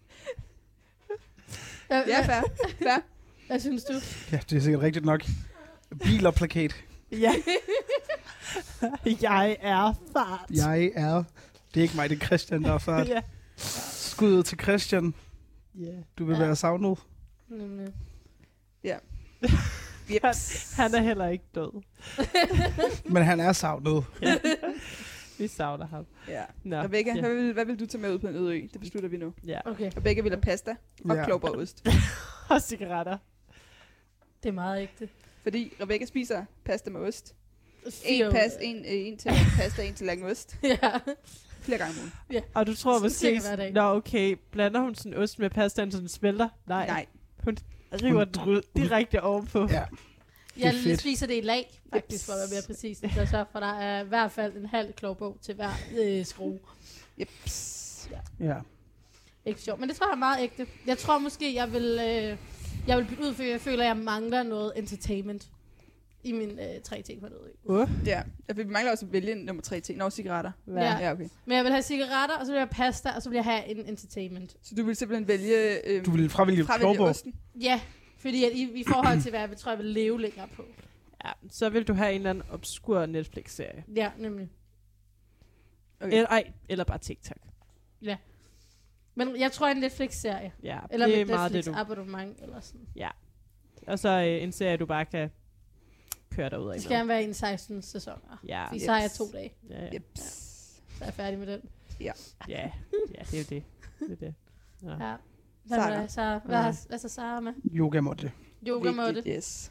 Ja, fair. Hvad synes du? Ja, det er sikkert rigtigt nok. Bil og plakat. Ja. Jeg er fart. Jeg er... Det er ikke mig, det er Christian, der er fart. Ja. Skuddet til Christian. Yeah. Du vil Ja. være savnet. Nemlig. Jeps. Han er heller ikke død. Men han er savnet. Vi savner ham. Ja. Nå, Rebecca, ja. hvad vil du tage med ud på en øde ø? Det beslutter vi nu. Ja. Okay, Rebecca vil have pasta og Ja. klogberost. Og cigaretter. det er meget ægte. Fordi Rebecca spiser pasta med ost. Fire- En til pasta, en til lang ost. Ja. Flere gange om ugen. Og du tror måske... Cirka hver dag. Nå, okay. Blander hun sådan ost med pastaen, så den smelter? Nej. Hun river den direkte ovenpå. Ja. Jeg Det er fedt. spiser det i lag, faktisk, for at være mere præcis. Så sørger for, at der er i hvert fald en halv klogbog til hver skrue. Jeps. Ja. Ikke sjovt, men det tror jeg er meget ægte. Jeg tror måske, jeg vil bytte ud, for jeg føler, at jeg mangler noget entertainment i mine 3 ting på noget. Ja. Vi mangler også at vælge nummer 3 ting. Nå, cigaretter. Ja. Ja, okay. Men jeg vil have cigaretter, og så vil jeg have pasta, og så vil jeg have en entertainment. Så du vil simpelthen vælge... Du vil fravælge Klogborg. osten? Ja, fordi at i forhold til, hvad jeg tror, jeg vil leve længere på. Ja, så vil du have en eller anden obskur Netflix-serie. Ja, nemlig. Okay. Eller bare TikTok. Men jeg tror, en Netflix-serie. Ja, Eller det er mit meget det, du... Netflix-abonnement, eller sådan. Ja. Og så en serie, du bare kan køre derud af. Det skal gerne være en 16 sæsoner. Ja. Fordi så har jeg 2 dage, Ja, ja. Jeps. så er jeg færdig med den. Ja, det er jo det. Det er det. Ja. Ja. Hvad med dig, Sara? Hvad så Sara med? Yogamåtte. Yogamåtte. Vigtigt, yes.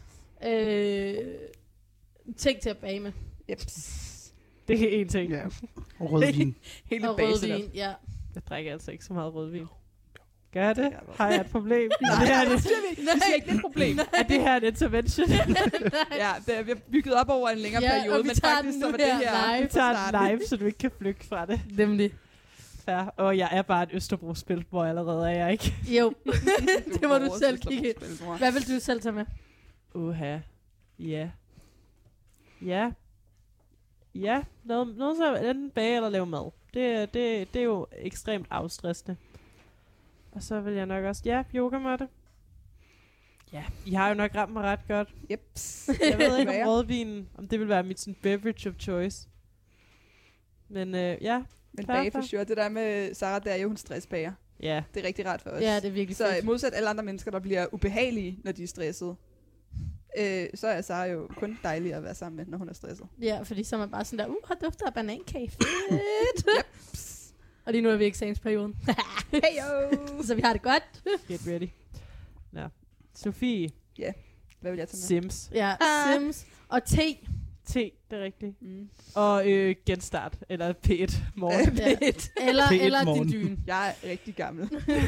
Ting til at bage med. Jeps. Det er én ting. Ja. Og rødvin. Hele Og basen. rødvin, ja. Jeg drikker altså ikke så meget rødvin. Gør jeg det? jeg godt. Har jeg et problem? Nej, det her, det siger vi ikke. Det siger ikke, det er et problem. er det her en intervention? Ja, vi har bygget op over en længere periode, og vi men tager faktisk den så nu var det her her Vi tager den live, så du ikke kan flygte fra det. Nemlig. Fair. Og jeg er bare et Østerbro-spil, hvor allerede er jeg ikke. Jo, det må du vores selv søster kigge ind. på spil, mor. Hvad vil du selv tage med? Uha. Ja. Ja. Ja. Noget så enten bage eller lave mad. Det er jo ekstremt afstressende. Og så vil jeg nok også... Ja, yogamåtte. Ja, I har jo nok ramt mig ret godt. Jeps. Jeg ved ikke Hvad? om rødvinen, om det vil være mit sådan, beverage of choice. Men ja. Men Fair, bage for fair. sure. Det der med Sarah, det er jo, hun stressbager. Ja. Det er rigtig rart for os. Ja, det er virkelig Så fedt. modsat alle andre mennesker, der bliver ubehagelige, når de er stressede, så er Sarah jo kun dejlig at være sammen med, når hun er stresset. Ja, fordi så er man bare sådan der, har dufter af banankage. Fedt. Og lige nu er vi i eksamensperioden. Heyo! Så vi har det godt. Get ready. Ja. Sofie. Hvad vil jeg tage med? Sims. Ja, Sims og te. T, det er rigtigt. Mm. Og genstart. Eller P1 morgen. Ja. Eller, P1 eller din morgen. dyne. Jeg er rigtig gammel.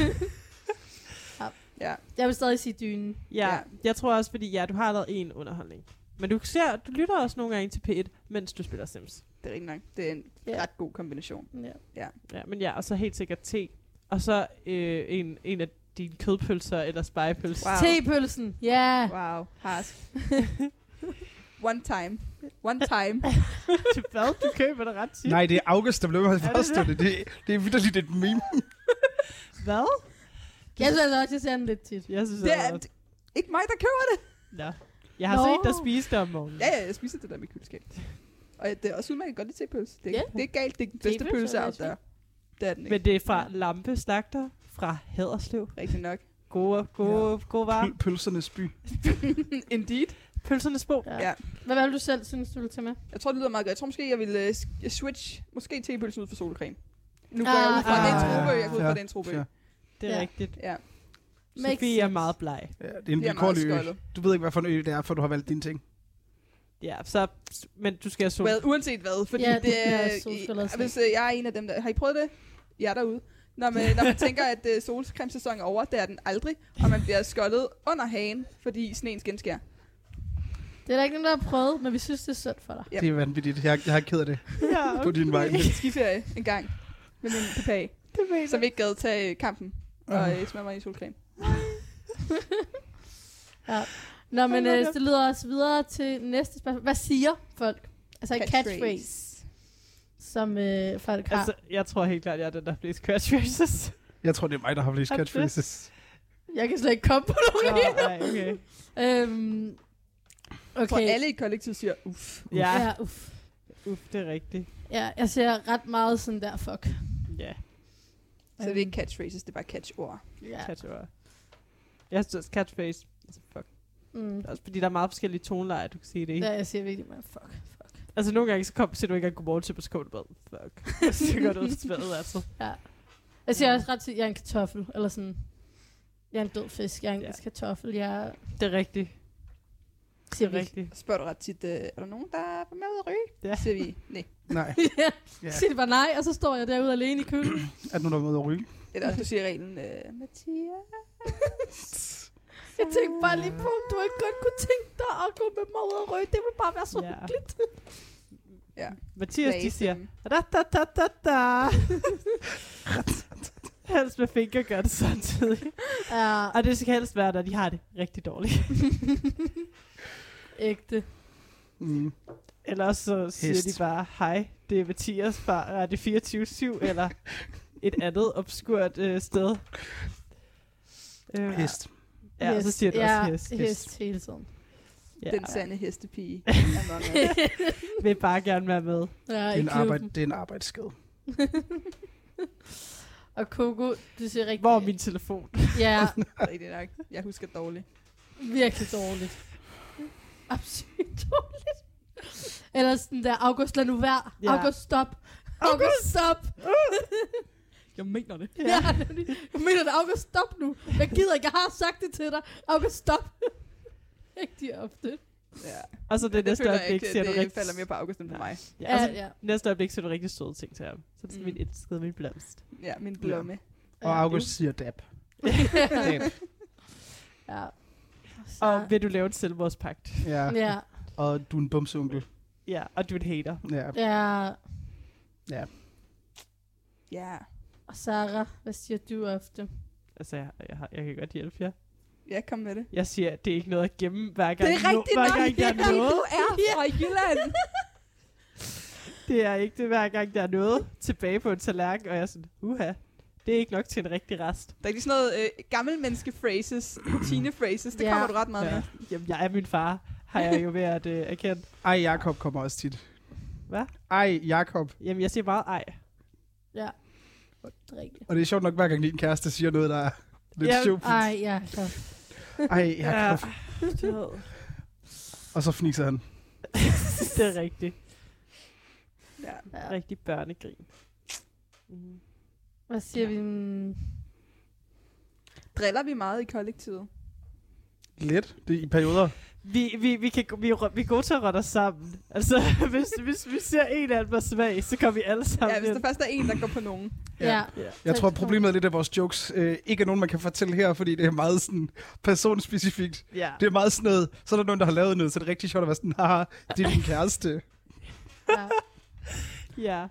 Ja. Jeg vil stadig sige dynen. Ja, jeg tror også, fordi du har lavet en underholdning. Men du lytter også nogle gange til P1, mens du spiller Sims. Det er rigtig nok. Det er en ret god kombination. Ja. Ja, men ja, og så helt sikkert te. Og så en af dine kødpølser eller spegepølser. Wow. Tepølsen. Ja. Wow. Harsk. One time. Til hvad? Du køber det ret tit. Nej, det er August, der blev med at det påstå det. Det er vitterligt et meme. Hvad? Jeg synes altså også, jeg ser den lidt tit. Jeg synes, Det er ikke mig, der køber det. Ja. Jeg har set dig spise det om morgenen. Ja, jeg spiser det der med køleskab. Og det er også udmærket godt i tepølse. Det er ikke galt. Det er den bedste Tepølse pølse er out der. Det er den ikke. Men det er fra Lampe Slagter fra Haderslev. Rigtig nok. Gode varer. Pølsernes by. Indeed. Pølsernes bo. Ja. Hvad vil du selv synes, du vil tage med? Jeg tror, det lyder meget godt. Jeg tror måske, jeg vil switch måske tepølsen ud for solcreme. Nu går jeg ud fra, det er en trobø. Jeg går ud fra, det er en trobø. Det er Ja. rigtigt. Ja. Sofie er meget bleg. Ja, det er en Det er meget vilkårlig ø. skoldet. Du ved ikke, hvad for en ø det er, for du har valgt dine ting. Ja, så... Men du skal have sol. Well, uanset hvad, fordi Ja, det det er... er solskoldet sne. Hvis jeg er en af dem, der... Har I prøvet det? Jeg er derude. Når man tænker, at solcremesæsonen er over, det er den aldrig, og man bliver skoldet under hagen, fordi sneen skal skære. Det er der ikke nogen, der har prøvet, men vi synes, det er synd for dig. Yep. Det er vanvittigt. Jeg er ked af det Ja, på din vej. Skiferie en gang med min papa, som ikke gad tage kampen og smøre mig i solcreme. Ja. Nå, men det leder os videre til næste spørgsmål. Hvad siger folk? Altså en catchphrase, som folk har. Altså, jeg tror helt klart, jeg er den, der har flest catchphrases. Jeg tror, det er mig, der har flest Har du det? catchphrases. Jeg kan slet ikke komme på nogen. Nej, okay. Jeg tror, Okay. alle i kollektivet siger, uff. Ja, Ja, uff. det er rigtigt. Ja, jeg ser ret meget sådan der, fuck. Ja, Så det er ikke catchphrases, det er bare catchord. Ja. catchord. Jeg synes catchphrase. Altså, fuck. Mm. Også fordi der er meget forskellige tonelejer, du kan sige det i. Ja, jeg siger virkelig meget, fuck. Altså nogle gange, så siger du ikke engang godmorgen til på skålebad. Fuck. Så går du ud til spædet, altså. Ja. Jeg siger også ret tit, jeg er en kartoffel, eller sådan, jeg er en død fisk, jeg er en kartoffel, jeg Det er rigtigt. Det siger er vi. rigtigt. Spørger du ret tit, er der nogen, der er med ud at ryge? Ja. Siger vi, nej. Nej. Ja, Ja. siger det bare nej, og så står jeg derude alene i kølen. Er der nogen, der er ude at ryge? Eller du siger reglen, Mathias. Jeg tænkte bare lige på, om du ikke godt kunne tænke dig at gå med mig ud og ryge. Det ville bare være så Ja. hyggeligt. Ja. Mathias, de Base siger, dem. da. Helst med fingerguns samtidig. Ja, Og det skal helst være, når de har det rigtig dårligt. ægte. Mm. Ellers så siger Hest. de bare, hej, det er Mathias fra Radio 24/7, eller et andet obskurt sted. Hest. Ja, og så siger du også hest. hest hele tiden. Ja. Den sande hestepige. Among us. Vil bare gerne være med. Ja, Det er i en, klubben. det er en arbejdsskade. Og Coco, du siger rigtig... Hvor er min telefon? Ja, Rigtig nok. Jeg husker dårligt. virkelig dårligt. Absolut dårligt. Eller sådan der, August, lad nu være. Ja. August, stop. August, stop! Jeg mener det. Ja, jeg mener det. August, stop nu. Jeg gider ikke, jeg har sagt det til dig. August, stop. Rigtig ofte. Ja. Og så det næste føler jeg øjeblik ikke, siger du det rigtig... falder mere på August end på mig. Ja, altså, Ja. næste øjeblik siger du rigtig søde ting til ham. Så det er Mm. min elskede, min blomst. Ja, min blomme. Og August siger dab. Ja. Og vil du lave en selvmordspagt? Ja. Ja. Og du er en bumseonkel. Ja, og du er en hater. Ja. Ja. Ja. Ja. Og Sarah, hvad siger du ofte? Altså, jeg kan godt hjælpe jer. Ja, kom med det. Jeg siger, at det er ikke noget at gemme, hver gang, Det er rigtigt hver nok. gang der er noget. Du er fra Jylland. Det er ikke det, hver gang der er noget tilbage på en tallerken, og jeg er sådan, det er ikke nok til en rigtig rest. Der er ikke sådan noget gammelmenneske phrases, rutine phrases. Det Ja. kommer du ret meget Ja. med. Jamen, jeg er min far, har jeg jo været erkendt. Ej, Jakob kommer også tit. Hvad? Ej, Jakob. Jamen, jeg siger meget ej. Ja. Det er rigtigt. Og det er sjovt nok, hver gang din kæreste siger noget, der er lidt Ja, sjovt. Ej, ja. Så. Ej, Jakob. Og så fniser han. Det er rigtigt. Ja. Ja. Rigtig børnegrin. Mm. Hvad siger vi? Driller vi meget i kollektivet? Lidt. Det er i perioder. Vi er gode til at rette os sammen. Altså, hvis vi ser en af dem er svag, så kommer vi alle sammen Ja, hvis ind. der først er en, der går på nogen. Ja. Jeg tror, problemet er lidt af vores jokes. Ikke er nogen, man kan fortælle her, fordi det er meget sådan personspecifikt. Ja. Det er meget sådan noget, så er der nogen, der har lavet noget, så det er rigtig sjovt at være sådan, haha, det er din kæreste. Ja. Ja.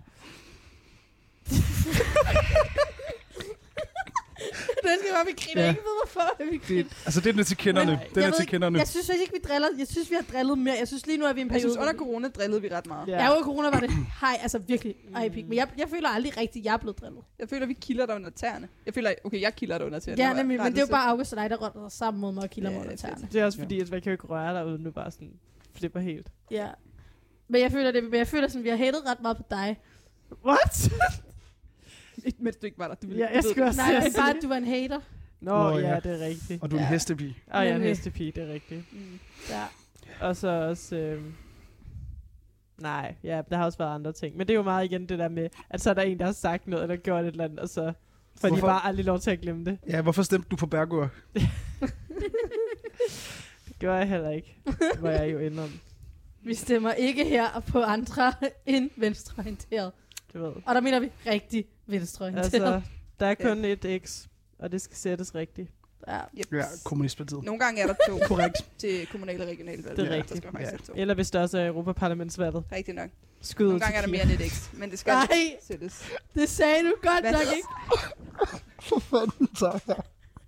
Den skal bare, vi griner Ja. ikke ved, hvorfor vi griner. Det er til kenderne. Men, Den Jeg er ved til ikke, kenderne. Jeg synes faktisk ikke, vi driller. Jeg synes, vi har drillet mere. Jeg synes lige nu, at vi er i en Jeg synes, periode. under corona drillede vi ret meget. Ja. Ja, under corona var det altså virkelig epic. Men jeg føler aldrig rigtigt, at jeg er blevet drillet. Jeg føler, vi kilder dig under tæerne. Jeg føler, okay, jeg kilder dig under tæerne. Ja, Det var nemlig. Men ret det er jo så- bare August og dig, der rører sig sammen mod mig og kilder mig Ja, under det er tæerne. Det er også fordi, at man kan jo ikke røre dig, uden du bare sådan flipper helt. Ja. Men jeg føler sådan, vi har hatet ret meget på dig. What? Mens du ikke var der. Du Ja, jeg ved skulle det. også Nej, det er bare, at du var en hater. Nå, ja. ja, det er rigtigt. Og du er en Ja. hestepige. Og jeg er en Nemlig. hestepige, det er rigtigt. Ja. Og så også... nej, ja, der har også været andre ting. Men det er jo meget igen det der med, at så er der en, der har sagt noget, eller gjort et eller andet, og så får de Hvorfor? bare aldrig lov til at glemme det. Ja, hvorfor stemte du på Bergur? Det gjorde jeg heller ikke, hvor jeg jo ender om. Vi stemmer ikke her på andre end venstreorienteret. Du ved. Og der mener vi rigtig venstreorienteret. Altså, der er kun et X, og det skal sættes rigtigt. Ja. Yep. Ja, Kommunistpartiet. Nogle gange er der to Korrekt. til kommunale og regionale valg. Det er Ja, rigtigt. Der skal man faktisk sætte to. Eller hvis der også er Europaparlamentsvalget. Rigtig nok. Skud Nogle ud gange er der til mere end et X, men det skal Nej, sættes. det sagde du godt Hvad? nok ikke. For fanden, så her.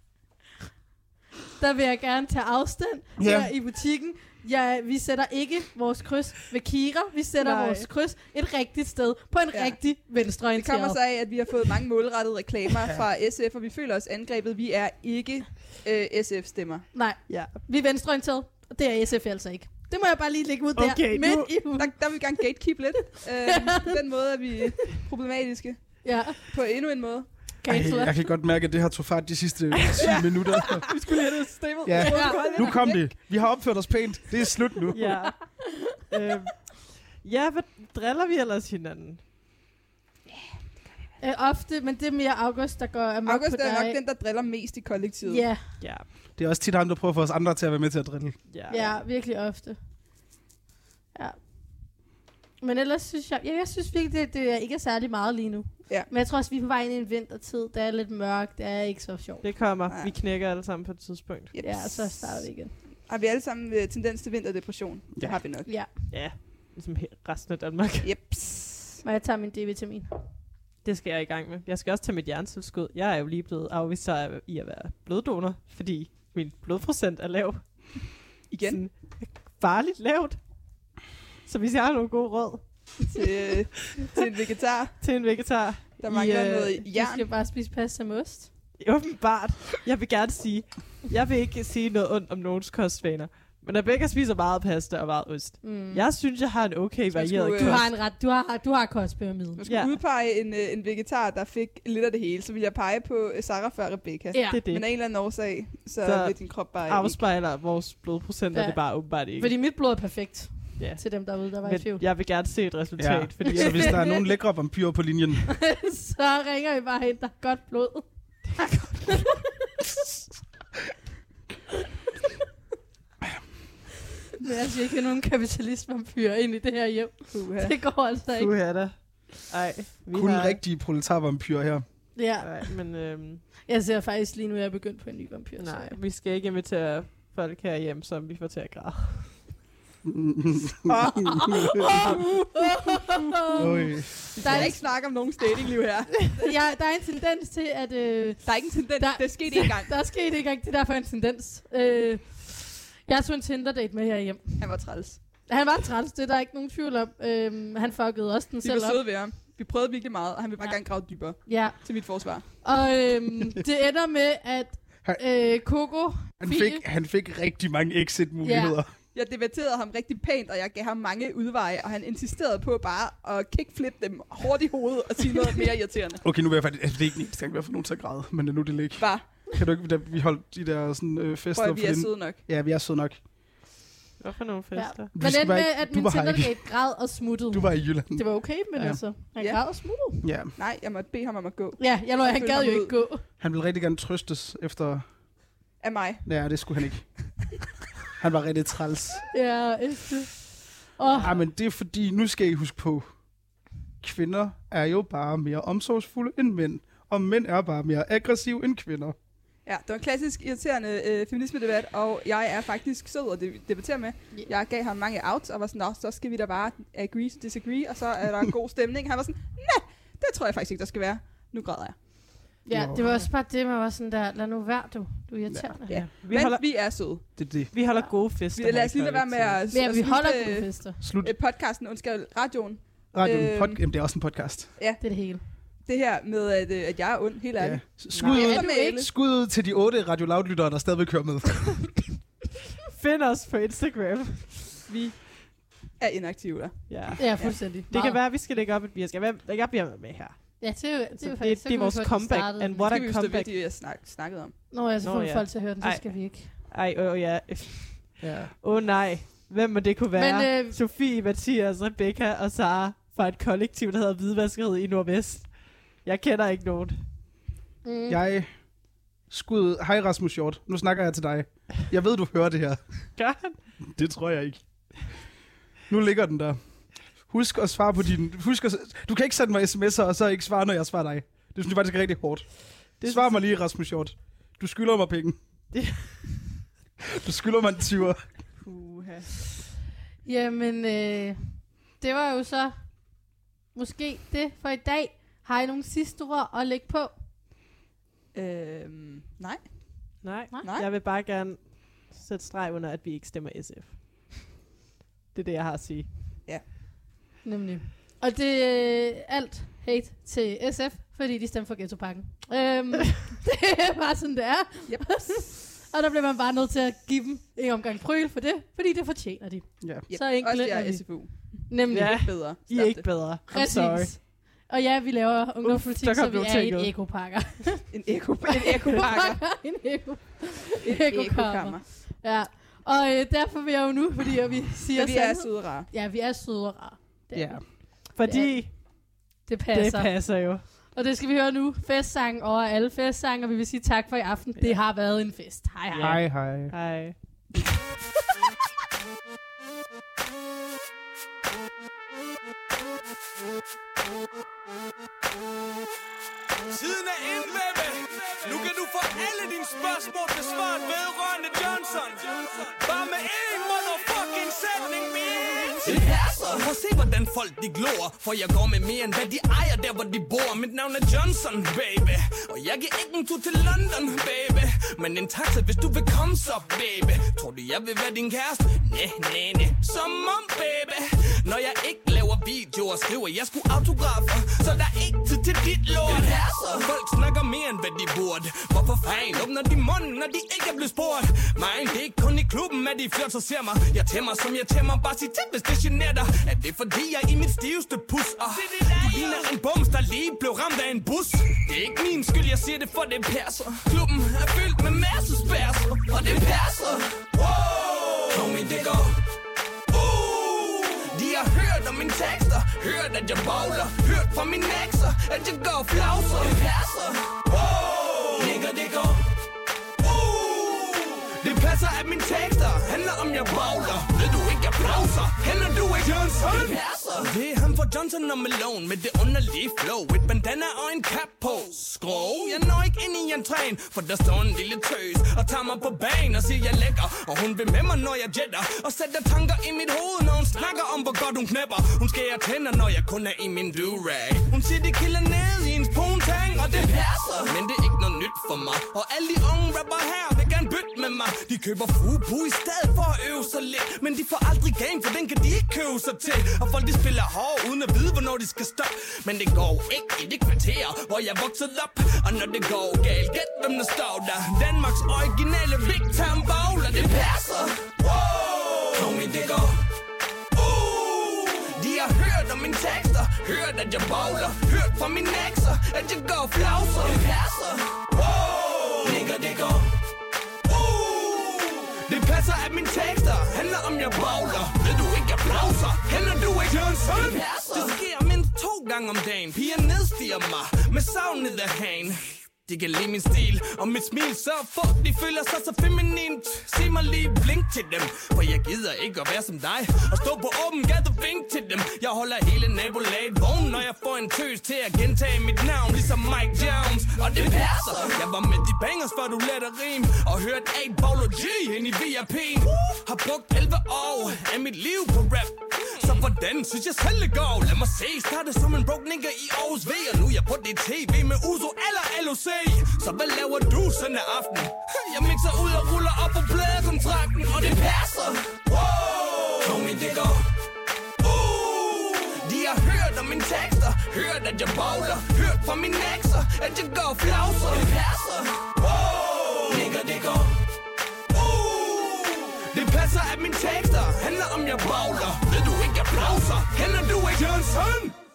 Der vil jeg gerne tage afstand Ja. her i butikken. Ja, vi sætter ikke vores kryds ved Kira. Vi sætter Nej. vores kryds et rigtigt sted på en Ja. rigtig Det venstreorienteret. kommer så af, at vi har fået mange målrettede reklamer fra SF, og vi føler os angrebet. Vi er ikke SF-stemmer. Nej, Ja. vi er venstreorienteret, og det er SF altså ikke. Det må jeg bare lige lægge ud der Okay, midt nu- i ugen. Der vil vi gerne gatekeep lidt. På den måde er vi problematiske. Ja, På endnu en måde. cancel. Jeg kan godt mærke, at det har tog fart de sidste 10 minutter. Vi skulle lige have det systemet. Ja. Ja. Nu kom det. Vi har opført os pænt. Det er slut nu. Ja. Ja, hvad driller vi ellers hinanden? Ofte, men det er mere August, der går amok August på er dig. nok den, der driller mest i kollektivet. Ja, Ja. Det er også tit ham, der prøver at få os andre til at være med til at drille. ja, virkelig ofte. Ja. Men ellers synes jeg synes virkelig, det er ikke er særlig meget lige nu. Ja. Men jeg tror også, vi er på vej ind i en vintertid. Det er lidt mørkt, det er ikke så sjovt. Det kommer. Nej. Vi knækker alle sammen på et tidspunkt. Yep. Ja, så starter vi igen. Har vi alle sammen tendens til vinterdepression? Det Ja. har vi nok. Ja, Ja, ligesom resten af Danmark. Jeps. og jeg tager min D-vitamin. Det skal jeg i gang med. Jeg skal også tage mit jerntilskud. Jeg er jo lige blevet afvist i at være bloddonor, fordi min blodprocent er lav. Igen. Sådan farligt lavt. Så hvis jeg har nogle gode råd til en vegetar, til en vegetar, der mangler øh, noget Du jern. skal bare spise pasta med ost. åbenbart, jeg vil gerne sige, jeg vil ikke sige noget ondt om nogens kostvaner, men Rebecca spiser meget pasta og meget ost. Mm. Jeg synes, jeg har en okay varieret skulle, Du kost. har en ret. Du har kostpyramiden. Hvis jeg Ja. skulle udpege en vegetar, der fik lidt af det hele, så ville jeg pege på Sarah før Rebecca. Ja, Det er det. Men af en eller anden årsag, så Så vil din krop bare ikke. Afspejler vores blodprocenter, Ja. det er bare åbenbart ikke. fordi mit blod er perfekt. Ja. til dem derude, der var i Men tvivl. jeg vil gerne se et resultat, Ja. fordi Så hvis der er nogle lækre vampyrer på linjen, Så ringer I bare ind, der er godt blod. Men jeg siger ikke nogen kapitalistvampyrer ind i det her hjem. Puha. Det går altså ikke. Puha da. Ej, vi kun har... rigtige proletarvampyrer her. Ja, Ej, men jeg ser faktisk lige nu, at jeg er begyndt på en ny vampyr. nej, vi skal ikke invitere folk herhjem, som vi får til at græde. Oj. Der er ikke snak om nogen datingliv her. Ja, der er en tendens til, at... Der er ikke en tendens. Der- Det er sket en gang. Der er sket ikke engang, det er derfor en tendens. Jeg tog en Tinder-date med her hjem. Han var træls. Han var træls, det er der ikke nogen tvivl om. Han fuckede også den Vi selv var op. søde ved ham. Vi prøvede virkelig meget, og han ville bare Ja. gerne grave dybere Ja, til mit forsvar. og det ender med, at Coco... Han fik rigtig mange exit-muligheder. Jeg debatterede ham rigtig pænt, og jeg gav ham mange udveje, og han insisterede på bare at kickflip dem hårdt i hovedet og sige noget mere irriterende. Okay, nu vil jeg faktisk... Altså, det er ikke det skal ikke være for nogen til at græde, men nu er det ikke. Bare, Kan du ikke... Da vi holdt de der sådan, fester prøv at vi er for søde nok. Ja, vi er søde nok. Hvad for nogle fester? Ja. Vi Men skal endte bare med, ikke- at du min var her ikke. Tinder-date græd og smuttede. Du var i Jylland. Det var okay, men Ja. altså, han Ja. græd og smuttede. Ja, Nej, jeg måtte bede ham om at gå. Ja, han følte gad ham jo ud. ikke gå. han ville rigtig gerne trøstes efter... Af mig. Ja, det skulle han ikke. Han var rigtig træls. Ja, efter. Ja, men det er fordi, nu skal I huske på, kvinder er jo bare mere omsorgsfulde end mænd, og mænd er bare mere aggressive end kvinder. Ja, det var en klassisk irriterende feminisme-debat, og jeg er faktisk sød at debattere med. Yeah. Jeg gav ham mange outs, og var sådan, så skal vi da bare agree to disagree, og så er der en god stemning. Han var sådan, nej, det tror jeg faktisk ikke, der skal være. Nu græder jeg. Ja, det var også bare det, man var sådan der, lad nu være, du er irriterende. Ja. Vi holder, Vi er søde. Det er det. vi holder gode fester. Lad her os i lige lade være med kollektivet. at, Ja, at vi holder slutte, gode fester. Slut. podcasten, undskyld, radioen. Radioen, Øhm. Jamen, det er også en podcast. Det er det hele. Det her med, at jeg er ond, helt Ja. ærligt. Skud, Nej, ud, er du ikke? skud ud til de 8 Radio Loud-lyttere, der stadigvæk kører med. Find os på Instagram. Vi er inaktive der. Ja. Ja, fuldstændig. Det kan være, at vi skal lægge op, at vi skal være, jeg bliver med her. Ja, det er jo, det er jo Så faktisk, det er vores comeback, and what Det a skal vi jo stå ved, comeback. det jeg snakkede om. Nå, jeg så Nå, får ja. folk til at høre den, så Ej. skal vi ikke. Ej, ja. Ja. Nej. Hvem må det kunne være? Men, Sofie, Mathias, Rebecca og Sara fra et kollektiv, der hedder Hvidvaskeriet i Nordvest. Jeg kender ikke nogen. Jeg skud. Hej Rasmus Hjort, nu snakker jeg til dig. Jeg ved, du hører det her. Gør han? Det tror jeg ikke. Nu ligger den der. Husk at svare på din... Du kan ikke sende mig sms'er, og så ikke svare, når jeg svarer dig. Det synes jeg faktisk er rigtig hårdt. Svar mig lige, Rasmus Hjort. Du skylder mig penge. Du skylder mig en 20'er. Jamen, det var jo så måske det for i dag. Har I nogle sidste ord at lægge på? Nej. Nej. Nej. Jeg vil bare gerne sætte streg under, at vi ikke stemmer SF. Det er det, jeg har at sige. Nemlig. Og det er alt hate til SF, fordi de stemte for ghettopakken. Det er bare sådan, det er. Yep. Og der bliver man bare nødt til at give dem en omgang pryl for det, fordi det fortjener de. Ja. Yep. Så enkelt Også er jeg er vi. SFU. Nemlig. Ja. Ikke bedre. I er Stop ikke det. bedre. I'm sorry. Præcis. Og ja, vi laver ungdomspolitik, der kom så vi nogle er ting i ud. et ekopakker. En ekopakker. En Et ekokammer. Ja. Og derfor vil jeg jo nu, fordi vi siger Men vi er sandhed. søde og rare. Ja, vi er søde og rare. Det, Ja. Fordi det det passer. passer jo. Og det skal vi høre nu. Festsang over alle festsange, og vi vil sige tak for i aften. Det har været en fest. Hej hej. Hej, hej. Hej. Tiden er inde, baby. Nu kan du få alle dine spørgsmål besvaret vedrørende Johnson. Bare med én motherfucking sætning, bitch. Det passer. Prøv at se, hvordan folk de glor. For jeg går med mere end hvad de ejer der, hvor de bor. Mit navn er Johnson, baby. Og jeg giver ikke en tur til London, baby. Men en taxa, hvis du vil komme så, baby. Tror du, jeg vil være din kæreste? Næ. Som om, baby. Når jeg ikke laver videoer og skriver, jeg skulle autografer. Så der er ikke tid til dit lort. Folk snakker mere end hvad de burde. Hvorfor fanden åbner de munden, når de ikke er blevet spurgt? Mig, det er ikke kun i klubben, at de flot så ser mig. Jeg tæmmer som jeg tæmmer, bare sig til, hvis det generer dig. Er det fordi jeg er i mit stiveste pus? Og du ligner en bums, der lige blev ramt af en bus. Det er ikke min skyld, jeg siger det, for det passer. Klubben er fyldt med masse spærser, og det passer. Wow, homie, det går. har hørt om mine tekster, hørt at jeg bowler, hørt fra mine ekser, at jeg går flauser. Det passer. Nigga, det går. Det passer, at mine tekster handler om jeg bowler. Ved du ikke, jeg browser? Kender du ikke Johnson? Det passer. Det er ham fra Johnson og Malone med det underlige flow. Et bandana og en cap på. Skrå. Jeg når ikke ind i entréen, for der står en lille tøs og tager mig på banen og siger, jeg er lækker. Og hun vil med mig, når jeg jetter, og sætter tanker i mit hoved, når hun snakker om, hvor godt hun knæpper. Hun skærer tænder, når jeg kun er i min do-rag. Hun siger, det kilder ned i en spontang, og det passer. Men det er ikke noget nyt for mig. Og alle de unge rapper her vil gerne bytte med mig. De køber fubu i stedet for at øve sig lidt. Men de får aldrig game, for den kan de ikke købe sig til. Og folk de spiller hård, uden at vide, hvornår de skal stoppe. Men det går ikke i det kvarter, hvor jeg voksede op. Og når det går galt, gæt hvem der står der. Danmarks originale Big Time Bowler, det passer. Homie, det går. De har hørt om mine tekster, hørt at jeg bowler, hørt fra mine ekser, at jeg går flauser. Det passer. Nigga, det går. Det passer, at mine tekster handler om jeg bowler. Ved du ikke, jeg browser? Kender du ikke Johnson? Det passer. Det sker mindst 2 gange om dagen. Piger nedstiger mig med savnet af hane. De kan lide min stil og mit smil, så fuck, de føler sig så feminint. Sig mig lige blink til dem, for jeg gider ikke at være som dig og stå på åben gade og vink til dem. Jeg holder hele nabolaget vågen, når jeg får en tøs til at gentage mit navn, ligesom Mike Jones. Og det passer. Jeg var med de bangers, før du lærte rim, og hørt 8 Ball og G ind i VIP'en. Har brugt 11 år af mit liv på rap, så hvordan synes jeg selv det går? Lad mig se, startede som en broke nigga i Aarhus V, og nu er jeg på det TV med Uzo eller LOC. Så hvad laver du søndag aften? Jeg mixer ud og ruller op på pladekontrakten, og det passer. Homie, det går. De har hørt om mine tekster, hørt at jeg bowler, hørt fra mine ekser, at jeg går flauser. Det passer. Nigga, det går. Det passer, at mine tekster handler om jeg bowler. Ved du ikke, jeg browser? Kender du ikke Johnson?